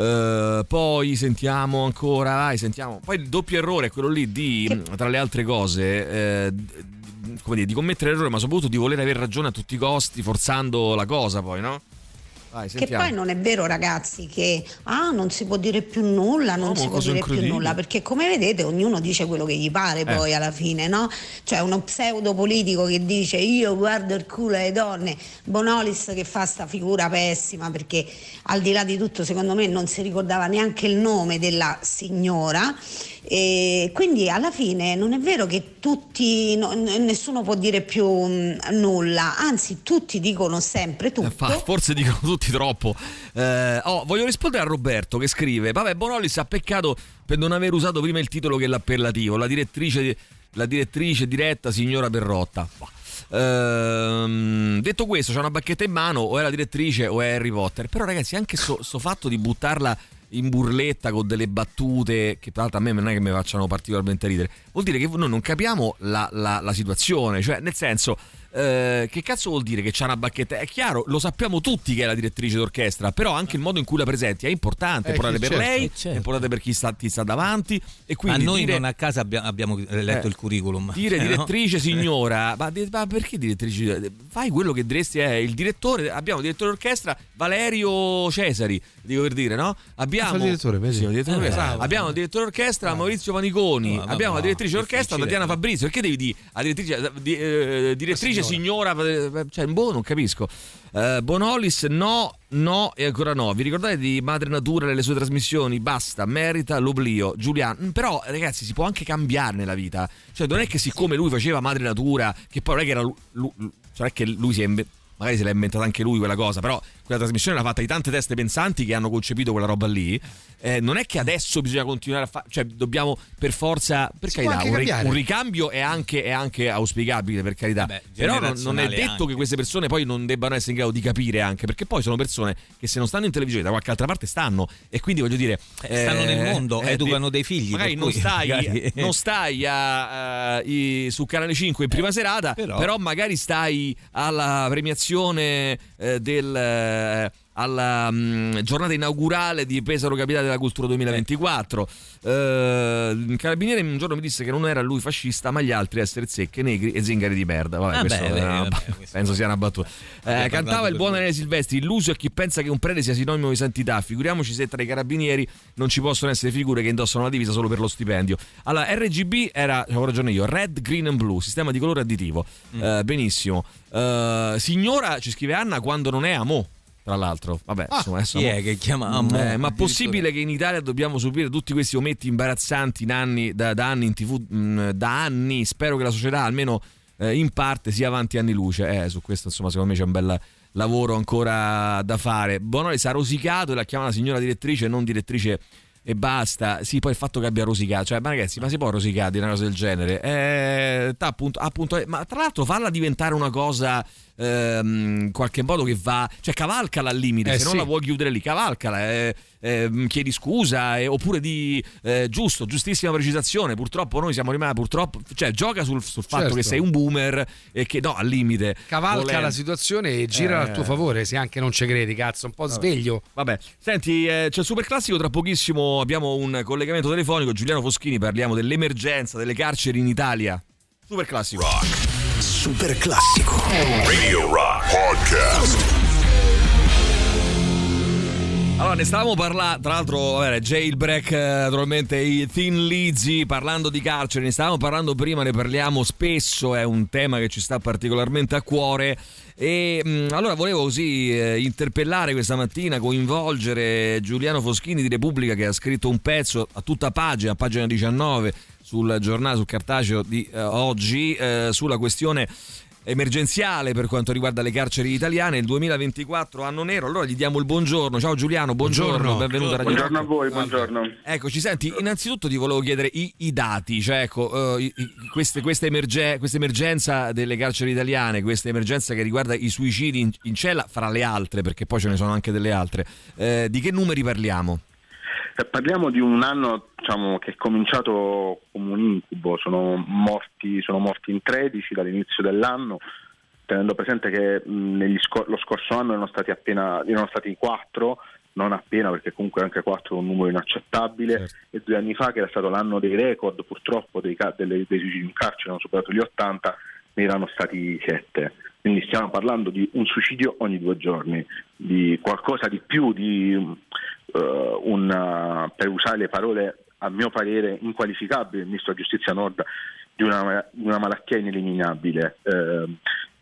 Uh, poi sentiamo ancora, vai, sentiamo. Poi il doppio errore è quello lì di, che... tra le altre cose, eh, come dire, di commettere l'errore, ma soprattutto di voler avere ragione a tutti i costi, forzando la cosa, poi, no? Vai, che poi non è vero, ragazzi, che ah, non si può dire più nulla, non no, si può dire più nulla, perché come vedete ognuno dice quello che gli pare, eh. poi alla fine, no? Cioè uno pseudo politico che dice io guardo il culo alle donne, Bonolis che fa sta figura pessima, perché al di là di tutto secondo me non si ricordava neanche il nome della signora, e quindi alla fine non è vero che tutti no, nessuno può dire più mh, nulla, anzi tutti dicono sempre tutto. Forse dicono tutti troppo. eh, oh, voglio rispondere a Roberto che scrive: vabbè, Bonolis ha peccato per non aver usato prima il titolo che l'appellativo, la direttrice la direttrice diretta signora Perrotta. Ehm, detto questo, c'è una bacchetta in mano, o è la direttrice o è Harry Potter. Però ragazzi, anche sto so fatto di buttarla in burletta con delle battute che tra l'altro a me non è che mi facciano particolarmente ridere, vuol dire che noi non capiamo la, la, la situazione. Cioè, nel senso, eh, che cazzo vuol dire che c'ha una bacchetta? È chiaro, lo sappiamo tutti che è la direttrice d'orchestra, però anche il modo in cui la presenti è importante, è importante eh, per certo, lei, certo. è importante per chi sta, chi sta davanti. E quindi a noi dire, non a casa abbiamo, abbiamo letto eh, il curriculum. Dire eh, direttrice no? signora, ma, ma perché direttrice? Fai quello che dovresti, è il direttore. Abbiamo il direttore d'orchestra Valerio Cesari, dico per dire, no? Abbiamo il direttore, sì, il direttore eh, bravo, abbiamo il direttore d'orchestra Maurizio Paniconi, no, abbiamo no, la direttrice d'orchestra Tatiana Fabrizio. Perché devi dire a direttrice, di, eh, direttrice signora, signora, cioè boh, non capisco. Uh, Bonolis no, no e ancora no. Vi ricordate di Madre Natura nelle sue trasmissioni? Basta, merita l'oblio. Giuliano, però ragazzi, si può anche cambiare nella vita. Cioè non è che siccome lui faceva Madre Natura, che poi non è che era lui, lui, cioè è che lui si è inve- magari se l'ha inventata anche lui quella cosa, però quella trasmissione era fatta di tante teste pensanti che hanno concepito quella roba lì. Eh, non è che adesso bisogna continuare a fare, cioè dobbiamo per forza, per si carità, un, ri- un ricambio è anche, è anche auspicabile, per carità. Vabbè, però non, non è detto anche che queste persone poi non debbano essere in grado di capire, anche perché poi sono persone che se non stanno in televisione da qualche altra parte stanno, e quindi voglio dire eh, stanno nel mondo, eh, educano dei figli, magari non stai, magari... non stai a, a, i, su Canale cinque in prima eh, serata, però... però magari stai alla premiazione eh, del eh, alla um, giornata inaugurale di Pesaro Capitale della Cultura duemilaventiquattro. Eh. Uh, il carabiniere un giorno mi disse che non era lui fascista, ma gli altri essere zecche, negri e zingari di merda. Vabbè, ah questo beh, una, vabbè, questo penso sia una battuta. Eh, cantava il buon Daniele Silvestri: illuso è chi pensa che un prete sia sinonimo di santità. Figuriamoci se tra i carabinieri non ci possono essere figure che indossano la divisa solo per lo stipendio. Allora, R G B era, avevo ragione io, Red, Green and Blue, sistema di colore additivo. Mm. Uh, benissimo. Uh, signora, ci scrive Anna, quando non è amo. Tra l'altro, vabbè, ah, insomma, adesso chi è che chiama Ammo? Eh, ma possibile che in Italia dobbiamo subire tutti questi ometti imbarazzanti in anni, da, da anni in tivù, mh, da anni? Spero che la società almeno eh, in parte sia avanti anni luce. Eh, su questo, insomma, secondo me c'è un bel lavoro ancora da fare. Bonolis ha rosicato e la chiama la signora direttrice, non direttrice e basta. Sì, poi il fatto che abbia rosicato, cioè, ma ragazzi, ma si può rosicare di una cosa del genere? Eh, ta, appunto, appunto, ma tra l'altro farla diventare una cosa ehm, in qualche modo che va, cioè cavalcala al limite, eh, se non sì. la vuoi chiudere lì, cavalcala, eh, eh, chiedi scusa, eh, oppure di eh, giusto, giustissima precisazione, purtroppo noi siamo rimasti, purtroppo, cioè gioca sul, sul fatto Certo. che sei un boomer e che no, al limite. Cavalca volendo. la situazione e gira Eh. al tuo favore, se anche non ci credi, cazzo, un po' sveglio. Vabbè, senti, eh, c'è il super classico, tra pochissimo abbiamo un collegamento telefonico, Giuliano Foschini, parliamo dell'emergenza delle carceri in Italia. Super classico. Super classico. Radio Rock Podcast. Allora, ne stavamo parlando, tra l'altro, vabbè, Jailbreak, eh, naturalmente i Thin Lizzy, parlando di carcere, ne stavamo parlando prima, ne parliamo spesso, è un tema che ci sta particolarmente a cuore. E mh, allora volevo così eh, interpellare questa mattina, coinvolgere Giuliano Foschini di Repubblica, che ha scritto un pezzo a tutta pagina, a pagina diciannove, sul giornale, sul cartaceo di eh, oggi, eh, sulla questione emergenziale per quanto riguarda le carceri italiane, il duemilaventiquattro anno nero. Allora gli diamo il buongiorno. Ciao Giuliano, buongiorno, Buongiorno. benvenuto a Radio Buongiorno a Rock. voi, buongiorno. Ecco, ci senti, innanzitutto ti volevo chiedere i, i dati, cioè ecco, eh, i- i- queste, queste emerge- questa emergenza delle carceri italiane, questa emergenza che riguarda i suicidi in, in cella, fra le altre, perché poi ce ne sono anche delle altre, eh, di che numeri parliamo? Eh, Parliamo di un anno, diciamo, che è cominciato come un incubo, sono morti, sono morti in tredici dall'inizio dell'anno, tenendo presente che mh, negli scor- lo scorso anno erano stati appena erano stati quattro, non appena, perché comunque anche quattro è un numero inaccettabile, Certo. e due anni fa, che era stato l'anno dei record, purtroppo dei, ca- delle- dei suicidi in carcere, hanno superato gli ottanta, ne erano stati sette. Quindi stiamo parlando di un suicidio ogni due giorni, di qualcosa di più di uh, un, per usare le parole a mio parere inqualificabili del Ministro della Giustizia Nord, di una, di una malattia ineliminabile. Eh,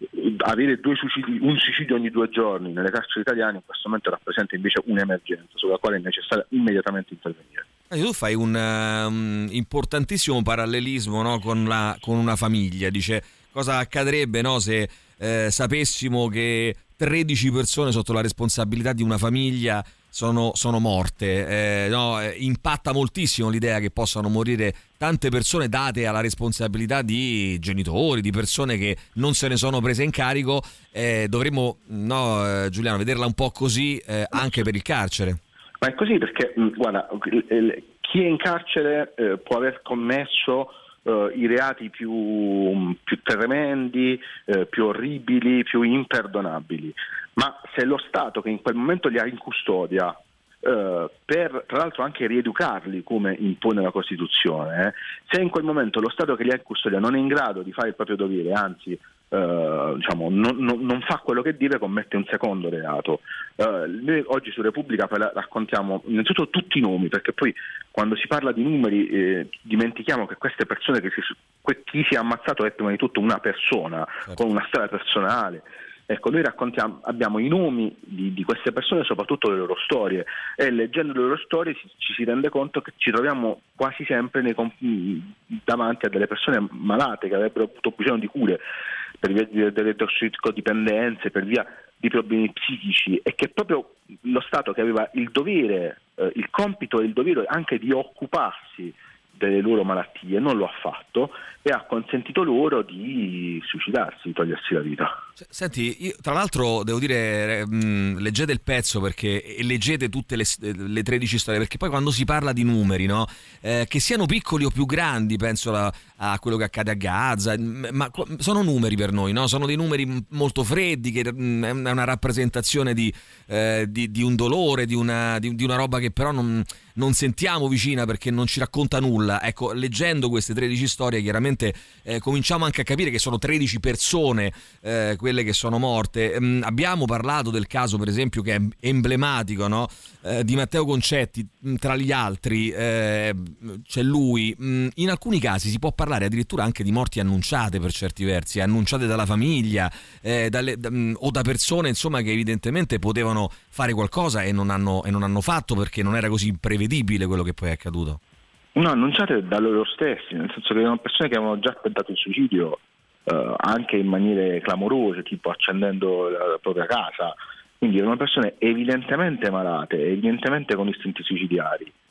avere due suicidi, un suicidio ogni due giorni nelle carceri italiane in questo momento rappresenta invece un'emergenza sulla quale è necessario immediatamente intervenire. Eh, Tu fai un um, importantissimo parallelismo, no, con, la, con una famiglia. Dice, cosa accadrebbe, no, se eh, sapessimo che tredici persone sotto la responsabilità di una famiglia sono, sono morte, eh, no, eh, impatta moltissimo l'idea che possano morire tante persone date alla responsabilità di genitori, di persone che non se ne sono prese in carico. Eh, dovremmo, no, eh, Giuliano, vederla un po' così eh, anche per il carcere. Ma è così perché, mh, guarda, il- il- chi è in carcere eh, può aver commesso eh, i reati più, più tremendi, eh, più orribili, più imperdonabili, ma se lo Stato che in quel momento li ha in custodia, eh, per tra l'altro anche rieducarli come impone la Costituzione, eh, se in quel momento lo Stato che li ha in custodia non è in grado di fare il proprio dovere, anzi Uh, diciamo, non, non, non fa quello che deve, commette un secondo reato. Uh, noi oggi su Repubblica poi la- raccontiamo innanzitutto tutti i nomi, perché poi quando si parla di numeri eh, dimentichiamo che queste persone, che si, que- chi si è ammazzato è prima di tutto una persona, Certo. con una storia personale. Ecco, noi raccontiamo, abbiamo i nomi di, di queste persone e soprattutto le loro storie, e leggendo le loro storie ci, ci si rende conto che ci troviamo quasi sempre nei, com- davanti a delle persone malate che avrebbero avuto bisogno di cure per via di- delle tossicodipendenze, per via di problemi psichici, e che proprio lo Stato, che aveva il dovere, eh, il compito e il dovere anche di occuparsi delle loro malattie, non lo ha fatto e ha consentito loro di suicidarsi, di togliersi la vita. Senti, io, tra l'altro devo dire, mh, leggete il pezzo, perché e leggete tutte le, le tredici storie, perché poi quando si parla di numeri, no, eh, che siano piccoli o più grandi, penso la, a quello che accade a Gaza, m- ma qu- sono numeri per noi, no? Sono dei numeri m- molto freddi, che mh, è una rappresentazione di, eh, di, di un dolore, di una, di, di una roba che però non, non sentiamo vicina perché non ci racconta nulla. Ecco, leggendo queste tredici storie chiaramente eh, cominciamo anche a capire che sono tredici persone eh, quelle che sono morte. Mm, abbiamo parlato del caso, per esempio, che è emblematico, no? Eh, di Matteo Concetti, mh, tra gli altri eh, c'è lui. Mm, in alcuni casi si può parlare addirittura anche di morti annunciate, per certi versi, annunciate dalla famiglia eh, dalle, da, mh, o da persone, insomma, che evidentemente potevano fare qualcosa e non hanno, e non hanno fatto, perché non era così prevedibile quello che poi è accaduto. No, annunciate da loro stessi, nel senso che erano persone che avevano già tentato il suicidio eh, anche in maniere clamorose, tipo accendendo la, la propria casa. Quindi erano persone evidentemente malate, evidentemente con istinti suicidiari.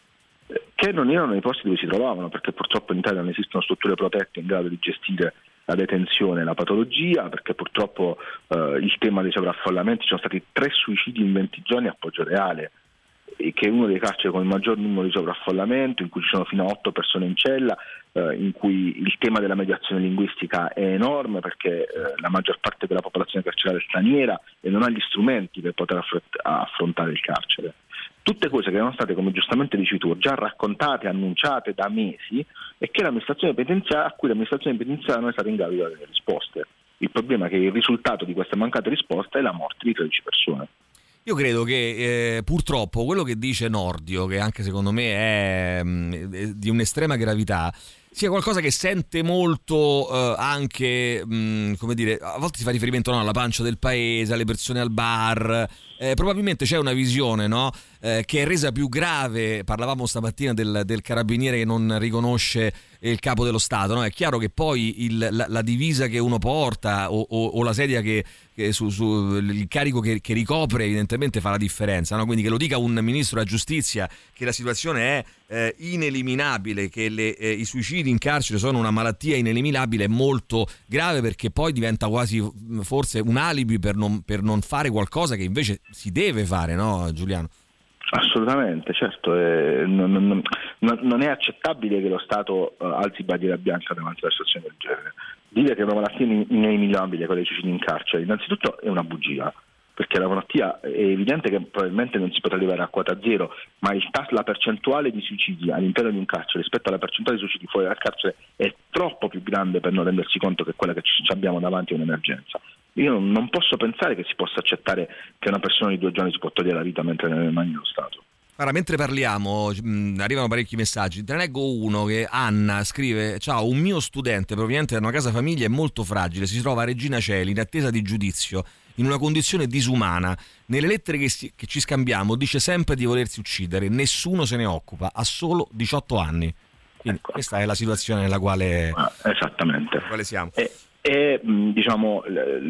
che non erano nei posti dove si trovavano, perché purtroppo in Italia non esistono strutture protette in grado di gestire la detenzione e la patologia, perché purtroppo eh, il tema dei sovraffollamenti, ci sono stati tre suicidi in venti giorni a Poggioreale, che è uno dei carceri con il maggior numero di sovraffollamento, in cui ci sono fino a otto persone in cella, eh, in cui il tema della mediazione linguistica è enorme, perché eh, la maggior parte della popolazione carceraria è straniera e non ha gli strumenti per poter affront- affrontare il carcere. Tutte cose che erano state, come giustamente dici tu, già raccontate, annunciate da mesi, e che l'amministrazione penitenziaria, a cui l'amministrazione penitenziaria non è stata in grado di dare risposte. Il problema è che il risultato di queste mancate risposte è la morte di tredici persone. Io credo che eh, purtroppo quello che dice Nordio, che anche secondo me è, è di un'estrema gravità, sia qualcosa che sente molto eh, anche, mh, come dire, a volte si fa riferimento, no, alla pancia del paese, alle persone al bar. Eh, probabilmente c'è una visione, no, eh, che è resa più grave. Parlavamo stamattina del, del carabiniere che non riconosce il capo dello Stato, no? È chiaro che poi il, la, la divisa che uno porta o, o, o la sedia che, che su, su il carico che, che ricopre evidentemente fa la differenza, no? Quindi che lo dica un ministro della giustizia che la situazione è eh, ineliminabile, che le, eh, i suicidi in carcere sono una malattia ineliminabile, è molto grave, perché poi diventa quasi forse un alibi per non, per non fare qualcosa che invece si deve fare, no, Giuliano? Assolutamente, certo, eh, non, non, non è accettabile che lo Stato uh, alzi bandiera bianca davanti a una situazione del genere. Dire che è una malattia ineliminabile quella dei suicidi in carcere, innanzitutto è una bugia, perché la malattia è evidente che probabilmente non si potrà arrivare a quota zero, ma il tasso, la percentuale di suicidi all'interno di un carcere rispetto alla percentuale di suicidi fuori dal carcere è troppo più grande per non rendersi conto che quella che ci abbiamo davanti è un'emergenza. Io non posso pensare che si possa accettare che una persona di due giorni si può togliere la vita mentre è nelle mani dello Stato. Allora, mentre parliamo, mh, arrivano parecchi messaggi. Te ne leggo uno che Anna scrive: ciao, un mio studente proveniente da una casa famiglia è molto fragile, si trova a Regina Coeli in attesa di giudizio, in una condizione disumana. Nelle lettere che, si, che ci scambiamo dice sempre di volersi uccidere, nessuno se ne occupa, ha solo diciotto anni. Quindi ecco, questa è la situazione nella quale, ah, esattamente. nella quale siamo. E, e diciamo,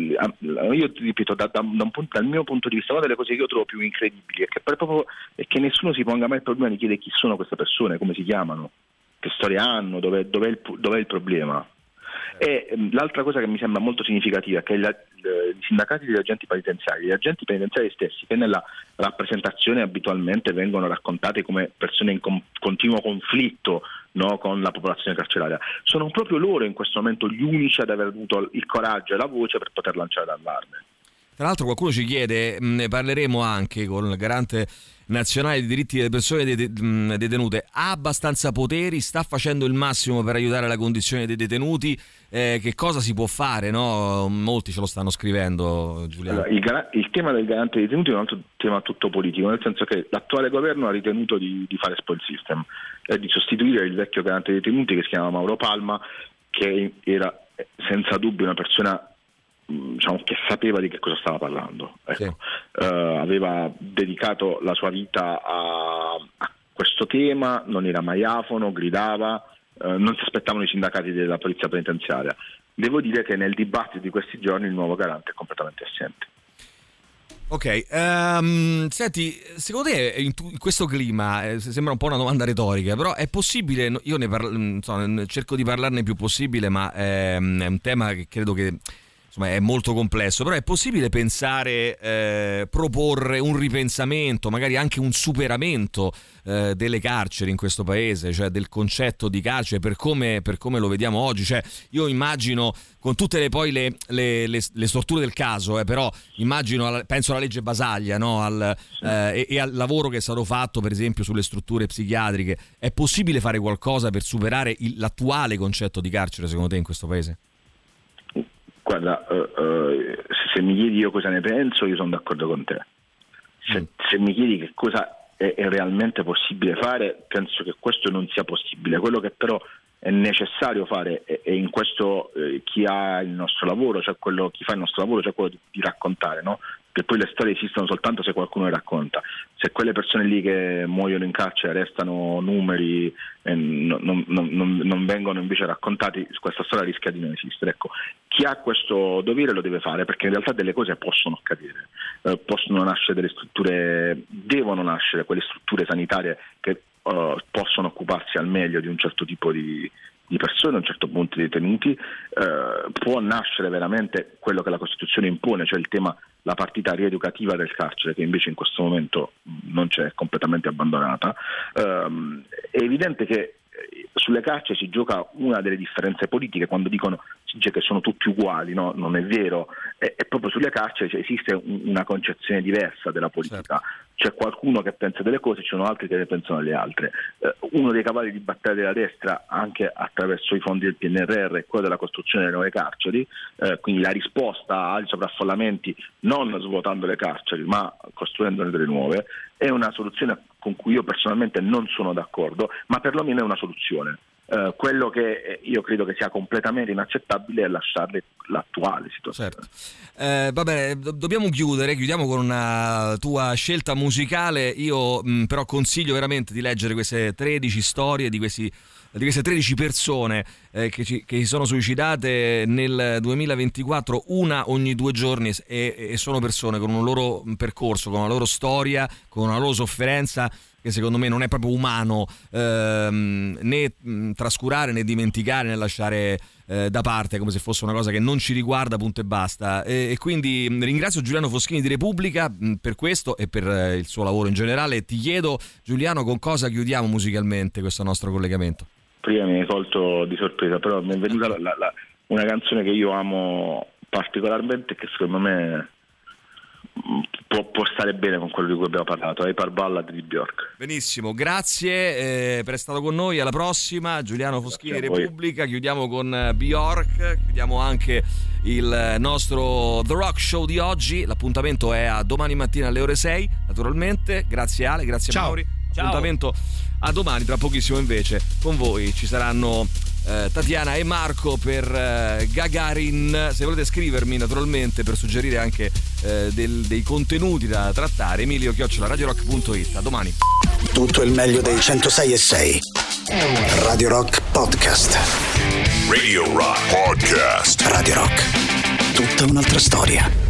io ti ripeto, da, da, da un punto, dal mio punto di vista, una delle cose che io trovo più incredibili è che, per proprio, è che nessuno si ponga mai il problema di chiedere chi sono queste persone, come si chiamano, che storia hanno, dov'è, dov'è, il, dov'è il problema. E l'altra cosa che mi sembra molto significativa è che la, i sindacati degli agenti penitenziari, gli agenti penitenziari stessi, che nella rappresentazione abitualmente vengono raccontati come persone in com- continuo conflitto, no, con la popolazione carceraria, sono proprio loro in questo momento gli unici ad aver avuto il coraggio e la voce per poter lanciare l'allarme. Tra l'altro qualcuno ci chiede, ne parleremo anche con il garante nazionale dei diritti delle persone detenute, ha abbastanza poteri, sta facendo il massimo per aiutare la condizione dei detenuti, eh, che cosa si può fare, no? Molti ce lo stanno scrivendo, Giuliano. Allora, il, gar- il tema del garante dei detenuti è un altro tema tutto politico, nel senso che l'attuale governo ha ritenuto di, di fare spoil system e di sostituire il vecchio garante dei detenuti che si chiama Mauro Palma, che era senza dubbio una persona, diciamo, che sapeva di che cosa stava parlando, ecco. Sì. Uh, aveva dedicato la sua vita a, a questo tema, non era mai afono, gridava, uh, non si aspettavano i sindacati della polizia penitenziaria. Devo dire che nel dibattito di questi giorni il nuovo garante è completamente assente. Ok, um, senti, secondo te in, tu, in questo clima, eh, sembra un po' una domanda retorica, però è possibile, io ne parlo, insomma, cerco di parlarne il più possibile, ma è, è un tema che credo che insomma è molto complesso, però è possibile pensare, eh, proporre un ripensamento, magari anche un superamento eh, delle carceri in questo paese, cioè del concetto di carcere per come, per come lo vediamo oggi. Cioè io immagino, con tutte le poi le, le, le, le storture del caso, eh, però immagino, alla, penso alla legge Basaglia, no? Al, eh, e, e al lavoro che è stato fatto per esempio sulle strutture psichiatriche. È possibile fare qualcosa per superare il, l'attuale concetto di carcere, secondo te, in questo paese? Guarda, uh, uh, se mi chiedi io cosa ne penso, io sono d'accordo con te. Se, mm. se mi chiedi che cosa è, è realmente possibile fare, penso che questo non sia possibile. Quello che però è necessario fare, e, e in questo eh, chi ha il nostro lavoro, cioè quello, chi fa il nostro lavoro, cioè quello di, di raccontare, no? Che poi le storie esistono soltanto se qualcuno le racconta. Se quelle persone lì che muoiono in carcere restano numeri e non, non, non, non vengono invece raccontati, questa storia rischia di non esistere. Ecco, chi ha questo dovere lo deve fare, perché in realtà delle cose possono accadere, eh, possono nascere delle strutture, devono nascere quelle strutture sanitarie che uh, possono occuparsi al meglio di un certo tipo di, di persone, a un certo punto di detenuti, uh, può nascere veramente quello che la Costituzione impone, cioè il tema, la partita rieducativa del carcere, che invece in questo momento non c'è, è completamente abbandonata. Uh, è evidente che sulle carceri si gioca una delle differenze politiche, quando dicono si dice che sono tutti uguali, no? Non è vero, è, è proprio sulle carceri cioè, esiste un, una concezione diversa della politica. Certo. C'è qualcuno che pensa delle cose, ci sono altri che ne pensano delle altre. Eh, uno dei cavalli di battaglia della destra, anche attraverso i fondi del P N R R, è quello della costruzione delle nuove carceri, eh, quindi la risposta ai sovraffollamenti non svuotando le carceri ma costruendone delle nuove, è una soluzione con cui io personalmente non sono d'accordo, ma perlomeno è una soluzione. Uh, quello che io credo che sia completamente inaccettabile è lasciare l'attuale situazione. Certo. Eh, va bene, do- dobbiamo chiudere, chiudiamo con una tua scelta musicale. Io mh, però consiglio veramente di leggere queste tredici storie di questi di queste tredici persone eh, che, ci, che si sono suicidate nel duemilaventiquattro, una ogni due giorni, e, e sono persone con un loro percorso, con una loro storia, con una loro sofferenza che secondo me non è proprio umano ehm, né mh, trascurare né dimenticare né lasciare eh, da parte, come se fosse una cosa che non ci riguarda, punto e basta. E, e quindi mh, ringrazio Giuliano Foschini di Repubblica mh, per questo e per eh, il suo lavoro in generale. Ti chiedo, Giuliano, con cosa chiudiamo musicalmente questo nostro collegamento? Prima mi hai colto di sorpresa, però mi è venuta la, la, una canzone che io amo particolarmente, che secondo me può, può stare bene con quello di cui abbiamo parlato, Hyper Ballad di Bjork. Benissimo, grazie eh, per essere stato con noi, alla prossima. Giuliano Foschini, Repubblica. Chiudiamo con Bjork, chiudiamo anche il nostro The Rock Show di oggi. L'appuntamento è a domani mattina alle ore sei, naturalmente. Grazie Ale, grazie Ciao. Mauri. Ciao. Appuntamento a domani, tra pochissimo invece con voi ci saranno eh, Tatiana e Marco per eh, Gagarin. Se volete scrivermi naturalmente per suggerire anche eh, del, dei contenuti da trattare, Emilio chiocciola radiorock punto it. A domani. Tutto il meglio dei centosei e sei Radio Rock Podcast. Radio Rock Podcast. Radio Rock, tutta un'altra storia.